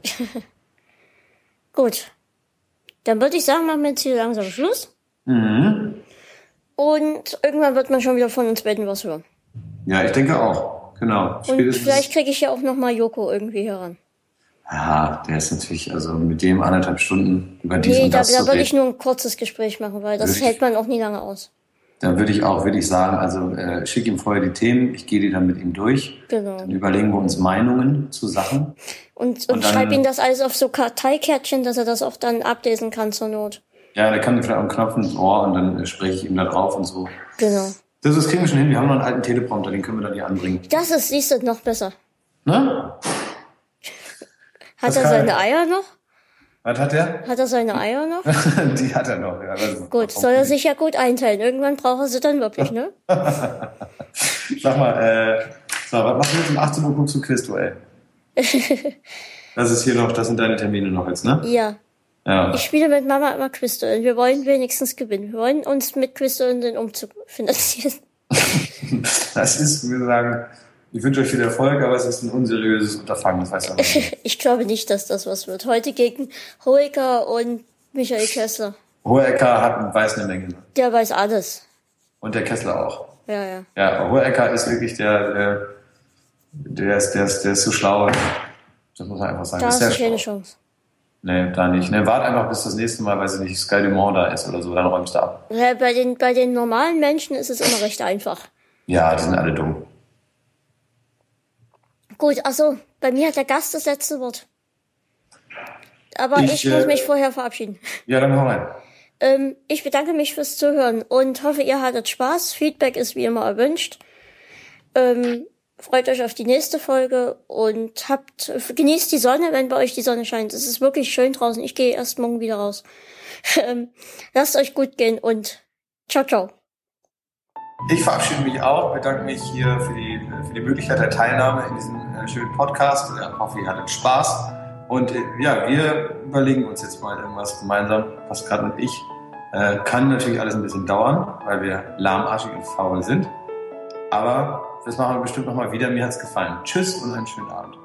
Gut. Dann würde ich sagen, machen wir jetzt hier langsam Schluss. Und irgendwann wird man schon wieder von uns beiden was hören. Ja, ich denke auch. Genau. Und vielleicht kriege ich ja auch noch mal Joko irgendwie heran. Ja, der ist natürlich, also mit dem 1,5 Stunden über diesen da würde ich nur ein kurzes Gespräch machen, weil das hält man auch nie lange aus. Da würde ich sagen, also schick ihm vorher die Themen, ich gehe die dann mit ihm durch. Genau. Dann überlegen wir uns Meinungen zu Sachen. Und schreib ihm das alles auf so Karteikärtchen, dass er das auch dann ablesen kann zur Not. Ja, der kann vielleicht auch einen Knopf ins Ohr und dann spreche ich ihm da drauf und so. Genau. Das kriegen wir schon hin, wir haben noch einen alten Teleprompter, den können wir dann hier anbringen. Siehst du, noch besser. Ne? Hat er seine Eier noch? Was hat er? Hat er seine Eier noch? Die hat er noch, ja. Gut, soll er sich ja gut einteilen. Irgendwann braucht er sie dann wirklich, ne? Sag mal, was machst du jetzt um 18 Uhr guckst du Quizduell? Das sind deine Termine noch jetzt, ne? Ja. Ich spiele mit Mama immer Quizduell. Wir wollen wenigstens gewinnen. Wir wollen uns mit Quizduell den Umzug finanzieren. Das ist, wie wir sagen, ich wünsche euch viel Erfolg, aber es ist ein unseriöses Unterfangen, das weiß ich auch nicht. Ich glaube nicht, dass das was wird. Heute gegen Hoeker und Michael Kessler. Hohecker weiß eine Menge. Der weiß alles. Und der Kessler auch. Ja. Ja, Hohecker ist wirklich der ist so schlau. Das muss man einfach sagen. Da ist hast du keine Chance. Nee, da nicht. Nee, warte einfach bis das nächste Mal, weiß ich nicht, Sky Dumont da ist oder so, dann räumst du ab. Ja, bei den normalen Menschen ist es immer recht einfach. Ja, die sind alle dumm. Gut, also bei mir hat der Gast das letzte Wort. Aber ich muss mich vorher verabschieden. Ja, dann hau rein. Ich bedanke mich fürs Zuhören und hoffe, ihr hattet Spaß. Feedback ist wie immer erwünscht. Freut euch auf die nächste Folge und genießt die Sonne, wenn bei euch die Sonne scheint. Es ist wirklich schön draußen. Ich gehe erst morgen wieder raus. Lasst euch gut gehen und ciao, ciao. Ich verabschiede mich auch, bedanke mich hier für die Möglichkeit der Teilnahme in diesem schönen Podcast. Ich hoffe, ihr hattet Spaß. Und ja, wir überlegen uns jetzt mal irgendwas gemeinsam, Pascal und ich. Kann natürlich alles ein bisschen dauern, weil wir lahmarschig und faul sind. Aber das machen wir bestimmt nochmal wieder. Mir hat's gefallen. Tschüss und einen schönen Abend.